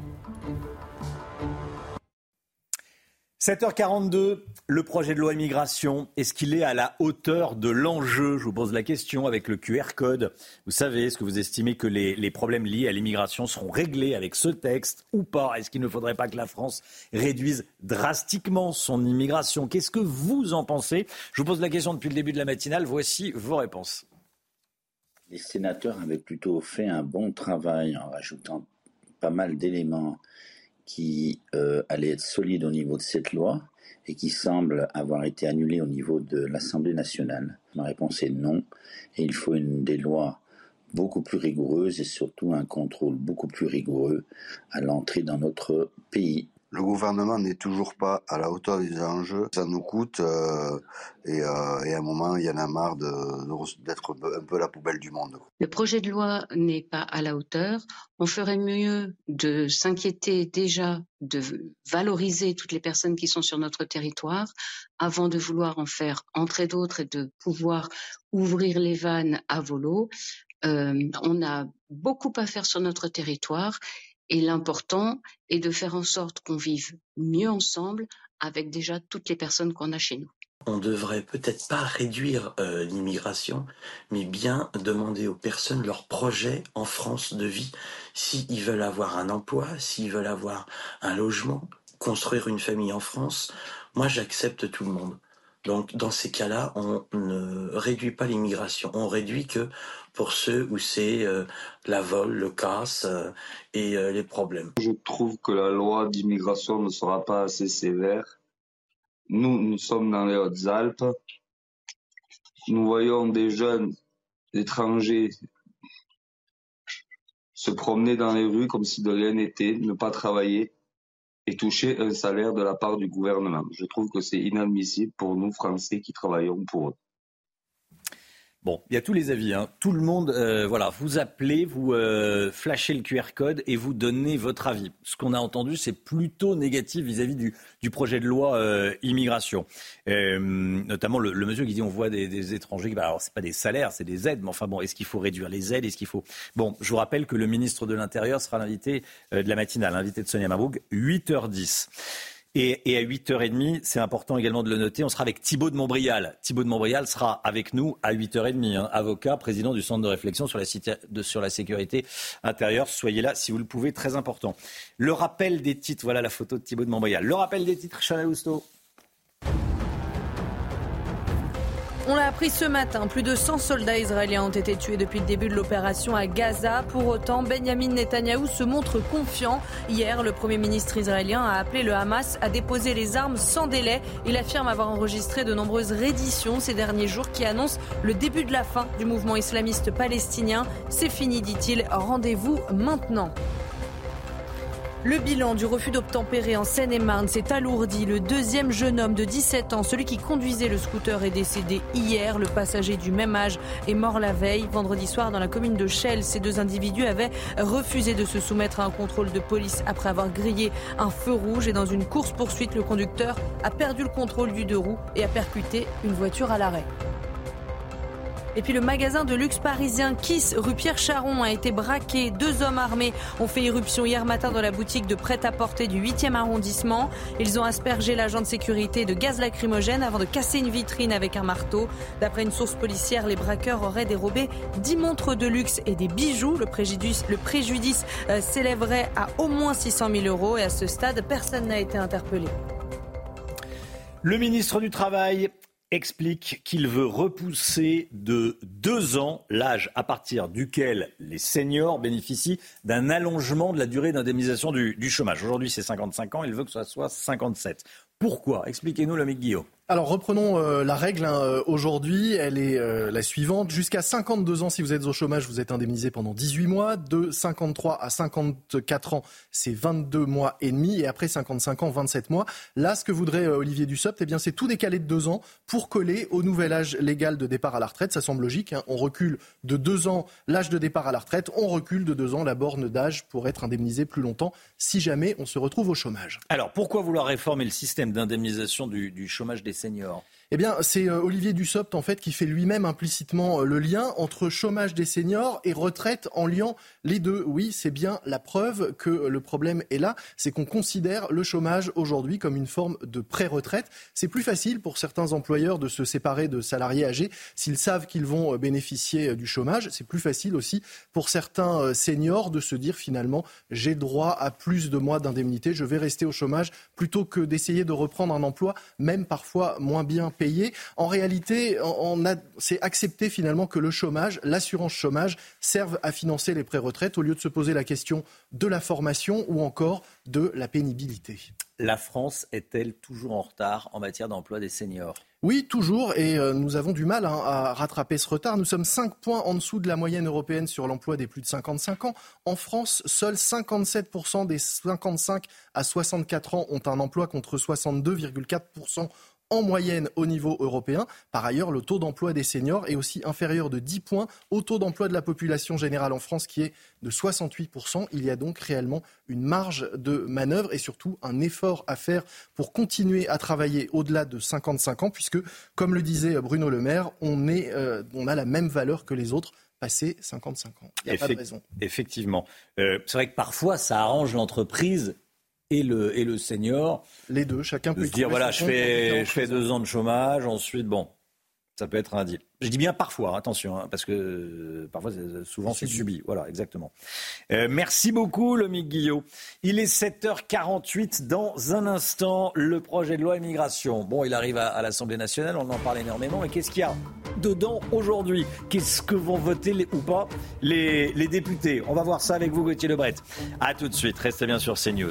[SPEAKER 3] sept heures quarante-deux, le projet de loi immigration, est-ce qu'il est à la hauteur de l'enjeu ? Je vous pose la question avec le Q R code. Vous savez, est-ce que vous estimez que les, les problèmes liés à l'immigration seront réglés avec ce texte ou pas ? Est-ce qu'il ne faudrait pas que la France réduise drastiquement son immigration ? Qu'est-ce que vous en pensez ? Je vous pose la question depuis le début de la matinale. Voici vos réponses.
[SPEAKER 1] Les sénateurs avaient plutôt fait un bon travail en rajoutant pas mal d'éléments qui euh, allait être solide au niveau de cette loi et qui semble avoir été annulée au niveau de l'Assemblée nationale. Ma réponse est non, et il faut une, des lois beaucoup plus rigoureuses et surtout un contrôle beaucoup plus rigoureux à l'entrée dans notre pays.
[SPEAKER 5] Le gouvernement n'est toujours pas à la hauteur des enjeux. Ça nous coûte euh, et, euh, et à un moment, il y en a marre de, de, d'être un peu la poubelle du monde.
[SPEAKER 22] Le projet de loi n'est pas à la hauteur. On ferait mieux de s'inquiéter déjà de valoriser toutes les personnes qui sont sur notre territoire avant de vouloir en faire entrer d'autres et de pouvoir ouvrir les vannes à volo. Euh, on a beaucoup à faire sur notre territoire. Et l'important est de faire en sorte qu'on vive mieux ensemble avec déjà toutes les personnes qu'on a chez nous.
[SPEAKER 23] On devrait peut-être pas réduire euh, l'immigration, mais bien demander aux personnes leur projet en France de vie. S'ils veulent avoir un emploi, s'ils veulent avoir un logement, construire une famille en France, moi j'accepte tout le monde. Donc dans ces cas-là, on ne réduit pas l'immigration, on réduit que pour ceux où c'est euh, la vol, le casse euh, et euh, les problèmes.
[SPEAKER 24] Je trouve que la loi d'immigration ne sera pas assez sévère. Nous, nous sommes dans les Hautes-Alpes. Nous voyons des jeunes étrangers se promener dans les rues comme si de rien n'était, ne pas travailler et toucher un salaire de la part du gouvernement. Je trouve que c'est inadmissible pour nous, Français, qui travaillons pour eux.
[SPEAKER 3] Bon, il y a tous les avis. Hein. Tout le monde, euh, voilà, vous appelez, vous euh, flashez le Q R code et vous donnez votre avis. Ce qu'on a entendu, c'est plutôt négatif vis-à-vis du, du projet de loi euh, immigration. Euh, notamment le, le monsieur qui dit on voit des, des étrangers, bah, alors c'est pas des salaires, c'est des aides, mais enfin bon, est-ce qu'il faut réduire les aides, est-ce qu'il faut... Bon, je vous rappelle que le ministre de l'Intérieur sera l'invité euh, de la matinale, l'invité de Sonia Mabrouk, huit heures dix. Et, et à huit heures trente, c'est important également de le noter, on sera avec Thibault de Montbrial. Thibault de Montbrial sera avec nous à huit heures trente, hein, avocat, président du Centre de réflexion sur la, de, sur la sécurité intérieure. Soyez là si vous le pouvez, très important. Le rappel des titres, voilà la photo de Thibault de Montbrial. Le rappel des titres, Chanel Housteau.
[SPEAKER 4] On l'a appris ce matin, plus de cent soldats israéliens ont été tués depuis le début de l'opération à Gaza. Pour autant, Benyamin Netanyahou se montre confiant. Hier, le Premier ministre israélien a appelé le Hamas à déposer les armes sans délai. Il affirme avoir enregistré de nombreuses redditions ces derniers jours qui annoncent le début de la fin du mouvement islamiste palestinien. C'est fini, dit-il. Rendez-vous maintenant. Le bilan du refus d'obtempérer en Seine-et-Marne s'est alourdi. Le deuxième jeune homme de dix-sept ans, celui qui conduisait le scooter, est décédé hier. Le passager du même âge est mort la veille. Vendredi soir, dans la commune de Chelles, ces deux individus avaient refusé de se soumettre à un contrôle de police après avoir grillé un feu rouge. Et dans une course-poursuite, le conducteur a perdu le contrôle du deux roues et a percuté une voiture à l'arrêt. Et puis le magasin de luxe parisien Kiss, rue Pierre Charon, a été braqué. Deux hommes armés ont fait irruption hier matin dans la boutique de prêt-à-porter du huitième arrondissement. Ils ont aspergé l'agent de sécurité de gaz lacrymogène avant de casser une vitrine avec un marteau. D'après une source policière, les braqueurs auraient dérobé dix montres de luxe et des bijoux. Le préjudice, le préjudice euh, s'élèverait à au moins six cent mille euros et à ce stade, personne n'a été interpellé.
[SPEAKER 3] Le ministre du Travail explique qu'il veut repousser de deux ans l'âge à partir duquel les seniors bénéficient d'un allongement de la durée d'indemnisation du, du chômage. Aujourd'hui, c'est cinquante-cinq ans, il veut que ce soit cinquante-sept. Pourquoi ? Expliquez-nous, l'ami Guillaume.
[SPEAKER 15] Alors reprenons euh, la règle hein, aujourd'hui, elle est euh, la suivante. Jusqu'à cinquante-deux ans, si vous êtes au chômage, vous êtes indemnisé pendant dix-huit mois. De cinquante-trois à cinquante-quatre ans, c'est vingt-deux mois et demi. Et après cinquante-cinq ans, vingt-sept mois. Là, ce que voudrait euh, Olivier Dussopt, eh bien, c'est tout décaler de deux ans pour coller au nouvel âge légal de départ à la retraite. Ça semble logique. Hein. On recule de deux ans l'âge de départ à la retraite. On recule de deux ans la borne d'âge pour être indemnisé plus longtemps si jamais on se retrouve au chômage.
[SPEAKER 3] Alors, pourquoi vouloir réformer le système d'indemnisation du, du chômage des seniors ?
[SPEAKER 15] Eh bien, c'est euh, Olivier Dussopt, en fait, qui fait lui-même implicitement euh, le lien entre chômage des seniors et retraite en liant les deux. Oui, c'est bien la preuve que euh, le problème est là. C'est qu'on considère le chômage aujourd'hui comme une forme de pré-retraite. C'est plus facile pour certains employeurs de se séparer de salariés âgés s'ils savent qu'ils vont euh, bénéficier euh, du chômage. C'est plus facile aussi pour certains euh, seniors de se dire finalement j'ai droit à plus de mois d'indemnité, je vais rester au chômage plutôt que d'essayer de reprendre un emploi, même parfois moins bien payé. En réalité, on a, c'est accepté finalement que le chômage, l'assurance chômage, serve à financer les pré-retraites au lieu de se poser la question de la formation ou encore de la pénibilité.
[SPEAKER 3] La France est-elle toujours en retard en matière d'emploi des seniors ?
[SPEAKER 15] Oui, toujours, et euh, nous avons du mal hein, à rattraper ce retard. Nous sommes cinq points en dessous de la moyenne européenne sur l'emploi des plus de cinquante-cinq ans. En France, seuls cinquante-sept pour cent des cinquante-cinq à soixante-quatre ans ont un emploi contre soixante-deux virgule quatre pour cent en moyenne au niveau européen. Par ailleurs, le taux d'emploi des seniors est aussi inférieur de dix points au taux d'emploi de la population générale en France qui est de soixante-huit pour cent. Il y a donc réellement une marge de manœuvre et surtout un effort à faire pour continuer à travailler au-delà de cinquante-cinq ans puisque, comme le disait Bruno Le Maire, on, est, euh, on a la même valeur que les autres passé cinquante-cinq ans. Il n'y a Effect- pas de raison.
[SPEAKER 3] Effectivement. Euh, c'est vrai que parfois, ça arrange l'entreprise et le, et le senior.
[SPEAKER 15] Les deux, chacun peut
[SPEAKER 3] se dire, voilà, je fais, je fais deux ans de chômage, ensuite, bon, ça peut être un deal. Je dis bien parfois, attention, hein, parce que euh, parfois, c'est, souvent, c'est, c'est subi. Voilà, exactement. Euh, merci beaucoup, Lomique Guillot. Il est sept heures quarante-huit. Dans un instant, le projet de loi immigration. Bon, il arrive à, à l'Assemblée nationale, on en parle énormément. Mais qu'est-ce qu'il y a dedans aujourd'hui ? Qu'est-ce que vont voter les, ou pas les, les députés ? On va voir ça avec vous, Gauthier Lebret. À tout de suite. Restez bien sur CNews.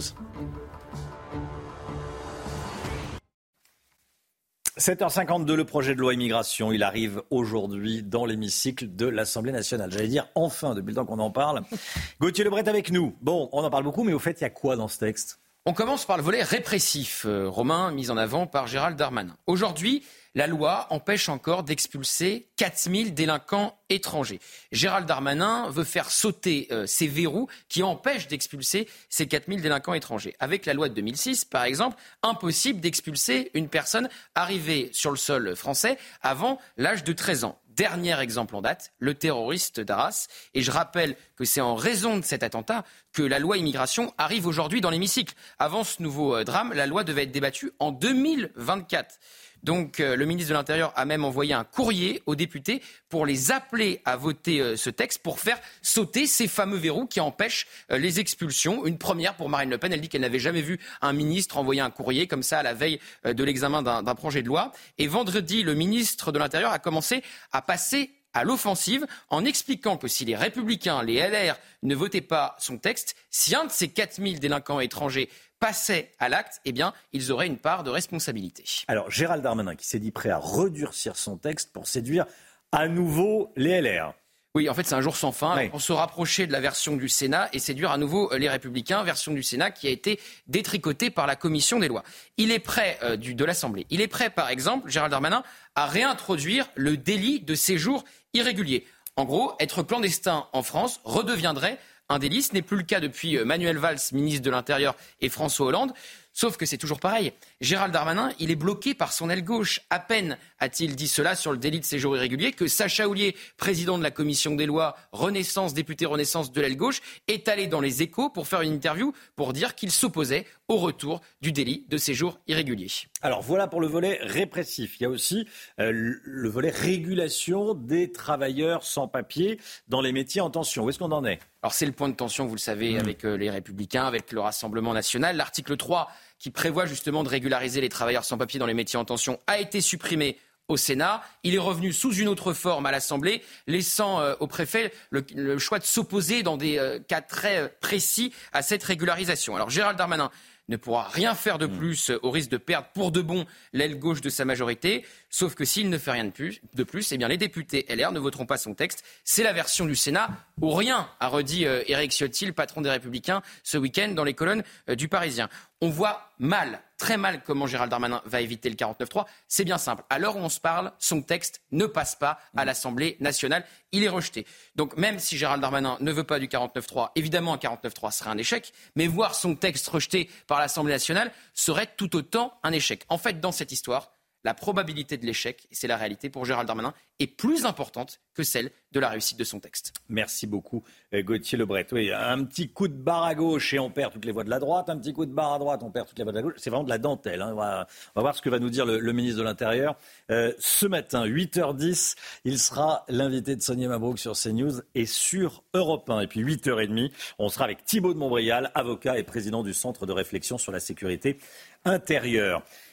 [SPEAKER 3] sept heures cinquante-deux, le projet de loi immigration, il arrive aujourd'hui dans l'hémicycle de l'Assemblée nationale. J'allais dire enfin, depuis le temps qu'on en parle. Gauthier Lebret avec nous. Bon, on en parle beaucoup, mais au fait, il y a quoi dans ce texte ?
[SPEAKER 7] On commence par le volet répressif, euh, Romain, mis en avant par Gérald Darmanin. Aujourd'hui, la loi empêche encore d'expulser quatre mille délinquants étrangers. Gérald Darmanin veut faire sauter euh, ces verrous qui empêchent d'expulser ces quatre mille délinquants étrangers. Avec la loi de deux mille six, par exemple, impossible d'expulser une personne arrivée sur le sol français avant l'âge de treize ans. Dernier exemple en date, le terroriste d'Arras. Et je rappelle que c'est en raison de cet attentat que la loi immigration arrive aujourd'hui dans l'hémicycle. Avant ce nouveau drame, la loi devait être débattue en deux mille vingt-quatre. Donc euh, le ministre de l'Intérieur a même envoyé un courrier aux députés pour les appeler à voter euh, ce texte pour faire sauter ces fameux verrous qui empêchent euh, les expulsions. Une première pour Marine Le Pen. Elle dit qu'elle n'avait jamais vu un ministre envoyer un courrier comme ça à la veille euh, de l'examen d'un, d'un projet de loi. Et vendredi, le ministre de l'Intérieur a commencé à passer à l'offensive en expliquant que si les Républicains, les L R, ne votaient pas son texte, si un de ces quatre mille délinquants étrangers passait à l'acte, eh bien, ils auraient une part de responsabilité.
[SPEAKER 3] Alors, Gérald Darmanin qui s'est dit prêt à redurcir son texte pour séduire à nouveau les L R.
[SPEAKER 7] Oui, en fait, c'est un jour sans fin
[SPEAKER 3] oui.
[SPEAKER 7] pour se rapprocher de la version du Sénat et séduire à nouveau les Républicains, version du Sénat qui a été détricotée par la Commission des lois. Il est prêt, euh, du, de l'Assemblée, il est prêt, par exemple, Gérald Darmanin, à réintroduire le délit de séjour irrégulier. En gros, être clandestin en France redeviendrait un délit. Ce n'est plus le cas depuis Manuel Valls, ministre de l'Intérieur, et François Hollande. Sauf que c'est toujours pareil. Gérald Darmanin, il est bloqué par son aile gauche. À peine a-t-il dit cela sur le délit de séjour irrégulier que Sacha Houlier, président de la commission des lois, Renaissance, député Renaissance de l'aile gauche, est allé dans les Échos pour faire une interview pour dire qu'il s'opposait au retour du délit de séjour irrégulier.
[SPEAKER 3] Alors voilà pour le volet répressif. Il y a aussi euh, le volet régulation des travailleurs sans papier dans les métiers en tension. Où est-ce qu'on en est ?
[SPEAKER 7] Alors c'est le point de tension, vous le savez, mmh. avec euh, les Républicains, avec le Rassemblement national. L'article trois, qui prévoit justement de régulariser les travailleurs sans papier dans les métiers en tension, a été supprimé au Sénat. Il est revenu sous une autre forme à l'Assemblée, laissant euh, au préfet le, le choix de s'opposer dans des euh, cas très précis à cette régularisation. Alors Gérald Darmanin ne pourra rien faire de plus au risque de perdre pour de bon l'aile gauche de sa majorité. Sauf que s'il ne fait rien de plus, de plus eh bien les députés L R ne voteront pas son texte. C'est la version du Sénat ou rien, a redit euh, Éric Ciotti, le patron des Républicains, ce week-end dans les colonnes euh, du Parisien. On voit mal, très mal, comment Gérald Darmanin va éviter le quarante-neuf trois. C'est bien simple. À l'heure où on se parle, son texte ne passe pas à l'Assemblée nationale. Il est rejeté. Donc même si Gérald Darmanin ne veut pas du quarante-neuf trois, évidemment un quarante-neuf trois serait un échec, mais voir son texte rejeté par l'Assemblée nationale serait tout autant un échec. En fait, dans cette histoire, la probabilité de l'échec, et c'est la réalité pour Gérald Darmanin, est plus importante que celle de la réussite de son texte.
[SPEAKER 3] Merci beaucoup, Gauthier Lebret. Oui, un petit coup de barre à gauche et on perd toutes les voix de la droite. Un petit coup de barre à droite, on perd toutes les voix de la gauche. C'est vraiment de la dentelle. Hein. On, va, on va voir ce que va nous dire le, le ministre de l'Intérieur. Euh, ce matin, huit heures dix, il sera l'invité de Sonia Mabrouk sur CNews et sur Europe un. Et puis huit heures trente, on sera avec Thibault de Montbrial, avocat et président du Centre de réflexion sur la sécurité intérieure.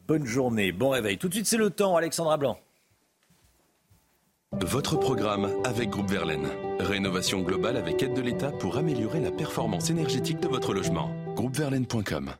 [SPEAKER 3] bonne journée, bon réveil. Tout de suite, c'est le temps, Alexandra Blanc.
[SPEAKER 17] Votre programme avec Groupe Verlaine. Rénovation globale avec aide de l'État pour améliorer la performance énergétique de votre logement. groupe verlaine point com.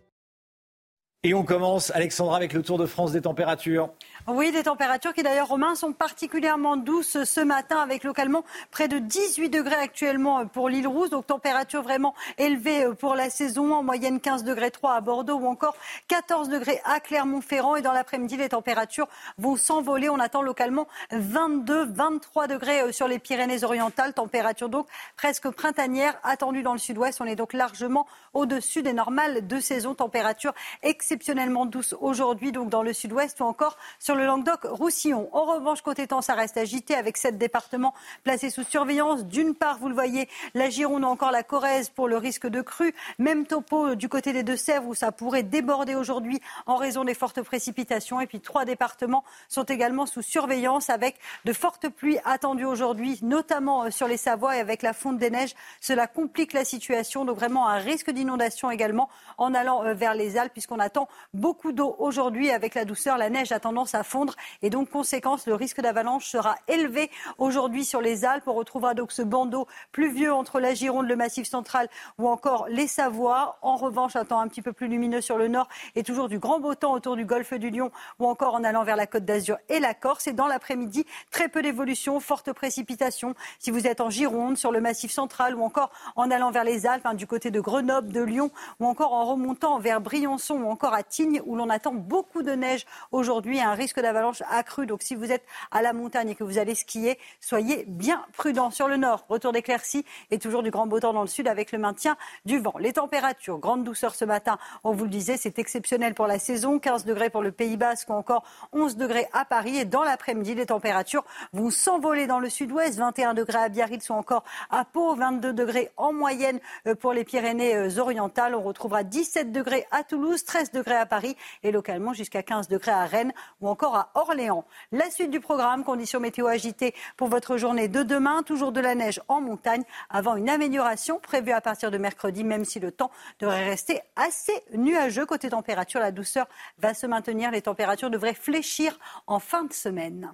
[SPEAKER 3] Et on commence, Alexandra, avec le tour de France des températures.
[SPEAKER 2] Oui, des températures qui d'ailleurs, Romain, sont particulièrement douces ce matin, avec localement près de dix-huit degrés actuellement pour l'île Rousse. Donc température vraiment élevée pour la saison, en moyenne quinze degrés trois à Bordeaux ou encore quatorze degrés à Clermont-Ferrand. Et dans l'après-midi, les températures vont s'envoler. On attend localement vingt-deux, vingt-trois degrés sur les Pyrénées-Orientales. Température donc presque printanière attendue dans le sud-ouest. On est donc largement au-dessus des normales de saison. Température exceptionnellement douce aujourd'hui, donc dans le sud-ouest ou encore sur le Languedoc-Roussillon. En revanche, côté temps, ça reste agité avec sept départements placés sous surveillance. D'une part, vous le voyez, la Gironde ou encore la Corrèze pour le risque de crue. Même topo du côté des Deux-Sèvres où ça pourrait déborder aujourd'hui en raison des fortes précipitations. Et puis trois départements sont également sous surveillance avec de fortes pluies attendues aujourd'hui, notamment sur les Savoies et avec la fonte des neiges. Cela complique la situation, donc vraiment un risque d'inondation également en allant vers les Alpes puisqu'on attend beaucoup d'eau aujourd'hui avec la douceur. La neige a tendance à fondre et donc conséquence, le risque d'avalanche sera élevé aujourd'hui sur les Alpes. On retrouvera donc ce bandeau pluvieux entre la Gironde, le Massif central ou encore les Savoies. En revanche, un temps un petit peu plus lumineux sur le nord et toujours du grand beau temps autour du golfe du Lion ou encore en allant vers la Côte d'Azur et la Corse. Et dans l'après-midi, très peu d'évolution, forte précipitation si vous êtes en Gironde, sur le Massif central ou encore en allant vers les Alpes, hein, du côté de Grenoble, de Lyon ou encore en remontant vers Briançon ou encore à Tignes où l'on attend beaucoup de neige aujourd'hui, un risque d'avalanche accru. Donc si vous êtes à la montagne et que vous allez skier, soyez bien prudents. Sur le nord, retour d'éclaircies et toujours du grand beau temps dans le sud avec le maintien du vent. Les températures, grande douceur ce matin, on vous le disait, c'est exceptionnel pour la saison. quinze degrés pour le Pays Basque ou encore onze degrés à Paris. Et dans l'après-midi, les températures vont s'envoler dans le sud-ouest. vingt et un degrés à Biarritz ou encore à Pau, vingt-deux degrés en moyenne pour les Pyrénées-Orientales. On retrouvera dix-sept degrés à Toulouse, treize degrés à Paris et localement jusqu'à quinze degrés à Rennes ou encore à Orléans. La suite du programme, conditions météo agitées pour votre journée de demain. Toujours de la neige en montagne avant une amélioration prévue à partir de mercredi, même si le temps devrait rester assez nuageux. Côté température, la douceur va se maintenir. Les températures devraient fléchir en fin de semaine.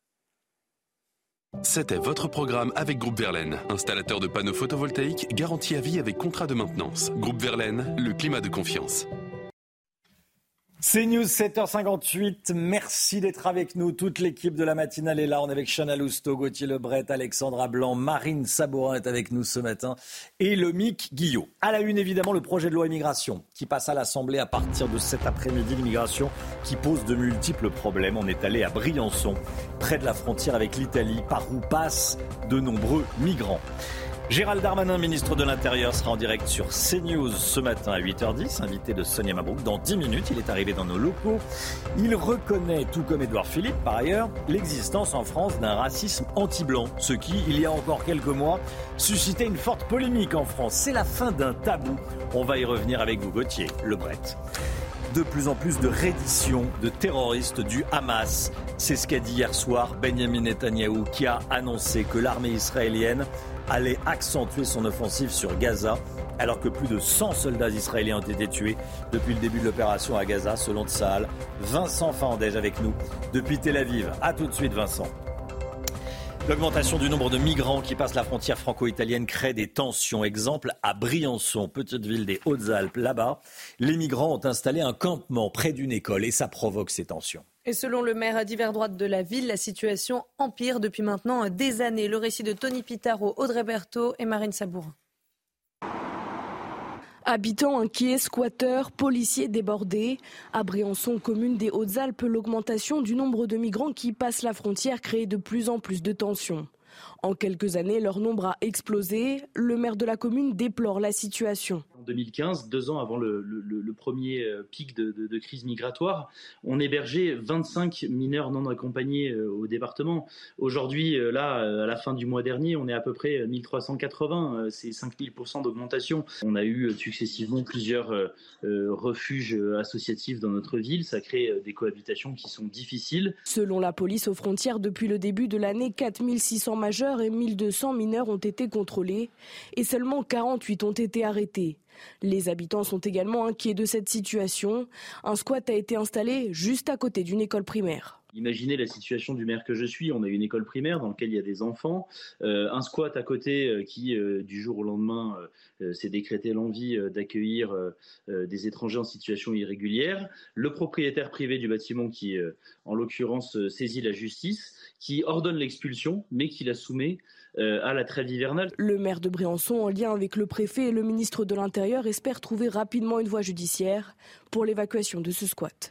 [SPEAKER 17] C'était votre programme avec Groupe Verlaine, installateur de panneaux photovoltaïques garantie à vie avec contrat de maintenance. Groupe Verlaine, le climat de confiance.
[SPEAKER 3] C'est News, sept heures cinquante-huit. Merci d'être avec nous. Toute l'équipe de la matinale est là. On est avec Chana Lousteau, Gauthier Lebret, Alexandra Blanc, Marine Sabourin est avec nous ce matin et Lomique Guillot. À la une, évidemment, le projet de loi immigration qui passe à l'Assemblée à partir de cet après-midi. L'immigration qui pose de multiples problèmes. On est allé à Briançon, près de la frontière avec l'Italie, par où passent de nombreux migrants. Gérald Darmanin, ministre de l'Intérieur, sera en direct sur CNews ce matin à huit heures dix, invité de Sonia Mabrouk. Dans dix minutes, il est arrivé dans nos locaux. Il reconnaît, tout comme Édouard Philippe par ailleurs, l'existence en France d'un racisme anti-blanc, ce qui, il y a encore quelques mois, suscitait une forte polémique en France. C'est la fin d'un tabou. On va y revenir avec vous, Gauthier Lebret. De plus en plus de redditions de terroristes du Hamas. C'est ce qu'a dit hier soir Benyamin Netanyahou, qui a annoncé que l'armée israélienne allait accentuer son offensive sur Gaza, alors que plus de cent soldats israéliens ont été tués depuis le début de l'opération à Gaza, selon Tsahal. Vincent Fandège avec nous depuis Tel Aviv. A tout de suite, Vincent. L'augmentation du nombre de migrants qui passent la frontière franco-italienne crée des tensions. Exemple à Briançon, petite ville des Hautes-Alpes. Là-bas, les migrants ont installé un campement près d'une école et ça provoque ces tensions.
[SPEAKER 4] Et selon le maire d'hiver droite de la ville, la situation empire depuis maintenant des années. Le récit de Tony Pitaro, Audrey Berthaud et Marine Sabourin.
[SPEAKER 18] Habitants inquiets, squatteurs, policiers débordés. À Briançon, commune des Hautes-Alpes, l'augmentation du nombre de migrants qui passent la frontière crée de plus en plus de tensions. En quelques années, leur nombre a explosé. Le maire de la commune déplore la situation.
[SPEAKER 8] En deux mille quinze, deux ans avant le, le, le premier pic de, de, de crise migratoire, on hébergeait vingt-cinq mineurs non accompagnés au département. Aujourd'hui, là, à la fin du mois dernier, on est à peu près mille trois cent quatre-vingts. C'est cinq mille pour cent d'augmentation. On a eu successivement plusieurs euh, refuges associatifs dans notre ville. Ça crée des cohabitations qui sont difficiles.
[SPEAKER 18] Selon la police aux frontières, depuis le début de l'année, quatre mille six cents majeurs et mille deux cents mineurs ont été contrôlés et seulement quarante-huit ont été arrêtés. Les habitants sont également inquiets de cette situation. Un squat a été installé juste à côté d'une école primaire.
[SPEAKER 8] Imaginez la situation du maire que je suis. On a une école primaire dans laquelle il y a des enfants, euh, un squat à côté euh, qui, euh, du jour au lendemain, euh, s'est décrété l'envie euh, d'accueillir euh, euh, des étrangers en situation irrégulière. Le propriétaire privé du bâtiment qui, euh, en l'occurrence, euh, saisit la justice, qui ordonne l'expulsion, mais qui la soumet euh, à la trêve hivernale.
[SPEAKER 18] Le maire de Briançon, en lien avec le préfet et le ministre de l'Intérieur, espère trouver rapidement une voie judiciaire pour l'évacuation de ce squat.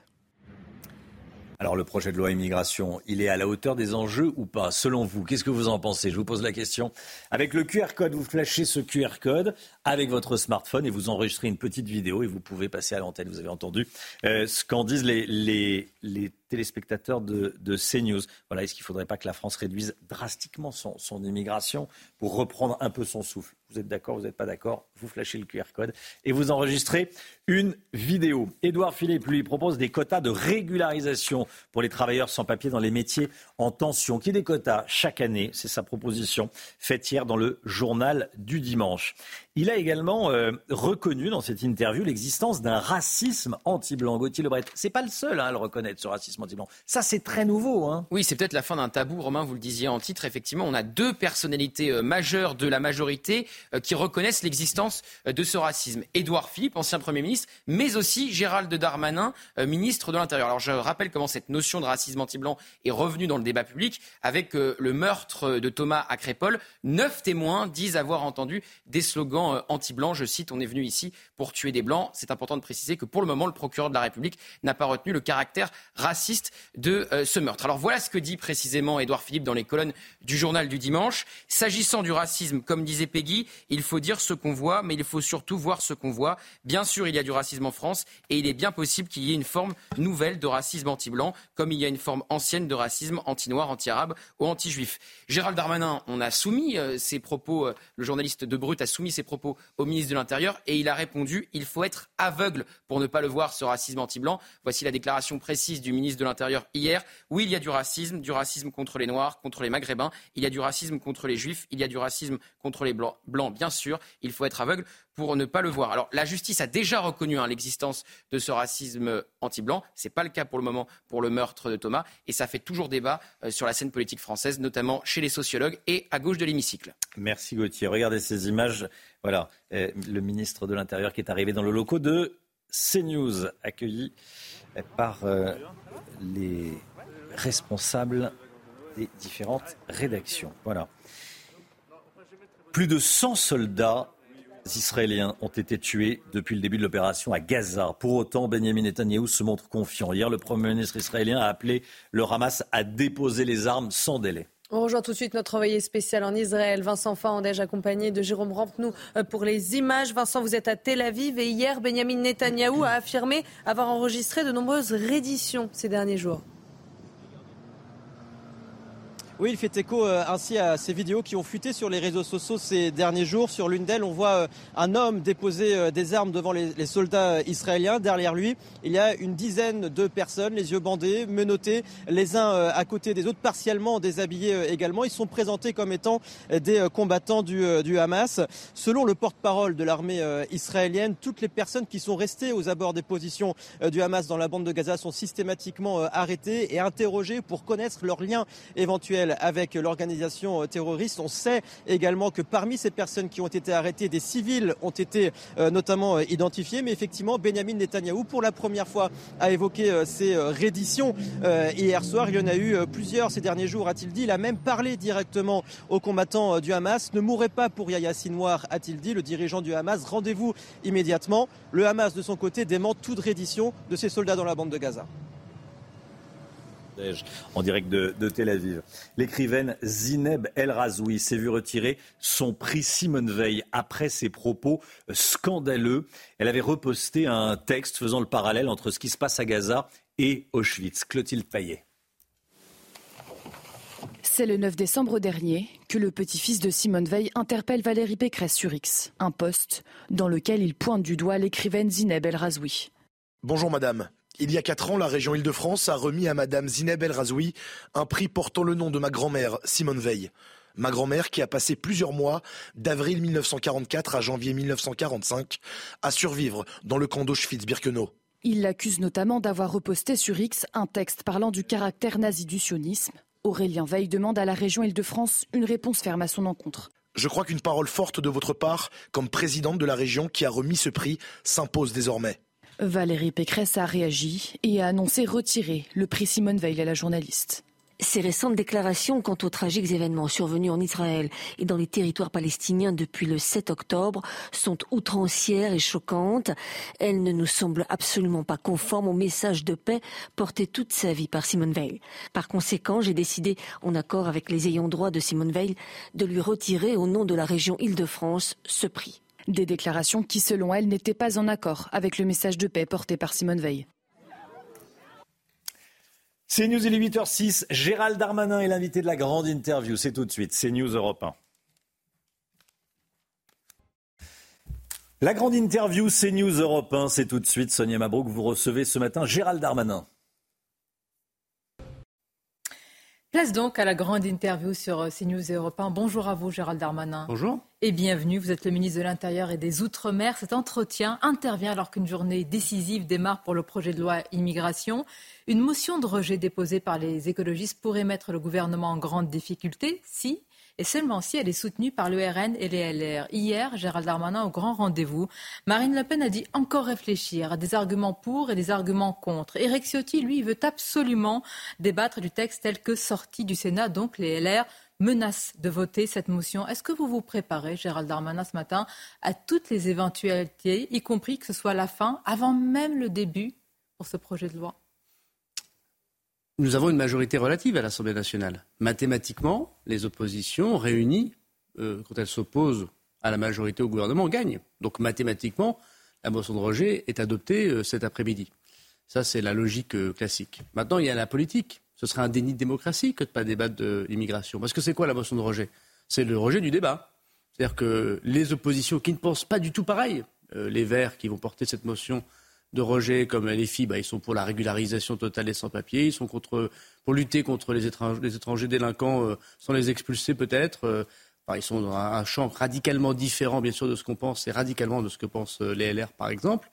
[SPEAKER 3] Alors le projet de loi immigration, il est à la hauteur des enjeux ou pas, selon vous? Qu'est-ce que vous en pensez? Je vous pose la question. Avec le Q R code, vous flashez ce Q R code avec votre smartphone et vous enregistrez une petite vidéo et vous pouvez passer à l'antenne. Vous avez entendu euh, ce qu'en disent les, les, les téléspectateurs de, de CNews. Voilà, est-ce qu'il ne faudrait pas que la France réduise drastiquement son, son immigration pour reprendre un peu son souffle? Vous êtes d'accord, vous n'êtes pas d'accord? Vous flashez le Q R code et vous enregistrez une vidéo. Édouard Philippe, lui, propose des quotas de régularisation pour les travailleurs sans papier dans les métiers en tension. Qui des quotas chaque année, c'est sa proposition faite hier dans le journal du dimanche. Il a également euh, reconnu dans cette interview l'existence d'un racisme anti-blanc. Gauthier Lebret, c'est pas le seul hein, à le reconnaître, ce racisme anti-blanc. Ça, c'est très nouveau. Hein.
[SPEAKER 7] Oui, c'est peut-être la fin d'un tabou. Romain, vous le disiez en titre. Effectivement, on a deux personnalités euh, majeures de la majorité euh, qui reconnaissent l'existence euh, de ce racisme. Édouard Philippe, ancien Premier ministre, mais aussi Gérald Darmanin, euh, ministre de l'Intérieur. Alors, je rappelle comment cette notion de racisme anti-blanc est revenue dans le débat public avec euh, le meurtre de Thomas à Crépol. Neuf témoins disent avoir entendu des slogans anti-blanc, je cite, on est venu ici pour tuer des blancs. C'est important de préciser que pour le moment, le procureur de la République n'a pas retenu le caractère raciste de euh, ce meurtre. Alors voilà ce que dit précisément Édouard Philippe dans les colonnes du journal du dimanche. S'agissant du racisme, comme disait Peggy, il faut dire ce qu'on voit, mais il faut surtout voir ce qu'on voit. Bien sûr, il y a du racisme en France et il est bien possible qu'il y ait une forme nouvelle de racisme anti-blanc, comme il y a une forme ancienne de racisme anti-noir, anti-arabe ou anti-juif. Gérald Darmanin, on a soumis euh, ses propos, euh, le journaliste de Brut a soumis ses propos au ministre de l'Intérieur et il a répondu « Il faut être aveugle pour ne pas le voir, ce racisme anti-blanc ». Voici la déclaration précise du ministre de l'Intérieur hier. Oui, il y a du racisme, du racisme contre les Noirs, contre les Maghrébins. Il y a du racisme contre les Juifs. Il y a du racisme contre les Blancs, blancs bien sûr. Il faut être aveugle pour ne pas le voir. Alors, la justice a déjà reconnu hein, l'existence de ce racisme anti-blanc. Ce n'est pas le cas pour le moment pour le meurtre de Thomas. Et ça fait toujours débat euh, sur la scène politique française, notamment chez les sociologues et à gauche de l'hémicycle.
[SPEAKER 3] Merci Gauthier. Regardez ces images. Voilà, euh, le ministre de l'Intérieur qui est arrivé dans le locaux de CNews, accueilli par euh, les responsables des différentes rédactions. Voilà. Plus de cent soldats israéliens ont été tués depuis le début de l'opération à Gaza. Pour autant, Benyamin Netanyahou se montre confiant. Hier, le Premier ministre israélien a appelé le Hamas à déposer les armes sans délai.
[SPEAKER 4] On rejoint tout de suite notre envoyé spécial en Israël, Vincent Fandège, accompagné de Jérôme Rampenou pour les images. Vincent, vous êtes à Tel Aviv et hier, Benyamin Netanyahou a affirmé avoir enregistré de nombreuses redditions ces derniers jours.
[SPEAKER 10] Oui, il fait écho euh, ainsi à ces vidéos qui ont fuité sur les réseaux sociaux ces derniers jours. Sur l'une d'elles, on voit euh, un homme déposer euh, des armes devant les, les soldats israéliens. Derrière lui, il y a une dizaine de personnes, les yeux bandés, menottés, les uns euh, à côté des autres, partiellement déshabillés euh, également. Ils sont présentés comme étant euh, des euh, combattants du, euh, du Hamas. Selon le porte-parole de l'armée euh, israélienne, toutes les personnes qui sont restées aux abords des positions euh, du Hamas dans la bande de Gaza sont systématiquement euh, arrêtées et interrogées pour connaître leurs liens éventuels avec l'organisation terroriste. On sait également que parmi ces personnes qui ont été arrêtées, des civils ont été euh, notamment euh, identifiés. Mais effectivement, Benyamin Netanyahou, pour la première fois, a évoqué euh, ces euh, redditions. Euh, hier soir, il y en a eu euh, plusieurs ces derniers jours, a-t-il dit. Il a même parlé directement aux combattants euh, du Hamas. Ne mourrez pas pour Yahya Sinwar, a-t-il dit, le dirigeant du Hamas. Rendez-vous immédiatement. Le Hamas, de son côté, dément toute reddition de ses soldats dans la bande de Gaza.
[SPEAKER 3] En direct de, de Tel Aviv. L'écrivaine Zineb El Razoui s'est vue retirer son prix Simone Veil après ses propos scandaleux. Elle avait reposté un texte faisant le parallèle entre ce qui se passe à Gaza et Auschwitz. Clotilde Payet.
[SPEAKER 9] C'est le neuf décembre dernier que le petit-fils de Simone Veil interpelle Valérie Pécresse sur X, un post dans lequel il pointe du doigt l'écrivaine Zineb El Razoui.
[SPEAKER 12] Bonjour madame. Il y a quatre ans, la région Île-de-France a remis à madame Zineb El Razoui un prix portant le nom de ma grand-mère, Simone Veil. Ma grand-mère qui a passé plusieurs mois, d'avril mille neuf cent quarante-quatre à janvier mille neuf cent quarante-cinq, à survivre dans le camp d'Auschwitz-Birkenau.
[SPEAKER 9] Il l'accuse notamment d'avoir reposté sur X un texte parlant du caractère nazi du sionisme. Aurélien Veil demande à la région Île-de-France une réponse ferme à son encontre.
[SPEAKER 12] Je crois qu'une parole forte de votre part, comme présidente de la région qui a remis ce prix, s'impose désormais.
[SPEAKER 9] Valérie Pécresse a réagi et a annoncé retirer le prix Simone Veil à la journaliste.
[SPEAKER 13] Ces récentes déclarations quant aux tragiques événements survenus en Israël et dans les territoires palestiniens depuis le sept octobre sont outrancières et choquantes. Elles ne nous semblent absolument pas conformes au message de paix porté toute sa vie par Simone Veil. Par conséquent, j'ai décidé, en accord avec les ayants droit de Simone Veil, de lui retirer au nom de la région Île-de-France ce prix.
[SPEAKER 9] Des déclarations qui, selon elle, n'étaient pas en accord avec le message de paix porté par Simone Veil.
[SPEAKER 3] C'est News, il est huit heures six. Gérald Darmanin est l'invité de la grande interview. C'est tout de suite. C'est News Europe un. La grande interview, c'est News Europe un. C'est tout de suite. Sonia Mabrouk, vous recevez ce matin Gérald Darmanin.
[SPEAKER 14] Place donc à la grande interview sur CNews et Europe un. Bonjour à vous, Gérald Darmanin.
[SPEAKER 16] Bonjour.
[SPEAKER 14] Et bienvenue. Vous êtes le ministre de l'Intérieur et des Outre-mer. Cet entretien intervient alors qu'une journée décisive démarre pour le projet de loi immigration. Une motion de rejet déposée par les écologistes pourrait mettre le gouvernement en grande difficulté si, et seulement si, elle est soutenue par le R N et les L R. Hier, Gérald Darmanin, au grand rendez-vous, Marine Le Pen a dit encore réfléchir à des arguments pour et des arguments contre. Éric Ciotti, lui, veut absolument débattre du texte tel que sorti du Sénat, donc les L R menacent de voter cette motion. Est-ce que vous vous préparez, Gérald Darmanin, ce matin, à toutes les éventualités, y compris que ce soit la fin, avant même le début pour ce projet de loi ?
[SPEAKER 16] Nous avons une majorité relative à l'Assemblée nationale. Mathématiquement, les oppositions réunies, euh, quand elles s'opposent à la majorité au gouvernement, gagnent. Donc mathématiquement, la motion de rejet est adoptée euh, cet après-midi. Ça, c'est la logique euh, classique. Maintenant, il y a la politique. Ce serait un déni de démocratie que de ne pas débattre de l'immigration. Parce que c'est quoi la motion de rejet ? C'est le rejet du débat. C'est-à-dire que les oppositions qui ne pensent pas du tout pareil, euh, les Verts qui vont porter cette motion de rejet, comme les filles, bah, ils sont pour la régularisation totale des sans-papiers, ils sont contre, pour lutter contre les étrangers, les étrangers délinquants euh, sans les expulser peut-être. Euh, enfin, ils sont dans un, un champ radicalement différent, bien sûr, de ce qu'on pense et radicalement de ce que pensent euh, les L R, par exemple.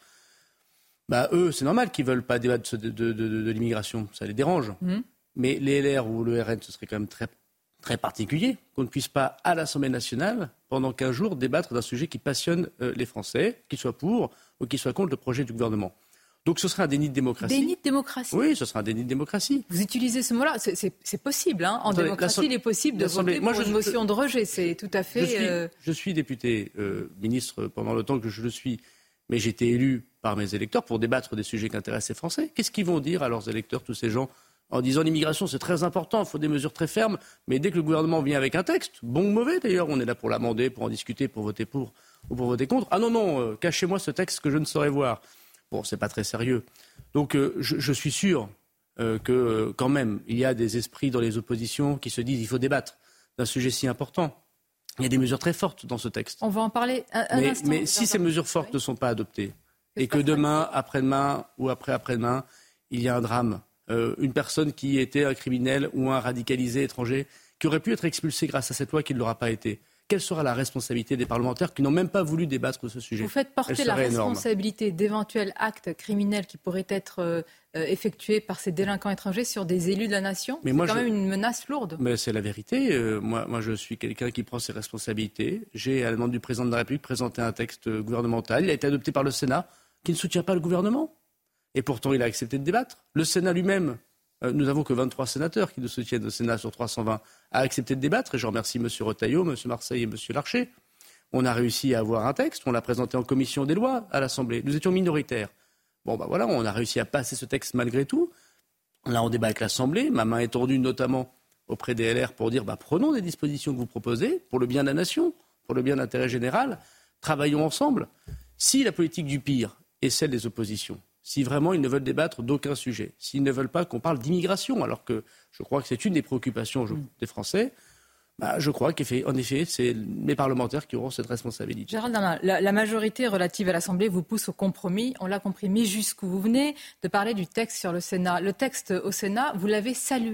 [SPEAKER 16] Bah, eux, c'est normal qu'ils ne veulent pas débattre de, de, de, de, de l'immigration, ça les dérange. Mmh. Mais les L R ou le R N, ce serait quand même très, très particulier qu'on ne puisse pas, à l'Assemblée nationale, pendant quinze jours, débattre d'un sujet qui passionne euh, les Français, qu'ils soient pour ou qu'ils soient contre le projet du gouvernement. Donc ce serait un déni de démocratie.
[SPEAKER 14] Déni de démocratie ?
[SPEAKER 16] Oui, ce sera un déni de démocratie.
[SPEAKER 14] Vous utilisez ce mot-là, c'est, c'est, c'est possible. Hein. En Attendez, démocratie, il est possible de voter pour Moi, je, une motion de rejet. C'est tout à fait...
[SPEAKER 16] Je suis,
[SPEAKER 14] euh...
[SPEAKER 16] je suis député euh, ministre pendant le temps que je le suis, mais j'ai été élu par mes électeurs pour débattre des sujets qui intéressent les Français. Qu'est-ce qu'ils vont dire à leurs électeurs, tous ces gens, en disant l'immigration c'est très important, il faut des mesures très fermes, mais dès que le gouvernement vient avec un texte, bon ou mauvais d'ailleurs, on est là pour l'amender, pour en discuter, pour voter pour ou pour voter contre. Ah non, non, euh, cachez-moi ce texte que je ne saurais voir. Bon, c'est pas très sérieux. Donc euh, je, je suis sûr euh, que euh, quand même, il y a des esprits dans les oppositions qui se disent qu'il faut débattre d'un sujet si important. Il y a des mesures très fortes dans ce texte.
[SPEAKER 14] On va en parler un, un
[SPEAKER 16] mais,
[SPEAKER 14] instant.
[SPEAKER 16] Mais si ces mesures fortes oui. ne sont pas adoptées, et que demain, après-demain ou après-après-demain, il y a un drame, euh, une personne qui était un criminel ou un radicalisé étranger, qui aurait pu être expulsé grâce à cette loi qui ne l'aura pas été, quelle sera la responsabilité des parlementaires qui n'ont même pas voulu débattre de ce sujet ?
[SPEAKER 14] Vous faites porter la responsabilité énorme. d'éventuels actes criminels qui pourraient être euh, effectués par ces délinquants étrangers sur des élus de la nation. Mais c'est moi, quand je... même une menace lourde.
[SPEAKER 16] Mais c'est la vérité. Euh, moi, moi, je suis quelqu'un qui prend ses responsabilités. J'ai, à la demande du président de la République, présenté un texte gouvernemental. Il a été adopté par le Sénat, qui ne soutient pas le gouvernement. Et pourtant, il a accepté de débattre. Le Sénat lui-même, euh, nous n'avons que vingt-trois sénateurs qui nous soutiennent au Sénat sur trois cent vingt, a accepté de débattre. Et je remercie M. Retailleau, M. Marseille et M. Larcher. On a réussi à avoir un texte. On l'a présenté en commission des lois à l'Assemblée. Nous étions minoritaires. Bon, ben voilà, on a réussi à passer ce texte malgré tout. Là, on débat avec l'Assemblée. Ma main est tendue notamment auprès des L R pour dire bah, prenons des dispositions que vous proposez pour le bien de la nation, pour le bien de l'intérêt général. Travaillons ensemble. Si la politique du pire est celle des oppositions, si vraiment ils ne veulent débattre d'aucun sujet, s'ils ne veulent pas qu'on parle d'immigration, alors que je crois que c'est une des préoccupations je, des Français, bah, je crois qu'en effet, c'est les parlementaires qui auront cette responsabilité.
[SPEAKER 14] Gérald Darmanin, la, la majorité relative à l'Assemblée vous pousse au compromis, on l'a compris, mais jusqu'où vous venez de parler du texte sur le Sénat. Le texte au Sénat, vous l'avez salué.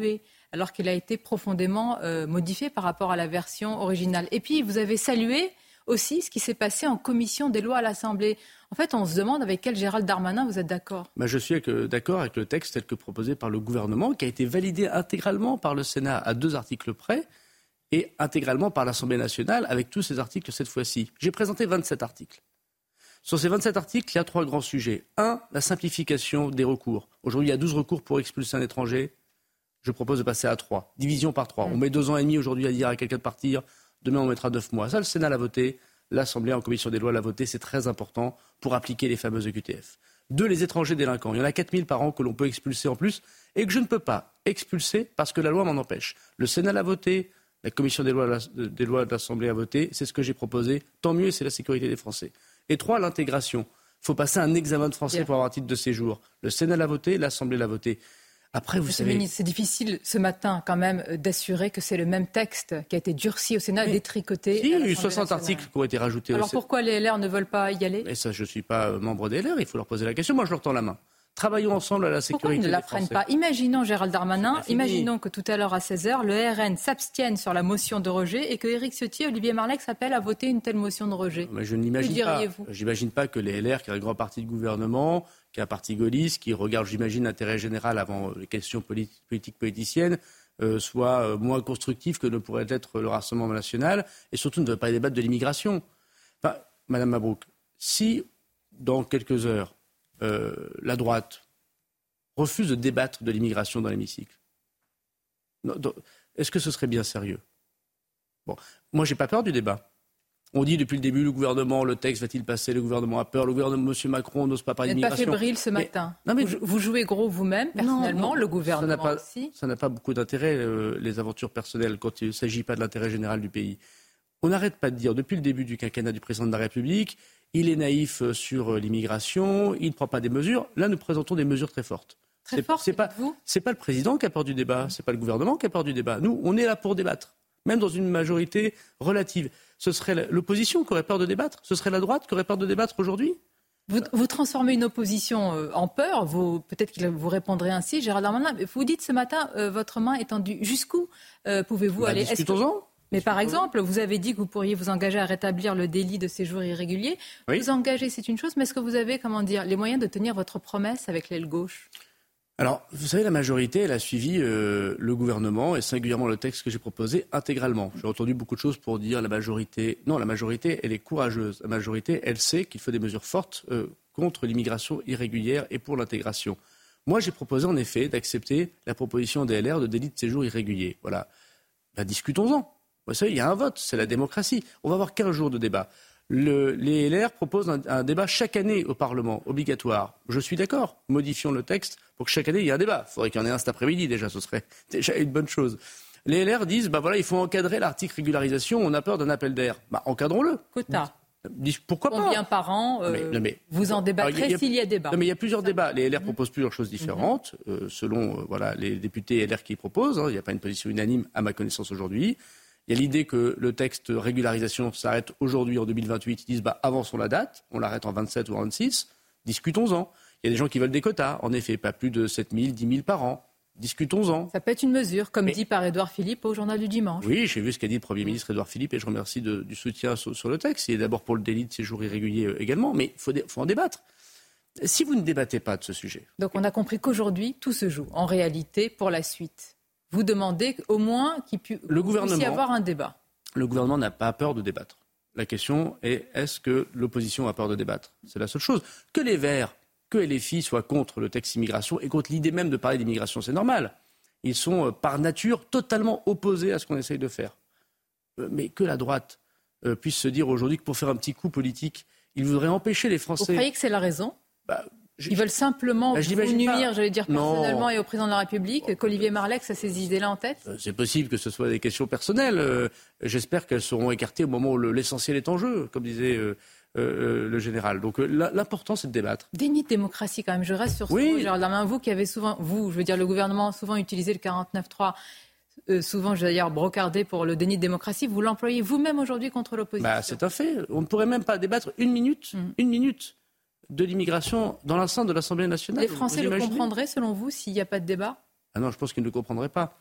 [SPEAKER 14] alors qu'il a été profondément euh, modifié par rapport à la version originale. Et puis, vous avez salué aussi ce qui s'est passé en commission des lois à l'Assemblée. En fait, on se demande avec quel Gérald Darmanin vous êtes d'accord.
[SPEAKER 16] Bah, je suis avec, euh, d'accord avec le texte tel que proposé par le gouvernement, qui a été validé intégralement par le Sénat à deux articles près et intégralement par l'Assemblée nationale avec tous ces articles cette fois-ci. J'ai présenté vingt-sept articles. Sur ces vingt-sept articles, il y a trois grands sujets. Un, la simplification des recours. Aujourd'hui, il y a douze recours pour expulser un étranger. Je propose de passer à trois. Division par trois. Mmh. On met deux ans et demi aujourd'hui à dire à quelqu'un de partir. Demain, on mettra neuf mois. Ça, le Sénat l'a voté. L'Assemblée, en commission des lois, l'a voté. C'est très important pour appliquer les fameuses E Q T F. Deux, les étrangers délinquants. Il y en a quatre mille par an que l'on peut expulser en plus et que je ne peux pas expulser parce que la loi m'en empêche. Le Sénat l'a voté. La commission des lois, des lois de l'Assemblée a voté. C'est ce que j'ai proposé. Tant mieux, c'est la sécurité des Français. Et trois, l'intégration. Il faut passer un examen de français Bien. pour avoir un titre de séjour. Le Sénat l'a voté, l'Assemblée l'a voté. Après, vous
[SPEAKER 14] Monsieur
[SPEAKER 16] savez...
[SPEAKER 14] le ministre, c'est difficile ce matin quand même d'assurer que c'est le même texte qui a été durci au Sénat et détricoté.
[SPEAKER 16] Il y a eu soixante articles qui ont été rajoutés
[SPEAKER 14] Alors
[SPEAKER 16] au Sénat.
[SPEAKER 14] Pourquoi les L R ne veulent pas y aller?
[SPEAKER 16] Et ça, je ne suis pas membre des L R, il faut leur poser la question. Moi, je leur tends la main. Travaillons ensemble à la sécurité.
[SPEAKER 14] Pourquoi ils ne la
[SPEAKER 16] des
[SPEAKER 14] prennent
[SPEAKER 16] Français.
[SPEAKER 14] pas? Imaginons, Gérald Darmanin, imaginons que tout à l'heure à seize heures, le R N s'abstienne sur la motion de rejet et que Éric Ciotti et Olivier Marleix s'appellent à voter une telle motion de rejet.
[SPEAKER 16] Mais je n'imagine
[SPEAKER 14] que
[SPEAKER 16] pas.
[SPEAKER 14] diriez-vous?
[SPEAKER 16] J'imagine pas que les L R, qui est un grand parti de gouvernement, qui est un parti gaulliste, qui regarde, j'imagine, l'intérêt général avant les questions politiques, politiques politiciennes, euh, soit euh, moins constructif que ne pourrait être le Rassemblement national, et surtout ne veut pas débattre de l'immigration. Enfin, Madame Mabrouk, si dans quelques heures, euh, la droite refuse de débattre de l'immigration dans l'hémicycle, est-ce que ce serait bien sérieux? Bon, moi, j'ai pas peur du débat. On dit depuis le début, le gouvernement, le texte va-t-il passer? Le gouvernement a peur. Le gouvernement, M. Macron n'ose pas parler d'immigration.
[SPEAKER 14] Vous n'êtes pas fébrile ce matin.
[SPEAKER 16] Mais, non, mais,
[SPEAKER 14] vous, vous jouez gros vous-même, personnellement, non, non, le gouvernement
[SPEAKER 16] ça n'a pas,
[SPEAKER 14] aussi.
[SPEAKER 16] Ça n'a pas beaucoup d'intérêt, euh, les aventures personnelles, quand il ne s'agit pas de l'intérêt général du pays. On n'arrête pas de dire, depuis le début du quinquennat du président de la République, il est naïf sur l'immigration, il ne prend pas des mesures. Là, nous présentons des mesures très fortes.
[SPEAKER 14] Très fort,
[SPEAKER 16] c'est pas, c'est pas le président qui a peur du débat, c'est pas le gouvernement qui a peur du débat. Nous, on est là pour débattre, même dans une majorité relative. Ce serait l'opposition qui aurait peur de débattre, ce serait la droite qui aurait peur de débattre aujourd'hui.
[SPEAKER 14] Vous, vous transformez une opposition euh, en peur, vous, peut-être que vous répondrez ainsi, Gérald Darmanin. Vous dites ce matin, euh, votre main est tendue. Jusqu'où euh, pouvez-vous
[SPEAKER 16] bah,
[SPEAKER 14] aller?
[SPEAKER 16] Discutons-en.
[SPEAKER 14] Mais par exemple, vous avez dit que vous pourriez vous engager à rétablir le délit de séjour irrégulier.
[SPEAKER 16] Oui.
[SPEAKER 14] Vous engager, c'est une chose, mais est-ce que vous avez, comment dire, les moyens de tenir votre promesse avec l'aile gauche?
[SPEAKER 16] Alors, vous savez, la majorité, elle a suivi euh, le gouvernement et singulièrement le texte que j'ai proposé intégralement. J'ai entendu beaucoup de choses pour dire la majorité. Non, la majorité, elle est courageuse. La majorité, elle sait qu'il faut des mesures fortes euh, contre l'immigration irrégulière et pour l'intégration. Moi, j'ai proposé en effet d'accepter la proposition des L R de délit de séjour irrégulier. Voilà. Ben, discutons-en. Vous savez, il y a un vote, c'est la démocratie. On va avoir quinze jours de débat. Le, les L R proposent un, un débat chaque année au Parlement, obligatoire. Je suis d'accord. Modifions le texte pour que chaque année, il y ait un débat. Il faudrait qu'il y en ait un cet après-midi déjà, ce serait déjà une bonne chose. Les L R disent, bah voilà, il faut encadrer l'article régularisation, on a peur d'un appel d'air. Bah encadrons-le.
[SPEAKER 14] Quota.
[SPEAKER 16] Pourquoi pas?
[SPEAKER 14] Combien par an euh, non mais, non mais,
[SPEAKER 16] vous
[SPEAKER 14] en débattrez s'il y a débat?
[SPEAKER 16] Non mais il y a plusieurs débats. Les L R proposent plusieurs choses différentes, mmh. euh, selon euh, voilà, les députés L R qui proposent. Hein. Il n'y a pas une position unanime à ma connaissance aujourd'hui. Il y a l'idée que le texte régularisation s'arrête aujourd'hui en deux mille vingt-huit. Ils disent bah, avançons la date, on l'arrête en vingt-sept ou en vingt-six. Discutons-en. Il y a des gens qui veulent des quotas. En effet, pas plus de sept mille, dix mille par an. Discutons-en.
[SPEAKER 14] Ça peut être une mesure, comme
[SPEAKER 16] Mais...
[SPEAKER 14] dit par Édouard Philippe au Journal du Dimanche.
[SPEAKER 16] Oui, j'ai vu ce qu'a dit le Premier ministre Édouard Philippe et je remercie de, du soutien sur, sur le texte. Il est d'abord pour le délit de séjour irrégulier également, mais il faut, dé... faut en débattre. Si vous ne débattez pas de ce sujet...
[SPEAKER 14] Donc on a compris qu'aujourd'hui, tout se joue, en réalité, pour la suite. Vous demandez au moins qu'il puisse y avoir un débat.
[SPEAKER 16] Le gouvernement n'a pas peur de débattre. La question est, est-ce que l'opposition a peur de débattre? C'est la seule chose. Que les Verts, que L F I soient contre le texte immigration et contre l'idée même de parler d'immigration, c'est normal. Ils sont, par nature, totalement opposés à ce qu'on essaye de faire. Mais que la droite euh, puisse se dire aujourd'hui que pour faire un petit coup politique, ils voudraient empêcher les Français...
[SPEAKER 14] Vous croyez que c'est la raison?
[SPEAKER 16] bah,
[SPEAKER 14] Ils veulent simplement
[SPEAKER 16] bah,
[SPEAKER 14] vous nuire, j'allais dire, personnellement
[SPEAKER 16] non.
[SPEAKER 14] et au président de la République, qu'Olivier Marleix a ces idées-là en tête?
[SPEAKER 16] C'est possible que ce soit des questions personnelles. Euh, j'espère qu'elles seront écartées au moment où le, l'essentiel est en jeu, comme disait euh, euh, le général. Donc euh, l'important, c'est de débattre.
[SPEAKER 14] Déni de démocratie, quand même. Je reste sur ce
[SPEAKER 16] oui.
[SPEAKER 14] point. Gérald Darmanin, vous qui avez souvent, vous, je veux dire, le gouvernement a souvent utilisé le quarante-neuf trois, euh, souvent, je veux dire, brocardé pour le déni de démocratie. Vous l'employez vous-même aujourd'hui contre l'opposition?
[SPEAKER 16] Bah, c'est un fait. On ne pourrait même pas débattre une minute, mmh. une minute. de l'immigration dans l'enceinte de l'Assemblée nationale.
[SPEAKER 14] Les Français le comprendraient, selon vous, s'il n'y a pas de débat?
[SPEAKER 16] Ah non, je pense qu'ils ne le comprendraient pas.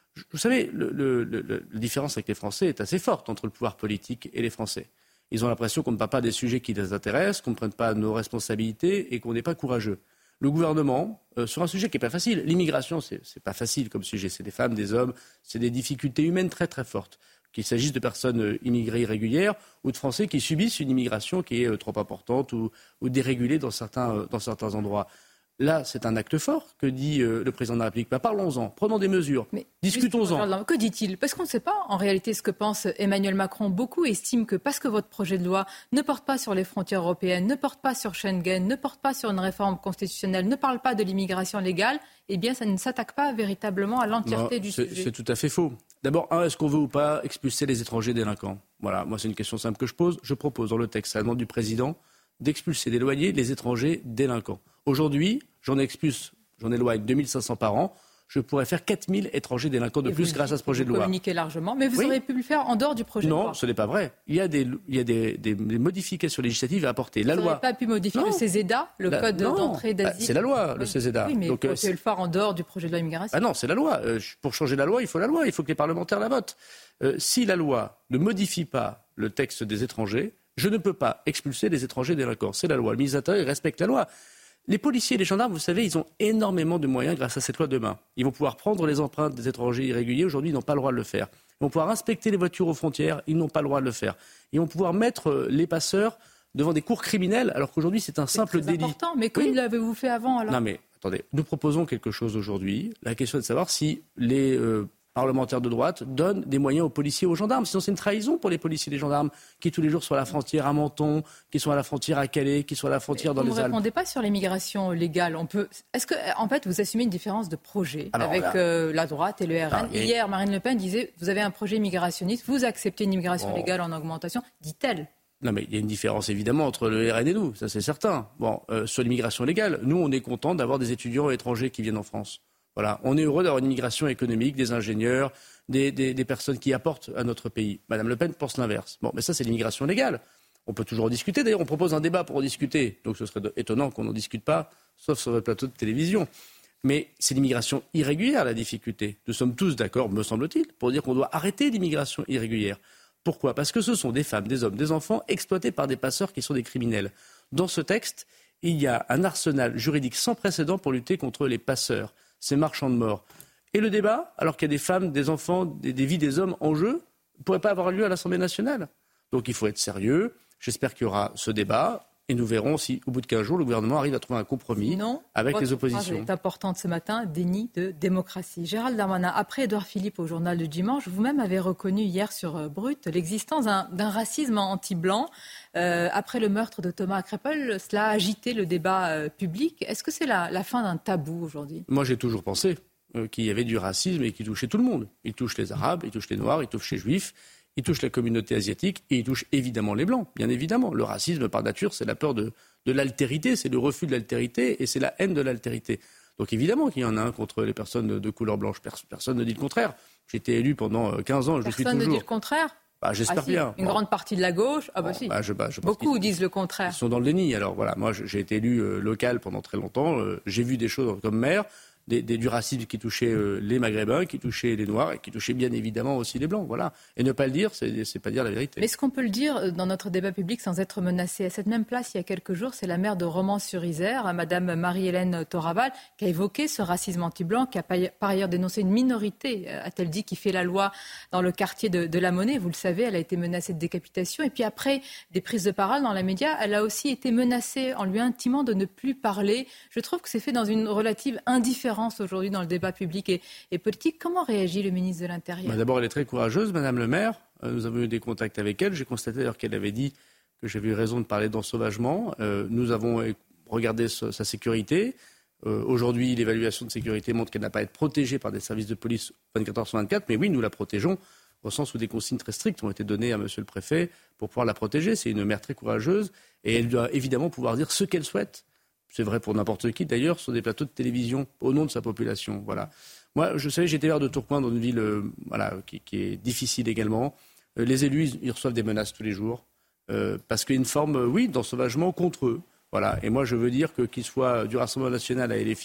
[SPEAKER 16] Vous savez, le, le, le, la différence avec les Français est assez forte entre le pouvoir politique et les Français. Ils ont l'impression qu'on ne parle pas des sujets qui les intéressent, qu'on ne prenne pas nos responsabilités et qu'on n'est pas courageux. Le gouvernement, euh, sur un sujet qui n'est pas facile, l'immigration, c'est, c'est pas facile comme sujet. C'est des femmes, des hommes, c'est des difficultés humaines très très fortes. Qu'il s'agisse de personnes immigrées irrégulières ou de Français qui subissent une immigration qui est euh, trop importante ou, ou dérégulée dans certains, euh, dans certains endroits. Là, c'est un acte fort que dit euh, le président de la République. Bah, parlons-en, prenons des mesures, mais discutons-en.
[SPEAKER 14] Que dit-il ? Parce qu'on ne sait pas en réalité ce que pense Emmanuel Macron. Beaucoup estiment que parce que votre projet de loi ne porte pas sur les frontières européennes, ne porte pas sur Schengen, ne porte pas sur une réforme constitutionnelle, ne parle pas de l'immigration légale, eh bien ça ne s'attaque pas véritablement à l'entièreté
[SPEAKER 16] non,
[SPEAKER 14] du
[SPEAKER 16] c'est,
[SPEAKER 14] sujet.
[SPEAKER 16] C'est tout à fait faux. D'abord, un, est-ce qu'on veut ou pas expulser les étrangers délinquants ? Voilà, moi c'est une question simple que je pose. Je propose dans le texte, à la demande du président, d'expulser, d'éloigner les étrangers délinquants. Aujourd'hui, j'en expulse, j'en éloigne deux mille cinq cents par an. Je pourrais faire quatre mille étrangers délinquants de et plus grâce à ce projet de loi.
[SPEAKER 14] Vous communiquez largement, mais vous
[SPEAKER 16] oui.
[SPEAKER 14] auriez pu le faire en dehors du projet
[SPEAKER 16] non,
[SPEAKER 14] de loi.
[SPEAKER 16] Non, ce n'est pas vrai. Il y a des, il y a des, des, des modifications législatives à apporter. La
[SPEAKER 14] vous
[SPEAKER 16] loi.
[SPEAKER 14] n'avez pas pu modifier non. le C E S E D A, le
[SPEAKER 16] la,
[SPEAKER 14] code
[SPEAKER 16] non.
[SPEAKER 14] d'entrée d'asile.
[SPEAKER 16] Bah, c'est la loi, le oui. C E S E D A.
[SPEAKER 14] Oui, mais
[SPEAKER 16] Donc,
[SPEAKER 14] vous pouvez le faire en dehors du projet de loi immigration.
[SPEAKER 16] Ah non, c'est la loi. Euh, pour changer la loi, il faut la loi. Il faut que les parlementaires la votent. Euh, si la loi ne modifie pas le texte des étrangers, je ne peux pas expulser les étrangers délinquants. C'est la loi. Le ministre de l'Intérieur respecte la loi. Les policiers et les gendarmes, vous savez, ils ont énormément de moyens grâce à cette loi demain. Ils vont pouvoir prendre les empreintes des étrangers irréguliers. Aujourd'hui, ils n'ont pas le droit de le faire. Ils vont pouvoir inspecter les voitures aux frontières. Ils n'ont pas le droit de le faire. Ils vont pouvoir mettre les passeurs devant des cours criminels, alors qu'aujourd'hui, c'est un simple
[SPEAKER 14] c'est
[SPEAKER 16] délit.
[SPEAKER 14] Important, mais que oui. l'avez-vous fait avant alors ?
[SPEAKER 16] Non, mais attendez, nous proposons quelque chose aujourd'hui. La question est de savoir si les euh, parlementaires de droite donnent des moyens aux policiers et aux gendarmes. Sinon, c'est une trahison pour les policiers et les gendarmes qui, tous les jours, sont à la frontière à Menton, qui sont à la frontière à Calais, qui sont à la frontière
[SPEAKER 14] mais
[SPEAKER 16] dans les Alpes.
[SPEAKER 14] Vous ne répondez pas sur l'immigration légale. On peut... Est-ce que, en fait, vous assumez une différence de projet alors, avec là... euh, la droite et le R N ? ah, et... Hier, Marine Le Pen disait, vous avez un projet immigrationniste, vous acceptez une immigration bon. légale en augmentation, dit-elle.
[SPEAKER 16] Non, mais il y a une différence évidemment entre le R N et nous, ça c'est certain. Bon, euh, sur l'immigration légale, nous on est content d'avoir des étudiants étrangers qui viennent en France. Voilà, on est heureux d'avoir une immigration économique, des ingénieurs, des, des, des personnes qui apportent à notre pays. Madame Le Pen pense l'inverse. Bon, mais ça c'est l'immigration légale. On peut toujours en discuter. D'ailleurs, on propose un débat pour en discuter. Donc ce serait étonnant qu'on n'en discute pas, sauf sur le plateau de télévision. Mais c'est l'immigration irrégulière la difficulté. Nous sommes tous d'accord, me semble-t-il, pour dire qu'on doit arrêter l'immigration irrégulière. Pourquoi ? Parce que ce sont des femmes, des hommes, des enfants exploités par des passeurs qui sont des criminels. Dans ce texte, il y a un arsenal juridique sans précédent pour lutter contre les passeurs, ces marchands de mort. Et le débat, alors qu'il y a des femmes, des enfants, des, des vies des hommes en jeu, ne pourrait pas avoir lieu à l'Assemblée nationale. Donc il faut être sérieux. J'espère qu'il y aura ce débat. Et nous verrons si, au bout de quinze jours, le gouvernement arrive à trouver un compromis
[SPEAKER 14] Sinon,
[SPEAKER 16] avec les oppositions.
[SPEAKER 14] C'est importante ce matin, déni de démocratie. Gérald Darmanin, après Édouard Philippe au journal du dimanche, vous-même avez reconnu hier sur Brut l'existence d'un, d'un racisme anti-blanc. Euh, après le meurtre de Thomas Krepel, cela a agité le débat euh, public. Est-ce que c'est la, la fin d'un tabou aujourd'hui ?
[SPEAKER 16] Moi, j'ai toujours pensé euh, qu'il y avait du racisme et qu'il touchait tout le monde. Il touche les Arabes, il touche les Noirs, il touche les Juifs. Il touche la communauté asiatique et il touche évidemment les Blancs, bien évidemment. Le racisme, par nature, c'est la peur de, de l'altérité, c'est le refus de l'altérité et c'est la haine de l'altérité. Donc évidemment qu'il y en a un contre les personnes de, de couleur blanche. Personne ne dit le contraire. J'ai été élu pendant quinze ans, je le suis toujours.
[SPEAKER 14] Personne ne dit le contraire ?
[SPEAKER 16] Bah, j'espère
[SPEAKER 14] ah, si.
[SPEAKER 16] bien.
[SPEAKER 14] Une bon. grande partie de la gauche, ah bah bon, si.
[SPEAKER 16] Bah, je, bah, je
[SPEAKER 14] Beaucoup disent le contraire.
[SPEAKER 16] Ils sont dans le déni. Alors voilà, moi j'ai été élu euh, local pendant très longtemps. Euh, j'ai vu des choses comme maire. Des, des, du racisme qui touchait euh, les Maghrébins, qui touchait les Noirs et qui touchait bien évidemment aussi les Blancs. Voilà. Et ne pas le dire, c'est, c'est pas dire la vérité.
[SPEAKER 14] Mais est-ce qu'on peut le dire dans notre débat public sans être menacé ? À cette même place, il y a quelques jours, c'est la maire de Romans-sur-Isère, Madame Marie-Hélène Toraval, qui a évoqué ce racisme anti-blanc, qui a par ailleurs dénoncé une minorité, a-t-elle dit, qui fait la loi dans le quartier de, de la Monnaie. Vous le savez, elle a été menacée de décapitation. Et puis après des prises de parole dans les médias, elle a aussi été menacée en lui intimant de ne plus parler. Je trouve que c'est fait dans une relative indifférence aujourd'hui dans le débat public et, et politique. Comment réagit le ministre de l'Intérieur ?
[SPEAKER 16] bah D'abord, elle est très courageuse, Madame le maire. Euh, nous avons eu des contacts avec elle. J'ai constaté d'ailleurs qu'elle avait dit que j'avais eu raison de parler d'ensauvagement. Euh, nous avons regardé sa, sa sécurité. Euh, aujourd'hui, l'évaluation de sécurité montre qu'elle n'a pas à être protégée par des services de police vingt-quatre heures sur vingt-quatre. Mais oui, nous la protégeons au sens où des consignes très strictes ont été données à Monsieur le Préfet pour pouvoir la protéger. C'est une maire très courageuse et elle doit évidemment pouvoir dire ce qu'elle souhaite. C'est vrai pour n'importe qui, d'ailleurs, sur des plateaux de télévision, au nom de sa population. Voilà. Moi, je savais, j'étais maire de Tourcoing, dans une ville euh, voilà, qui, qui est difficile également. Euh, les élus, ils, ils reçoivent des menaces tous les jours, euh, parce qu'il y a une forme, euh, oui, d'ensauvagement contre eux. Voilà. Et moi, je veux dire que qu'il soit du Rassemblement national à L F I,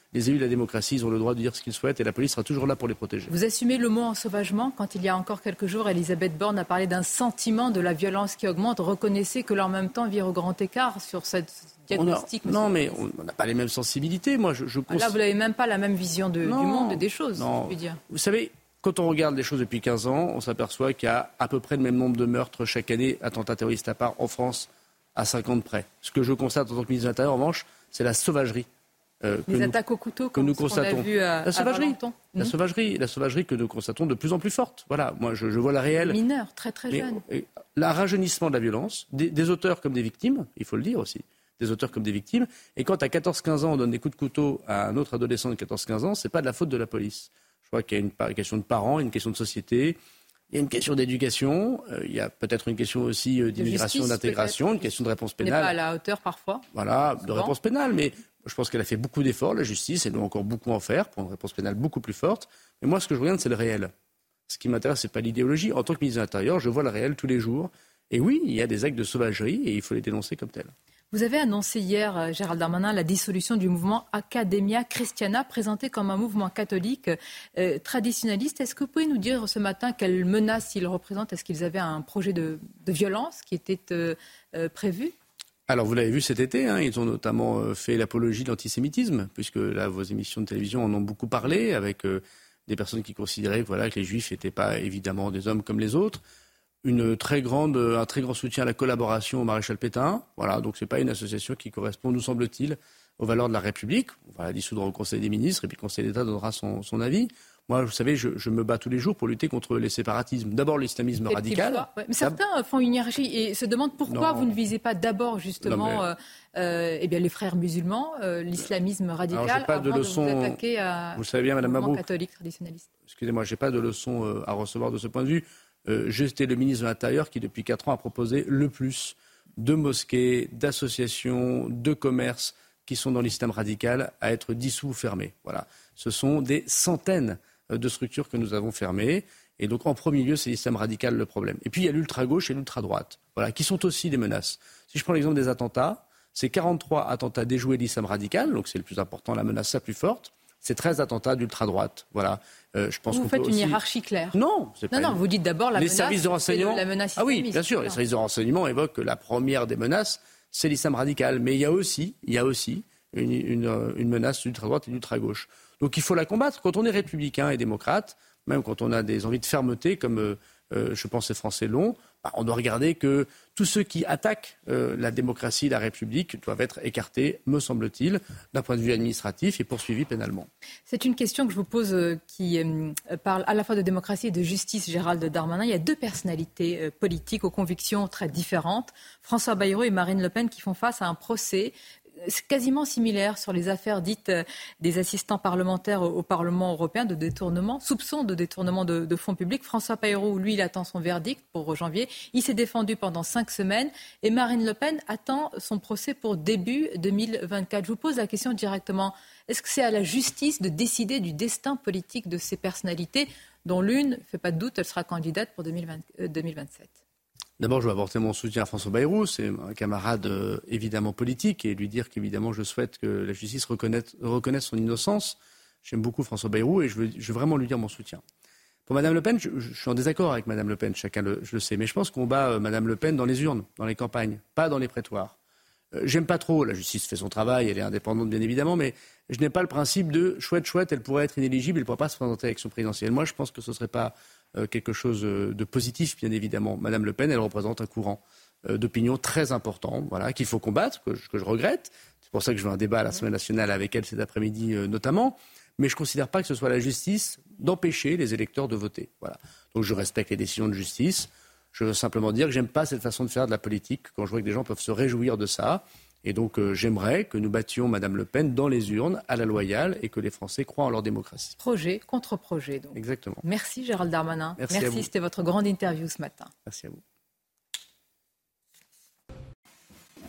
[SPEAKER 16] les élus de la démocratie, ils ont le droit de dire ce qu'ils souhaitent et la police sera toujours là pour les protéger.
[SPEAKER 14] Vous assumez le mot ensauvagement quand il y a encore quelques jours, Elisabeth Borne a parlé d'un sentiment de la violence qui augmente. Reconnaissez que là, en même temps, vire au grand écart sur cette diagnostic.
[SPEAKER 16] On a, non, mais on n'a pas les mêmes sensibilités. Moi, je, je
[SPEAKER 14] ah, là, vous n'avez même pas la même vision de, non, du monde et des choses,
[SPEAKER 16] non.
[SPEAKER 14] si je puis dire.
[SPEAKER 16] Vous savez, quand on regarde les choses depuis quinze ans, on s'aperçoit qu'il y a à peu près le même nombre de meurtres chaque année, attentats terroristes à part, en France, à cinquante près. Ce que je constate en tant que ministre de l'Intérieur, en revanche, c'est la sauvagerie.
[SPEAKER 14] Euh, Les attaques au couteau, comme
[SPEAKER 16] nous
[SPEAKER 14] ce qu'on a vu à,
[SPEAKER 16] la sauvagerie,
[SPEAKER 14] à
[SPEAKER 16] la
[SPEAKER 14] mmh.
[SPEAKER 16] sauvagerie, la sauvagerie que nous constatons de plus en plus forte. Voilà, moi je, je vois la réelle.
[SPEAKER 14] Mineurs, très très jeunes.
[SPEAKER 16] Le rajeunissement de la violence, des, des auteurs comme des victimes, il faut le dire aussi, des auteurs comme des victimes. Et quand à quatorze quinze ans on donne des coups de couteau à un autre adolescent de quatorze quinze ans, c'est pas de la faute de la police. Je crois qu'il y a une, une question de parents, une question de société. Il y a une question d'éducation, euh, il y a peut-être une question aussi euh, d'immigration, justice, d'intégration, une question de réponse pénale.
[SPEAKER 14] On n'est pas à la hauteur parfois.
[SPEAKER 16] Voilà, souvent. De réponse pénale, mais je pense qu'elle a fait beaucoup d'efforts, la justice, elle doit encore beaucoup en faire pour une réponse pénale beaucoup plus forte. Mais moi, ce que je regarde, c'est le réel. Ce qui m'intéresse, c'est pas l'idéologie. En tant que ministre de l'Intérieur, je vois le réel tous les jours. Et oui, il y a des actes de sauvagerie et il faut les dénoncer comme tels.
[SPEAKER 14] Vous avez annoncé hier, Gérald Darmanin, la dissolution du mouvement Academia Christiana, présenté comme un mouvement catholique euh, traditionnaliste. Est-ce que vous pouvez nous dire ce matin quelles menaces ils représentent ? Est-ce qu'ils avaient un projet de, de violence qui était euh, euh, prévu ?
[SPEAKER 16] Alors, vous l'avez vu cet été, hein, ils ont notamment euh, fait l'apologie de l'antisémitisme, puisque là, vos émissions de télévision en ont beaucoup parlé, avec euh, des personnes qui considéraient voilà, que les Juifs n'étaient pas évidemment des hommes comme les autres. Une très grande, un très grand soutien à la collaboration au maréchal Pétain. Voilà, donc ce n'est pas une association qui correspond, nous semble-t-il, aux valeurs de la République. On va la dissoudre au Conseil des ministres et puis le Conseil d'État donnera son, son avis. Moi, vous savez, je, je me bats tous les jours pour lutter contre les séparatismes. D'abord, l'islamisme
[SPEAKER 14] Quel
[SPEAKER 16] radical.
[SPEAKER 14] Ouais. Mais certains font une hiérarchie et se demandent pourquoi
[SPEAKER 16] non.
[SPEAKER 14] vous ne visez pas d'abord justement
[SPEAKER 16] non, mais...
[SPEAKER 14] euh, euh, eh bien, les frères musulmans, euh, l'islamisme radical,
[SPEAKER 16] Alors, pas
[SPEAKER 14] avant
[SPEAKER 16] de, leçon...
[SPEAKER 14] de vous attaquer à
[SPEAKER 16] vous le savez bien, Madame
[SPEAKER 14] mouvement
[SPEAKER 16] Mabrouk,
[SPEAKER 14] catholique traditionnaliste.
[SPEAKER 16] Excusez-moi, je n'ai pas de leçon euh, à recevoir de ce point de vue. Euh, J'étais le ministre de l'Intérieur qui, depuis quatre ans, a proposé le plus de mosquées, d'associations, de commerces qui sont dans l'islam radical à être dissous ou fermés. Voilà. Ce sont des centaines de structures que nous avons fermées. Et donc, en premier lieu, c'est l'islam radical le problème. Et puis, il y a l'ultra-gauche et l'ultra-droite, voilà, qui sont aussi des menaces. Si je prends l'exemple des attentats, c'est quarante-trois attentats déjoués de l'islam radical, donc c'est le plus important, la menace la plus forte. C'est treize attentats d'ultra-droite. Voilà. Euh, je pense
[SPEAKER 14] vous
[SPEAKER 16] qu'on
[SPEAKER 14] faites
[SPEAKER 16] peut
[SPEAKER 14] une
[SPEAKER 16] aussi...
[SPEAKER 14] hiérarchie claire.
[SPEAKER 16] Non, c'est
[SPEAKER 14] non,
[SPEAKER 16] pas
[SPEAKER 14] non,
[SPEAKER 16] une...
[SPEAKER 14] vous dites d'abord la
[SPEAKER 16] les
[SPEAKER 14] menace.
[SPEAKER 16] Services de renseignement.
[SPEAKER 14] La menace
[SPEAKER 16] ah oui,
[SPEAKER 14] islamiste.
[SPEAKER 16] bien sûr, les services de renseignement évoquent que la première des menaces, c'est l'islam radical. Mais il y a aussi, il y a aussi une, une, une menace d'ultra-droite et d'ultra-gauche. Donc il faut la combattre. Quand on est républicain et démocrate, même quand on a des envies de fermeté, comme euh, euh, je pense les Français l'ont, bah, on doit regarder que tous ceux qui attaquent euh, la démocratie, la République, doivent être écartés, me semble-t-il, d'un point de vue administratif et poursuivis pénalement.
[SPEAKER 14] C'est une question que je vous pose euh, qui euh, parle à la fois de démocratie et de justice, Gérald Darmanin. Il y a deux personnalités euh, politiques aux convictions très différentes, François Bayrou et Marine Le Pen, qui font face à un procès quasiment similaire sur les affaires dites des assistants parlementaires au Parlement européen de détournement, soupçon de détournement de, de fonds publics. François Bayrou, lui, il attend son verdict pour janvier. Il s'est défendu pendant cinq semaines et Marine Le Pen attend son procès pour début deux mille vingt-quatre. Je vous pose la question directement. Est-ce que c'est à la justice de décider du destin politique de ces personnalités dont l'une, ne fait pas de doute, elle sera candidate pour deux mille vingt, euh, deux mille vingt-sept?
[SPEAKER 16] D'abord, je vais apporter mon soutien à François Bayrou. C'est un camarade euh, évidemment politique et lui dire qu'évidemment, je souhaite que la justice reconnaisse, reconnaisse son innocence. J'aime beaucoup François Bayrou et je veux, je veux vraiment lui dire mon soutien. Pour Mme Le Pen, je, je suis en désaccord avec Mme Le Pen, chacun le, je le sait. Mais je pense qu'on bat euh, Mme Le Pen dans les urnes, dans les campagnes, pas dans les prétoires. Euh, j'aime pas trop, la justice fait son travail, elle est indépendante bien évidemment, mais je n'ai pas le principe de chouette, chouette, elle pourrait être inéligible, elle ne pourrait pas se présenter à l'élection présidentielle. Moi, je pense que ce ne serait pas euh, quelque chose de positif, bien évidemment. Madame Le Pen, elle représente un courant euh, d'opinion très important, voilà, qu'il faut combattre, que je, que je regrette. C'est pour ça que je veux un débat à l'Assemblée nationale avec elle cet après-midi euh, notamment. Mais je ne considère pas que ce soit la justice d'empêcher les électeurs de voter. Voilà. Donc je respecte les décisions de justice. Je veux simplement dire que j'aime pas cette façon de faire de la politique, quand je vois que des gens peuvent se réjouir de ça. Et donc euh, j'aimerais que nous battions Mme Le Pen dans les urnes, à la loyale, et que les Français croient en leur démocratie.
[SPEAKER 14] Projet contre projet, donc.
[SPEAKER 16] Exactement.
[SPEAKER 14] Merci Gérald Darmanin.
[SPEAKER 16] Merci,
[SPEAKER 14] Merci, c'était votre grande interview ce matin.
[SPEAKER 16] Merci à vous.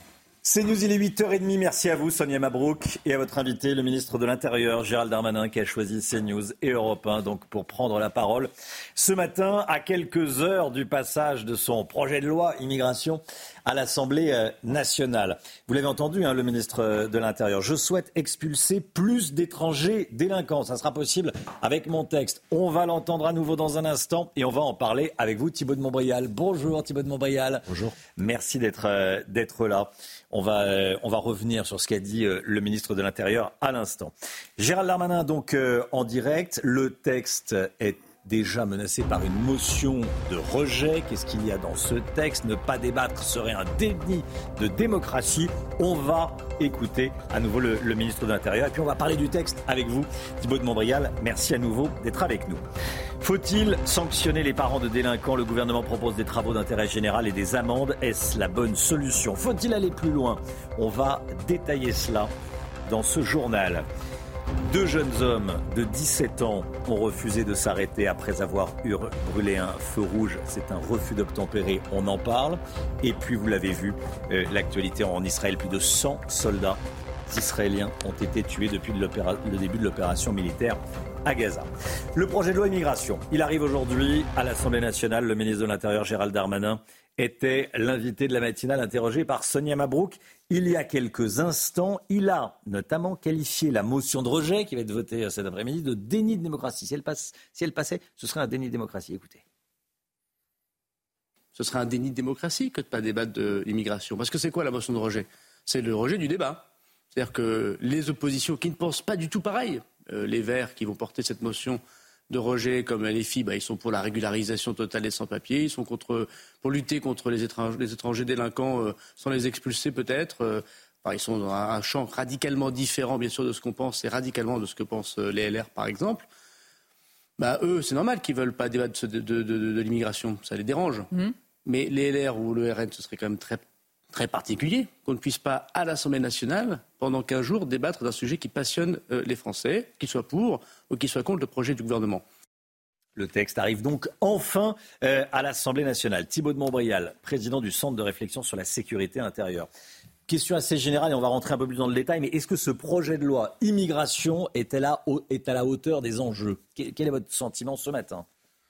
[SPEAKER 3] C'est News, il est huit heures trente. Merci à vous, Sonia Mabrouk, et à votre invité, le ministre de l'Intérieur, Gérald Darmanin, qui a choisi CNews et Europe un donc, pour prendre la parole ce matin, à quelques heures du passage de son projet de loi immigration à l'Assemblée nationale. Vous l'avez entendu, hein, le ministre de l'Intérieur. Je souhaite expulser plus d'étrangers délinquants. Ça sera possible avec mon texte. On va l'entendre à nouveau dans un instant et on va en parler avec vous, Thibaut de Montbrial. Bonjour, Thibaut de Montbrial.
[SPEAKER 6] Bonjour.
[SPEAKER 3] Merci d'être, euh, d'être là. On va, euh, on va revenir sur ce qu'a dit euh, le ministre de l'Intérieur à l'instant. Gérald Darmanin, donc, euh, en direct. Le texte est déjà menacé par une motion de rejet. Qu'est-ce qu'il y a dans ce texte ? Ne pas débattre serait un déni de démocratie. On va écouter à nouveau le, le ministre de l'Intérieur. Et puis on va parler du texte avec vous, Thibaut de Montbrial. Merci à nouveau d'être avec nous. Faut-il sanctionner les parents de délinquants ? Le gouvernement propose des travaux d'intérêt général et des amendes. Est-ce la bonne solution ? Faut-il aller plus loin ? On va détailler cela dans ce journal. Deux jeunes hommes de dix-sept ans ont refusé de s'arrêter après avoir brûlé un feu rouge. C'est un refus d'obtempérer, on en parle. Et puis, vous l'avez vu, euh, l'actualité en Israël, plus de cent soldats israéliens ont été tués depuis le début de l'opération militaire à Gaza. Le projet de loi immigration, il arrive aujourd'hui à l'Assemblée nationale. Le ministre de l'Intérieur, Gérald Darmanin, était l'invité de la matinale interrogé par Sonia Mabrouk il y a quelques instants. Il a notamment qualifié la motion de rejet qui va être votée cet après-midi de déni de démocratie. Si elle, passe, si elle passait, ce serait un déni de démocratie. Écoutez.
[SPEAKER 16] Ce serait un déni de démocratie que de ne pas débattre de l'immigration. Parce que c'est quoi la motion de rejet ? C'est le rejet du débat. C'est-à-dire que les oppositions qui ne pensent pas du tout pareil, euh, les Verts qui vont porter cette motion de rejet, comme les filles, bah, ils sont pour la régularisation totale des sans-papiers, ils sont contre, pour lutter contre les étrangers, les étrangers délinquants euh, sans les expulser peut-être. Euh, bah, ils sont dans un champ radicalement différent, bien sûr, de ce qu'on pense et radicalement de ce que pensent euh, les L R, par exemple. Bah, eux, c'est normal qu'ils ne veulent pas débattre de, de, de, de, de l'immigration, ça les dérange. Mmh. Mais les L R ou le R N, ce serait quand même très, très particulier qu'on ne puisse pas, à l'Assemblée nationale, pendant quinze jours, débattre d'un sujet qui passionne euh, les Français, qu'ils soient pour ou qu'ils soient contre le projet du gouvernement.
[SPEAKER 3] Le texte arrive donc enfin euh, à l'Assemblée nationale. Thibaut de Montbrial, président du Centre de réflexion sur la sécurité intérieure. Question assez générale et on va rentrer un peu plus dans le détail, mais est-ce que ce projet de loi immigration est à la, est à la hauteur des enjeux ? Quel est votre sentiment ce matin ?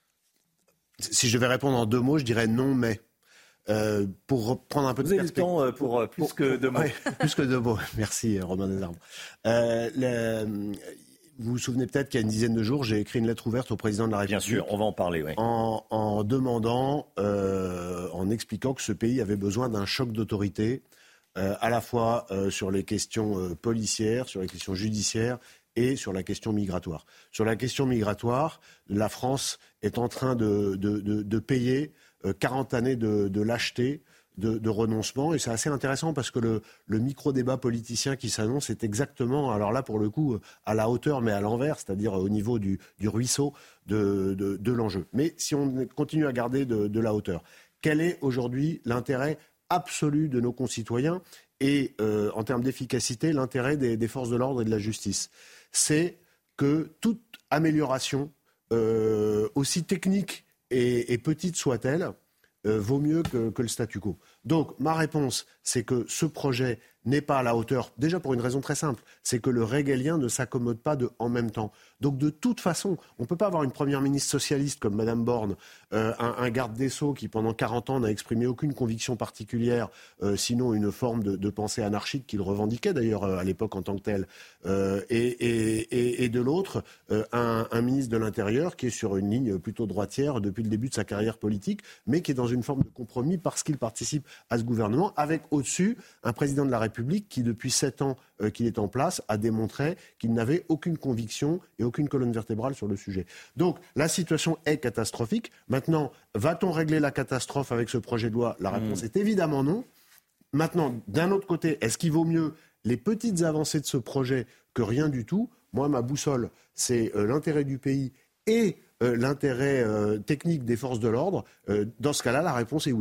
[SPEAKER 6] Si je devais répondre en deux mots, je dirais non, mais... Euh, pour prendre un peu
[SPEAKER 3] vous
[SPEAKER 6] de
[SPEAKER 3] perspective. Vous avez le temps pour, pour plus pour, que deux mots.
[SPEAKER 6] Ouais, plus que deux mots. Merci Romain Desarmes. Euh, le, vous vous souvenez peut-être qu'il y a une dizaine de jours, j'ai écrit une lettre ouverte au président de la République.
[SPEAKER 3] Bien sûr, on va en parler. Oui.
[SPEAKER 6] En, en demandant, euh, en expliquant que ce pays avait besoin d'un choc d'autorité, euh, à la fois euh, sur les questions euh, policières, sur les questions judiciaires et sur la question migratoire. Sur la question migratoire, la France est en train de, de, de, de payer quarante années de, de lâcheté, de, de renoncement. Et c'est assez intéressant parce que le, le micro-débat politicien qui s'annonce est exactement, alors là pour le coup, à la hauteur mais à l'envers, c'est-à-dire au niveau du, du ruisseau de, de, de l'enjeu. Mais si on continue à garder de, de la hauteur, quel est aujourd'hui l'intérêt absolu de nos concitoyens et euh, en termes d'efficacité, l'intérêt des, des forces de l'ordre et de la justice ? C'est que toute amélioration, euh, aussi technique Et, et petite soit-elle, euh, vaut mieux que, que le statu quo. Donc, ma réponse, c'est que ce projet n'est pas à la hauteur, déjà pour une raison très simple, c'est que le régalien ne s'accommode pas de en même temps. Donc, de toute façon, on ne peut pas avoir une première ministre socialiste comme Madame Borne, euh, un, un garde des Sceaux qui, pendant quarante ans, n'a exprimé aucune conviction particulière, euh, sinon une forme de, de pensée anarchique qu'il revendiquait d'ailleurs euh, à l'époque en tant que tel, euh, et, et, et, et de l'autre, euh, un, un ministre de l'Intérieur qui est sur une ligne plutôt droitière depuis le début de sa carrière politique, mais qui est dans une forme de compromis parce qu'il participe à ce gouvernement, avec au-dessus un président de la République qui, depuis sept ans euh, qu'il est en place, a démontré qu'il n'avait aucune conviction et aucune colonne vertébrale sur le sujet. Donc, la situation est catastrophique. Maintenant, va-t-on régler la catastrophe avec ce projet de loi ? La réponse mmh. est évidemment non. Maintenant, d'un autre côté, est-ce qu'il vaut mieux les petites avancées de ce projet que rien du tout ? Moi, ma boussole, c'est euh, l'intérêt du pays et euh, l'intérêt euh, technique des forces de l'ordre. Euh, dans ce cas-là, la réponse est oui.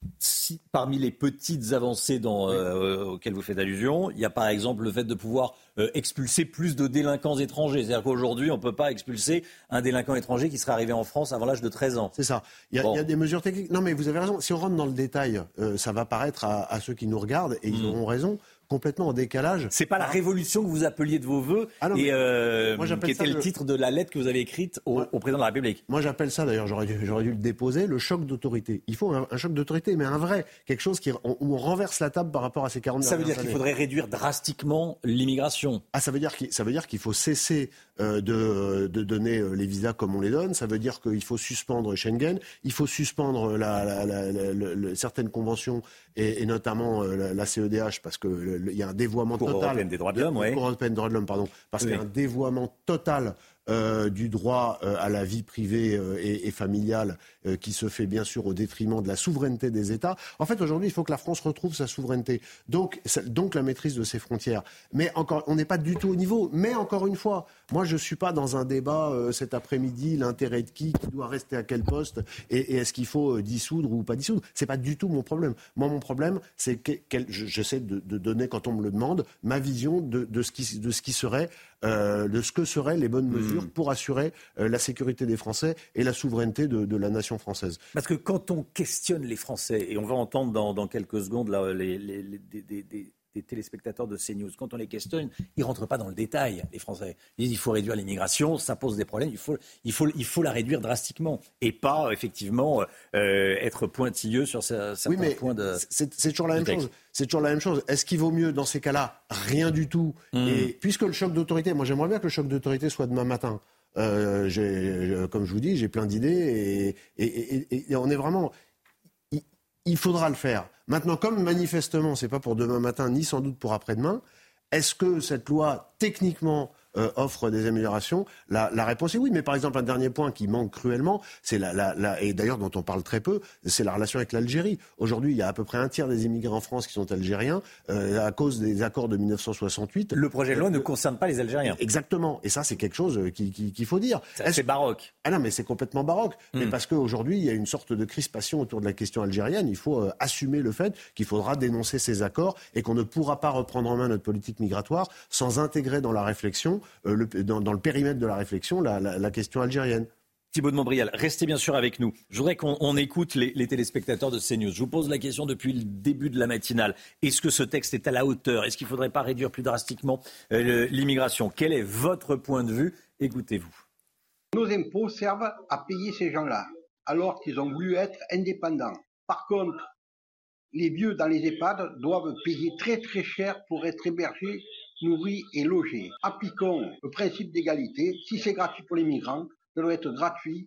[SPEAKER 3] Si, parmi les petites avancées dans, euh, auxquelles vous faites allusion, il y a par exemple le fait de pouvoir euh, expulser plus de délinquants étrangers. C'est-à-dire qu'aujourd'hui, on ne peut pas expulser un délinquant étranger qui serait arrivé en France avant l'âge de treize ans.
[SPEAKER 6] C'est ça. Il y, a, bon. il y a des mesures techniques. Non, mais vous avez raison. Si on rentre dans le détail, euh, ça va paraître à, à ceux qui nous regardent, et ils mmh. auront raison, complètement en décalage.
[SPEAKER 3] C'est pas la révolution que vous appeliez de vos voeux, ah non, et euh, moi, qui était le titre de la lettre que vous avez écrite au, ouais. au président de la République.
[SPEAKER 6] Moi, j'appelle ça, d'ailleurs, j'aurais dû, j'aurais dû le déposer, le choc d'autorité. Il faut un, un choc d'autorité, mais un vrai, quelque chose qui, on, où on renverse la table par rapport à ces quarante
[SPEAKER 3] Ça veut dire
[SPEAKER 6] années.
[SPEAKER 3] qu'il faudrait réduire drastiquement l'immigration.
[SPEAKER 6] Ah, ça veut dire qu'il, ça veut dire qu'il faut cesser euh, de, de donner les visas comme on les donne. Ça veut dire qu'il faut suspendre Schengen, il faut suspendre la, la, la, la, la, la, certaines conventions et, et notamment euh, la, la C E D H parce que le, le, il y a un dévoiement
[SPEAKER 3] Cour
[SPEAKER 6] total.
[SPEAKER 3] européenne des droits de l'homme, oui.
[SPEAKER 6] Cour européenne des droits de l'homme, pardon, parce oui. qu'il y a un dévoiement total. Euh, du droit euh, à la vie privée euh, et, et familiale euh, qui se fait bien sûr au détriment de la souveraineté des États. En fait, aujourd'hui, il faut que la France retrouve sa souveraineté, donc, donc la maîtrise de ses frontières. Mais encore, on n'est pas du tout au niveau. Mais encore une fois, moi, je ne suis pas dans un débat euh, cet après-midi, l'intérêt de qui, qui doit rester à quel poste, et, et est-ce qu'il faut euh, dissoudre ou pas dissoudre. C'est pas du tout mon problème. Moi, mon problème, c'est que quel, j'essaie de, de donner, quand on me le demande, ma vision de, de, ce, qui, de ce qui serait, euh, de ce que seraient les bonnes mesures pour assurer euh, la sécurité des Français et la souveraineté de, de la nation française.
[SPEAKER 3] Parce que quand on questionne les Français, et on va entendre dans, dans quelques secondes là, les, les, les, des, des, des, des téléspectateurs de CNews, quand on les questionne, ils ne rentrent pas dans le détail, les Français. Ils disent qu'il faut réduire l'immigration, ça pose des problèmes, il faut, il faut, il faut la réduire drastiquement. Et pas, effectivement, euh, être pointilleux sur certains
[SPEAKER 6] oui, mais
[SPEAKER 3] points de...
[SPEAKER 6] C'est, c'est toujours la même chose. C'est toujours la même chose. Est-ce qu'il vaut mieux, dans ces cas-là, rien du tout mmh. Et puisque le choc d'autorité, moi j'aimerais bien que le choc d'autorité soit demain matin. Euh, j'ai, comme je vous dis, j'ai plein d'idées et, et, et, et on est vraiment... Il, il faudra le faire. Maintenant, comme manifestement, c'est pas pour demain matin, ni sans doute pour après-demain, est-ce que cette loi, techniquement, euh, offre des améliorations ? la, la réponse est oui. Mais par exemple, un dernier point qui manque cruellement, c'est la, la, la, et d'ailleurs dont on parle très peu, c'est la relation avec l'Algérie. Aujourd'hui, il y a à peu près un tiers des immigrés en France qui sont algériens euh, à cause des accords de dix-neuf cent soixante-huit.
[SPEAKER 3] Le projet de loi euh, ne concerne pas les Algériens.
[SPEAKER 6] Exactement. Et ça, c'est quelque chose qui, qui, qu'il faut dire.
[SPEAKER 3] Ça, c'est baroque.
[SPEAKER 6] Ah non, mais c'est complètement baroque.
[SPEAKER 3] Mmh.
[SPEAKER 6] Mais parce qu'aujourd'hui, il y a une sorte de crispation autour de la question algérienne. Il faut euh, assumer le fait qu'il faudra dénoncer ces accords et qu'on ne pourra pas reprendre en main notre politique migratoire sans intégrer dans la réflexion, euh, le, dans, dans le périmètre de la réflexion, la, la, la question algérienne.
[SPEAKER 3] Thibaut de Montbrial, restez bien sûr avec nous. Je voudrais qu'on on écoute les, les téléspectateurs de CNews. Je vous pose la question depuis le début de la matinale. Est-ce que ce texte est à la hauteur ? Est-ce qu'il ne faudrait pas réduire plus drastiquement euh, l'immigration ? Quel est votre point de vue ? Écoutez-vous.
[SPEAKER 11] Nos impôts servent à payer ces gens-là, alors qu'ils ont voulu être indépendants. Par contre, les vieux dans les EHPAD doivent payer très très cher pour être hébergés, nourris et logés. Appliquons le principe d'égalité. Si c'est gratuit pour les migrants, ça doit être gratuit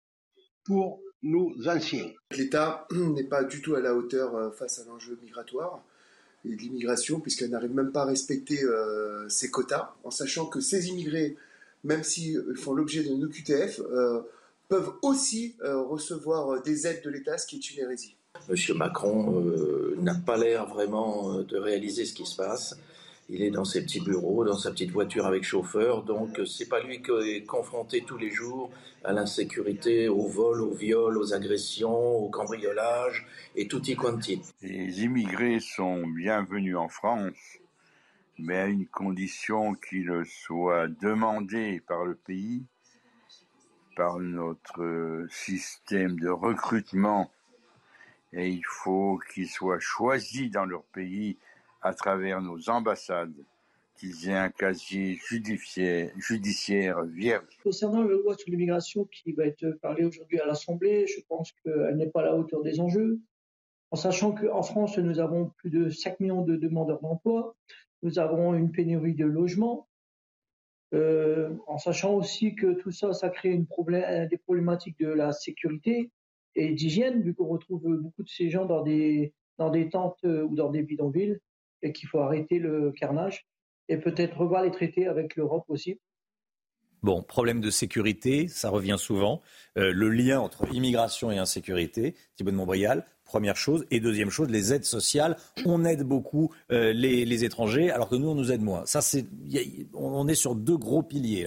[SPEAKER 11] pour nos anciens.
[SPEAKER 19] L'État n'est pas du tout à la hauteur face à l'enjeu migratoire et de l'immigration, puisqu'elle n'arrive même pas à respecter euh, ses quotas, en sachant que ces immigrés, même s'ils font l'objet d'une O Q T F, euh, peuvent aussi euh, recevoir des aides de l'État, ce qui est une hérésie.
[SPEAKER 23] Monsieur Macron euh, n'a pas l'air vraiment de réaliser ce qui se passe. Il est dans ses petits bureaux, dans sa petite voiture avec chauffeur, donc c'est pas lui qui est confronté tous les jours à l'insécurité, au vol, au viol, aux agressions, au cambriolage et tutti quanti.
[SPEAKER 20] Les immigrés sont bienvenus en France, mais à une condition qu'ils soient demandés par le pays, par notre système de recrutement, et il faut qu'ils soient choisis dans leur pays à travers nos ambassades, qu'ils aient un casier judiciaire, judiciaire vierge.
[SPEAKER 21] Concernant la loi sur l'immigration qui va être parlée aujourd'hui à l'Assemblée, je pense qu'elle n'est pas à la hauteur des enjeux, en sachant qu'en France, nous avons plus de cinq millions de demandeurs d'emploi, nous avons une pénurie de logements, euh, en sachant aussi que tout ça, ça crée une problème, des problématiques de la sécurité et d'hygiène, vu qu'on retrouve beaucoup de ces gens dans des, dans des tentes ou dans des bidonvilles, et qu'il faut arrêter le carnage et peut-être revoir les traités avec l'Europe aussi.
[SPEAKER 3] Bon, problème de sécurité, ça revient souvent. Euh, le lien entre immigration et insécurité, Thibaut de Montbrial, première chose. Et deuxième chose, les aides sociales. On aide beaucoup euh, les, les étrangers, alors que nous, on nous aide moins. Ça, c'est, y a, on est sur deux gros piliers, là.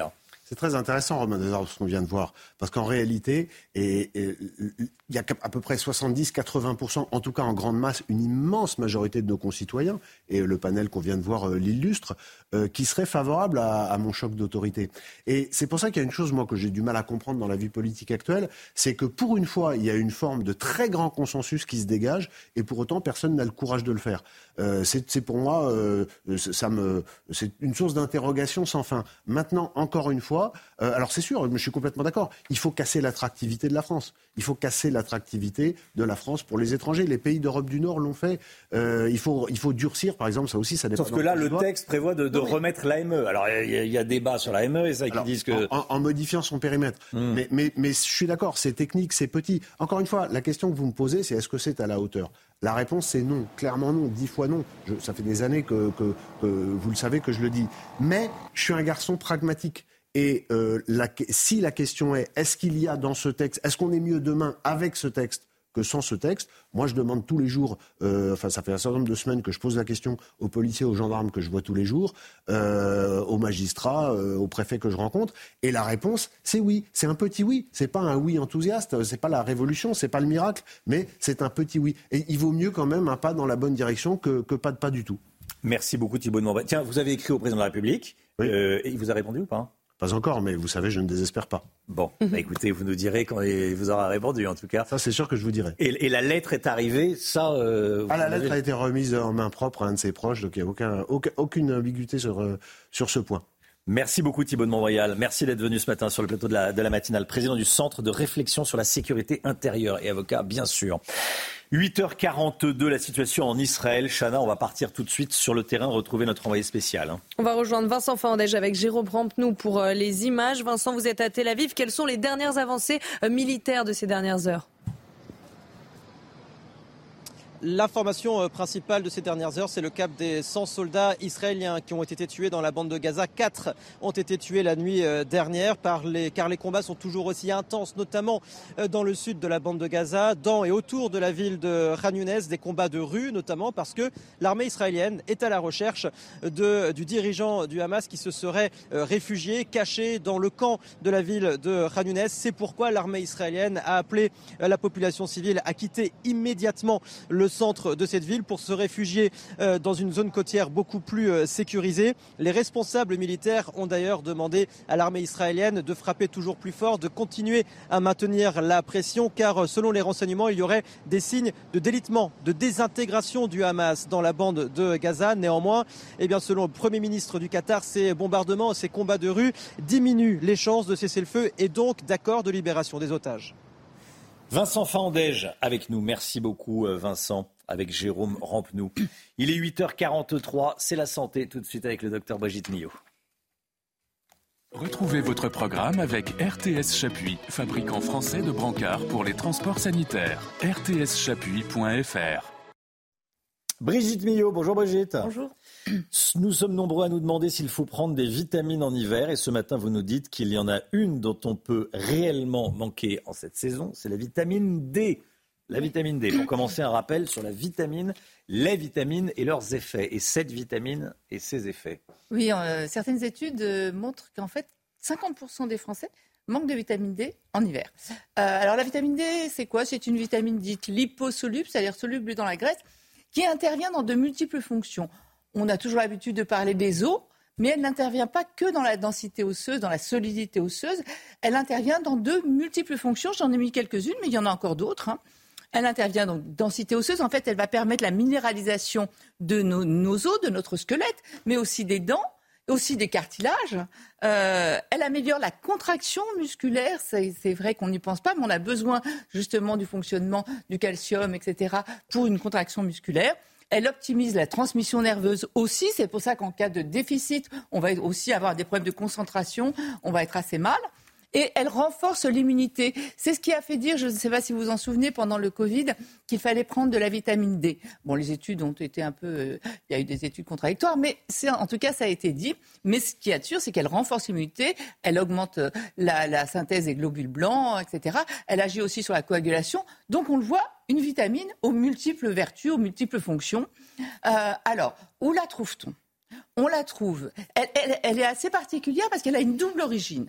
[SPEAKER 6] C'est très intéressant, Romain Desarmes, ce qu'on vient de voir. Parce qu'en réalité, il y a à peu près soixante-dix à quatre-vingts pour cent, en tout cas en grande masse, une immense majorité de nos concitoyens, et le panel qu'on vient de voir euh, l'illustre, euh, qui seraient favorables à, à mon choc d'autorité. Et c'est pour ça qu'il y a une chose, moi, que j'ai du mal à comprendre dans la vie politique actuelle, c'est que pour une fois, il y a une forme de très grand consensus qui se dégage, et pour autant, personne n'a le courage de le faire. Euh, c'est, c'est pour moi, euh, ça me, c'est une source d'interrogation sans fin. Maintenant, encore une fois, euh, alors c'est sûr, je suis complètement d'accord, il faut casser l'attractivité de la France. Il faut casser l'attractivité de la France pour les étrangers. Les pays d'Europe du Nord l'ont fait. Euh, il faut, il faut durcir, par exemple, ça aussi, ça dépend.
[SPEAKER 3] Sauf que là, le texte prévoit de, de remettre l'A M E. Alors, il y, y a débat sur l'A M E et ça qui disent que...
[SPEAKER 6] En, en modifiant son périmètre. Mmh. Mais, mais, mais je suis d'accord, c'est technique, c'est petit. Encore une fois, la question que vous me posez, c'est est-ce que c'est à la hauteur ? La réponse, c'est non. Clairement non. Dix fois non. Je, ça fait des années que, que, que vous le savez que je le dis. Mais je suis un garçon pragmatique. Et euh, la, si la question est, est-ce qu'il y a dans ce texte, est-ce qu'on est mieux demain avec ce texte que sans ce texte ? Moi, je demande tous les jours, euh, enfin, ça fait un certain nombre de semaines que je pose la question aux policiers, aux gendarmes que je vois tous les jours, euh, aux magistrats, euh, aux préfets que je rencontre. Et la réponse, c'est oui. C'est un petit oui. C'est pas un oui enthousiaste. C'est pas la révolution. C'est pas le miracle. Mais c'est un petit oui. Et il vaut mieux quand même un pas dans la bonne direction que, que pas de pas du tout.
[SPEAKER 3] Merci beaucoup, Thibault de Montbret. Tiens, vous avez écrit au président de la République. Oui. Euh, et il vous a répondu ou pas ?
[SPEAKER 6] Pas encore, mais vous savez, je ne désespère pas.
[SPEAKER 3] Bon, bah écoutez, vous nous direz quand il vous aura répondu, en tout cas.
[SPEAKER 6] Ça, c'est sûr que je vous dirai.
[SPEAKER 3] Et, et la lettre est arrivée, ça... Euh,
[SPEAKER 6] ah, la lettre avez... a été remise en main propre à un de ses proches, donc il n'y a aucun, aucun, aucune ambiguïté sur, euh, sur ce point.
[SPEAKER 3] Merci beaucoup Thibault de Montbrial. Merci d'être venu ce matin sur le plateau de la, de la matinale. Président du Centre de réflexion sur la sécurité intérieure et avocat, bien sûr. huit heures quarante-deux, la situation en Israël. Chana, on va partir tout de suite sur le terrain, retrouver notre envoyé spécial. Hein.
[SPEAKER 4] On va rejoindre Vincent Fandège avec Jérôme Rampenou pour euh, les images. Vincent, vous êtes à Tel Aviv. Quelles sont les dernières avancées euh, militaires de ces dernières heures ?
[SPEAKER 10] L'information principale de ces dernières heures, c'est le cap des cent soldats israéliens qui ont été tués dans la bande de Gaza. Quatre ont été tués la nuit dernière par les, car les combats sont toujours aussi intenses, notamment dans le sud de la bande de Gaza, dans et autour de la ville de Khan Younes, des combats de rue notamment parce que l'armée israélienne est à la recherche de, du dirigeant du Hamas qui se serait réfugié, caché dans le camp de la ville de Khan Younes. C'est pourquoi l'armée israélienne a appelé la population civile à quitter immédiatement le centre de cette ville pour se réfugier euh, dans une zone côtière beaucoup plus euh, sécurisée. Les responsables militaires ont d'ailleurs demandé à l'armée israélienne de frapper toujours plus fort, de continuer à maintenir la pression car euh, selon les renseignements, il y aurait des signes de délitement, de désintégration du Hamas dans la bande de Gaza. Néanmoins, eh bien, selon le Premier ministre du Qatar, ces bombardements, ces combats de rue diminuent les chances de cesser le feu et donc d'accord de libération des otages.
[SPEAKER 3] Vincent Fandège avec nous. Merci beaucoup Vincent, avec Jérôme Rampenou. Il est huit heures quarante-trois, c'est la santé tout de suite avec le docteur Brigitte Millot.
[SPEAKER 17] Retrouvez votre programme avec R T S Chapuis, fabricant français de brancards pour les transports sanitaires. r t s chapuis point f r.
[SPEAKER 3] Brigitte Millot, bonjour Brigitte.
[SPEAKER 4] Bonjour.
[SPEAKER 3] Nous sommes nombreux à nous demander s'il faut prendre des vitamines en hiver et ce matin vous nous dites qu'il y en a une dont on peut réellement manquer en cette saison, c'est la vitamine D. La vitamine D. Pour commencer, un rappel sur la vitamine, les vitamines et leurs effets et cette vitamine et ses effets.
[SPEAKER 1] Oui, euh, certaines études euh, montrent qu'en fait cinquante pour cent des Français manquent de vitamine D en hiver. Euh, alors la vitamine D, c'est quoi ? C'est une vitamine dite liposoluble, c'est-à-dire soluble dans la graisse, qui intervient dans de multiples fonctions. On a toujours l'habitude de parler des os, mais elle n'intervient pas que dans la densité osseuse, dans la solidité osseuse. Elle intervient dans de multiples fonctions. J'en ai mis quelques-unes, mais il y en a encore d'autres. Hein. Elle intervient dans densité osseuse. En fait, elle va permettre la minéralisation de nos, nos os, de notre squelette, mais aussi des dents, aussi des cartilages. Euh, elle améliore la contraction musculaire. C'est, c'est vrai qu'on n'y pense pas, mais on a besoin justement du fonctionnement du calcium, et cetera, pour une contraction musculaire. Elle optimise la transmission nerveuse aussi. C'est pour ça qu'en cas de déficit, on va aussi avoir des problèmes de concentration. On va être assez mal. Et elle renforce l'immunité. C'est ce qui a fait dire, je ne sais pas si vous vous en souvenez, pendant le Covid, qu'il fallait prendre de la vitamine D. Bon, les études ont été un peu... Euh, il y a eu des études contradictoires, mais c'est, en tout cas, ça a été dit. Mais ce qui est sûr, c'est qu'elle renforce l'immunité, elle augmente la, la synthèse des globules blancs, et cetera. Elle agit aussi sur la coagulation. Donc, on le voit, une vitamine aux multiples vertus, aux multiples fonctions. Euh, alors, où la trouve-t-on ? On la trouve. Elle, elle, elle est assez particulière parce qu'elle a une double origine.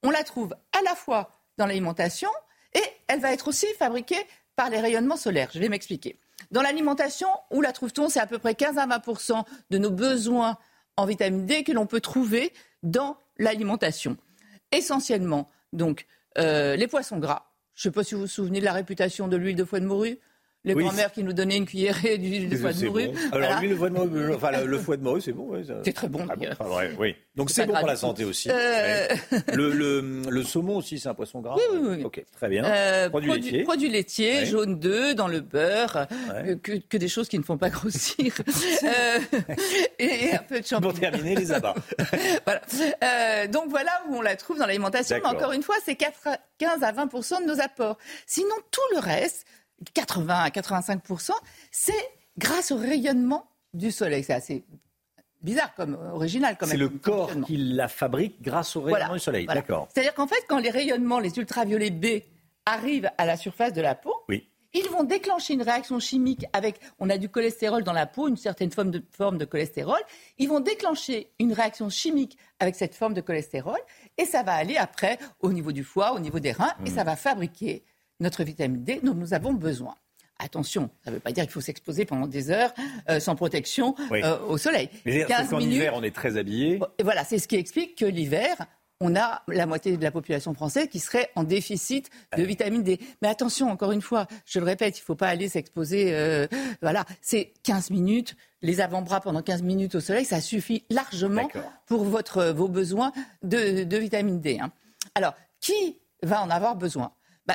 [SPEAKER 1] on la trouve à la fois dans l'alimentation et elle va être aussi fabriquée par les rayonnements solaires. Je vais m'expliquer. Dans l'alimentation, où la trouve-t-on ? C'est à peu près quinze à vingt pour cent de nos besoins en vitamine D que l'on peut trouver dans l'alimentation. Essentiellement, donc, euh, les poissons gras. Je ne sais pas si vous vous souvenez de la réputation de l'huile de foie de morue. Les oui, grand-mères qui nous donnaient une cuillerée d'huile de foie de morue.
[SPEAKER 3] Bon. Alors, voilà. l'huile de foie de morue, enfin, le, le foie de morue, c'est bon. Ouais, ça...
[SPEAKER 1] C'est très bon.
[SPEAKER 3] Ah bon ah ouais, oui. Donc, c'est, c'est bon pour la santé aussi. Euh... Ouais. Le, le, le saumon aussi, c'est un poisson gras.
[SPEAKER 1] Oui, oui, oui.
[SPEAKER 3] Ok, très bien.
[SPEAKER 1] Euh,
[SPEAKER 3] produits
[SPEAKER 1] produit,
[SPEAKER 3] laitiers.
[SPEAKER 1] Produits laitiers, ouais. Jaune d'œuf, dans le beurre, ouais. que, que des choses qui ne font pas grossir. euh, et un peu de champignons.
[SPEAKER 3] Pour terminer, les abats.
[SPEAKER 1] Voilà. Euh, donc, voilà où on la trouve dans l'alimentation. D'accord. Mais encore une fois, c'est quinze à vingt pour cent de nos apports. Sinon, tout le reste... quatre-vingts à quatre-vingt-cinq pour cent, c'est grâce au rayonnement du soleil. C'est assez bizarre, comme original. Comme
[SPEAKER 3] c'est le corps qui la fabrique grâce au rayonnement voilà, du soleil.
[SPEAKER 1] Voilà.
[SPEAKER 3] D'accord.
[SPEAKER 1] C'est-à-dire qu'en fait, quand les rayonnements, les ultraviolets B arrivent à la surface de la peau,
[SPEAKER 3] oui.
[SPEAKER 1] ils vont déclencher une réaction chimique avec, on a du cholestérol dans la peau, une certaine forme de, forme de cholestérol. Ils vont déclencher une réaction chimique avec cette forme de cholestérol et ça va aller après au niveau du foie, au niveau des reins mmh. et ça va fabriquer notre vitamine D dont nous avons besoin. Attention, ça ne veut pas dire qu'il faut s'exposer pendant des heures euh, sans protection oui. euh, au soleil.
[SPEAKER 3] Mais quinze qu'en minutes, hiver, on est très habillé.
[SPEAKER 1] Et voilà, c'est ce qui explique que l'hiver, on a la moitié de la population française qui serait en déficit de vitamine D. Mais attention, encore une fois, je le répète, il ne faut pas aller s'exposer. Euh, voilà, c'est quinze minutes, les avant-bras pendant quinze minutes au soleil, ça suffit largement D'accord. pour votre, vos besoins de, de vitamine D. Hein. Alors, qui va en avoir besoin ?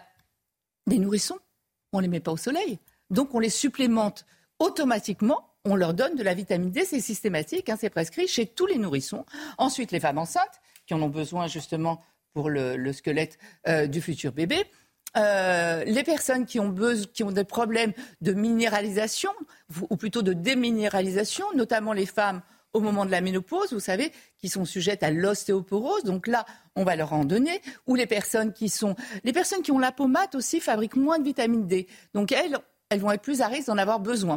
[SPEAKER 1] Des nourrissons, on ne les met pas au soleil. Donc, on les supplémente automatiquement. On leur donne de la vitamine D. C'est systématique, hein, c'est prescrit chez tous les nourrissons. Ensuite, les femmes enceintes, qui en ont besoin justement pour le, le squelette euh, du futur bébé. Euh, les personnes qui ont, besoin, qui ont des problèmes de minéralisation, ou plutôt de déminéralisation, notamment les femmes au moment de la ménopause, vous savez, qui sont sujettes à l'ostéoporose. Donc là, on va leur en donner. Ou les personnes qui sont... Les personnes qui ont la peau mate aussi fabriquent moins de vitamine D. Donc elles, elles vont être plus à risque d'en avoir besoin.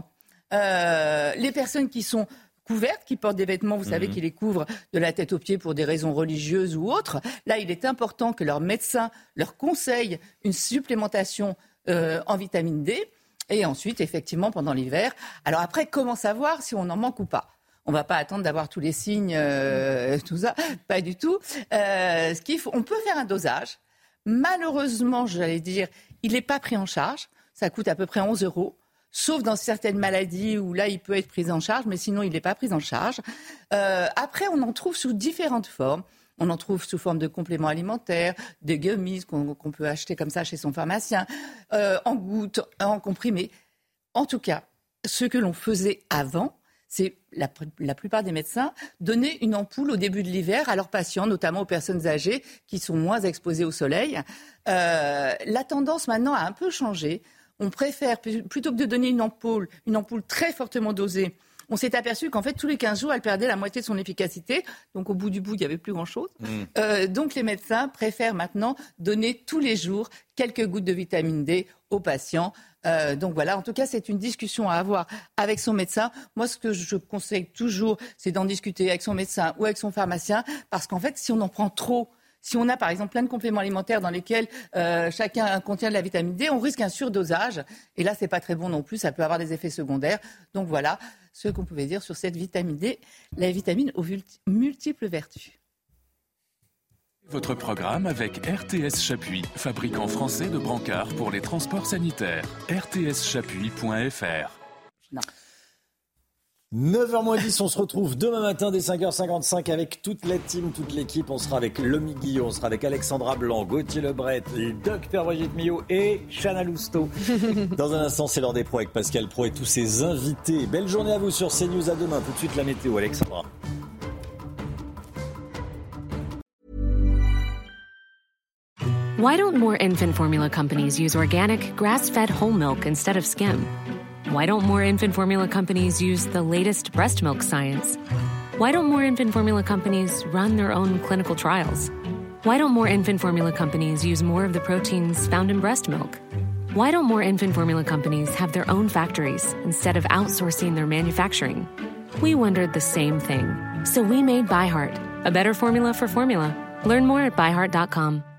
[SPEAKER 1] Euh, les personnes qui sont couvertes, qui portent des vêtements, vous mmh. savez, qui les couvrent de la tête aux pieds pour des raisons religieuses ou autres, là, il est important que leur médecin leur conseille une supplémentation euh, en vitamine D. Et ensuite, effectivement, pendant l'hiver. Alors après, comment savoir si on en manque ou pas ? On ne va pas attendre d'avoir tous les signes, euh, tout ça, pas du tout. Euh, ce qu'il faut, on peut faire un dosage. Malheureusement, j'allais dire, il n'est pas pris en charge. Ça coûte à peu près onze euros, sauf dans certaines maladies où là, il peut être pris en charge, mais sinon, il n'est pas pris en charge. Euh, après, on en trouve sous différentes formes. On en trouve sous forme de compléments alimentaires, des gummies qu'on, qu'on peut acheter comme ça chez son pharmacien, euh, en gouttes, en comprimés. En tout cas, ce que l'on faisait avant, c'est la, la plupart des médecins donner une ampoule au début de l'hiver à leurs patients, notamment aux personnes âgées qui sont moins exposées au soleil. Euh, la tendance maintenant a un peu changé. On préfère, plutôt que de donner une ampoule, une ampoule très fortement dosée, on s'est aperçu qu'en fait, tous les quinze jours, elle perdait la moitié de son efficacité. Donc, au bout du bout, il n'y avait plus grand-chose. Mmh. Euh, donc, les médecins préfèrent maintenant donner tous les jours quelques gouttes de vitamine D aux patients. Euh, donc, voilà. En tout cas, c'est une discussion à avoir avec son médecin. Moi, ce que je conseille toujours, c'est d'en discuter avec son médecin ou avec son pharmacien. Parce qu'en fait, si on en prend trop, si on a, par exemple, plein de compléments alimentaires dans lesquels euh, chacun contient de la vitamine D, on risque un surdosage. Et là, c'est pas très bon non plus. Ça peut avoir des effets secondaires. Donc, voilà ce qu'on pouvait dire sur cette vitamine D, la vitamine aux multiples vertus.
[SPEAKER 17] Votre programme avec R T S Chapuis, fabricant français de brancards pour les transports sanitaires. r t s chapuis point f r.
[SPEAKER 1] Non.
[SPEAKER 3] neuf heures moins dix, on se retrouve demain matin dès cinq heures cinquante-cinq avec toute la team, toute l'équipe. On sera avec Lomi Guillot, on sera avec Alexandra Blanc, Gauthier Lebret, le docteur Brigitte Millot et Chana Lousteau. Dans un instant, c'est l'heure des pros avec Pascal Pro et tous ses invités. Belle journée à vous sur CNews, à demain. Tout de suite la météo, Alexandra.
[SPEAKER 5] Why don't more infant formula companies use organic, grass-fed whole milk instead of skim? Why don't more infant formula companies use the latest breast milk science? Why don't more infant formula companies run their own clinical trials? Why don't more infant formula companies use more of the proteins found in breast milk? Why don't more infant formula companies have their own factories instead of outsourcing their manufacturing? We wondered the same thing. So we made ByHeart, a better formula for formula. Learn more at by heart dot com.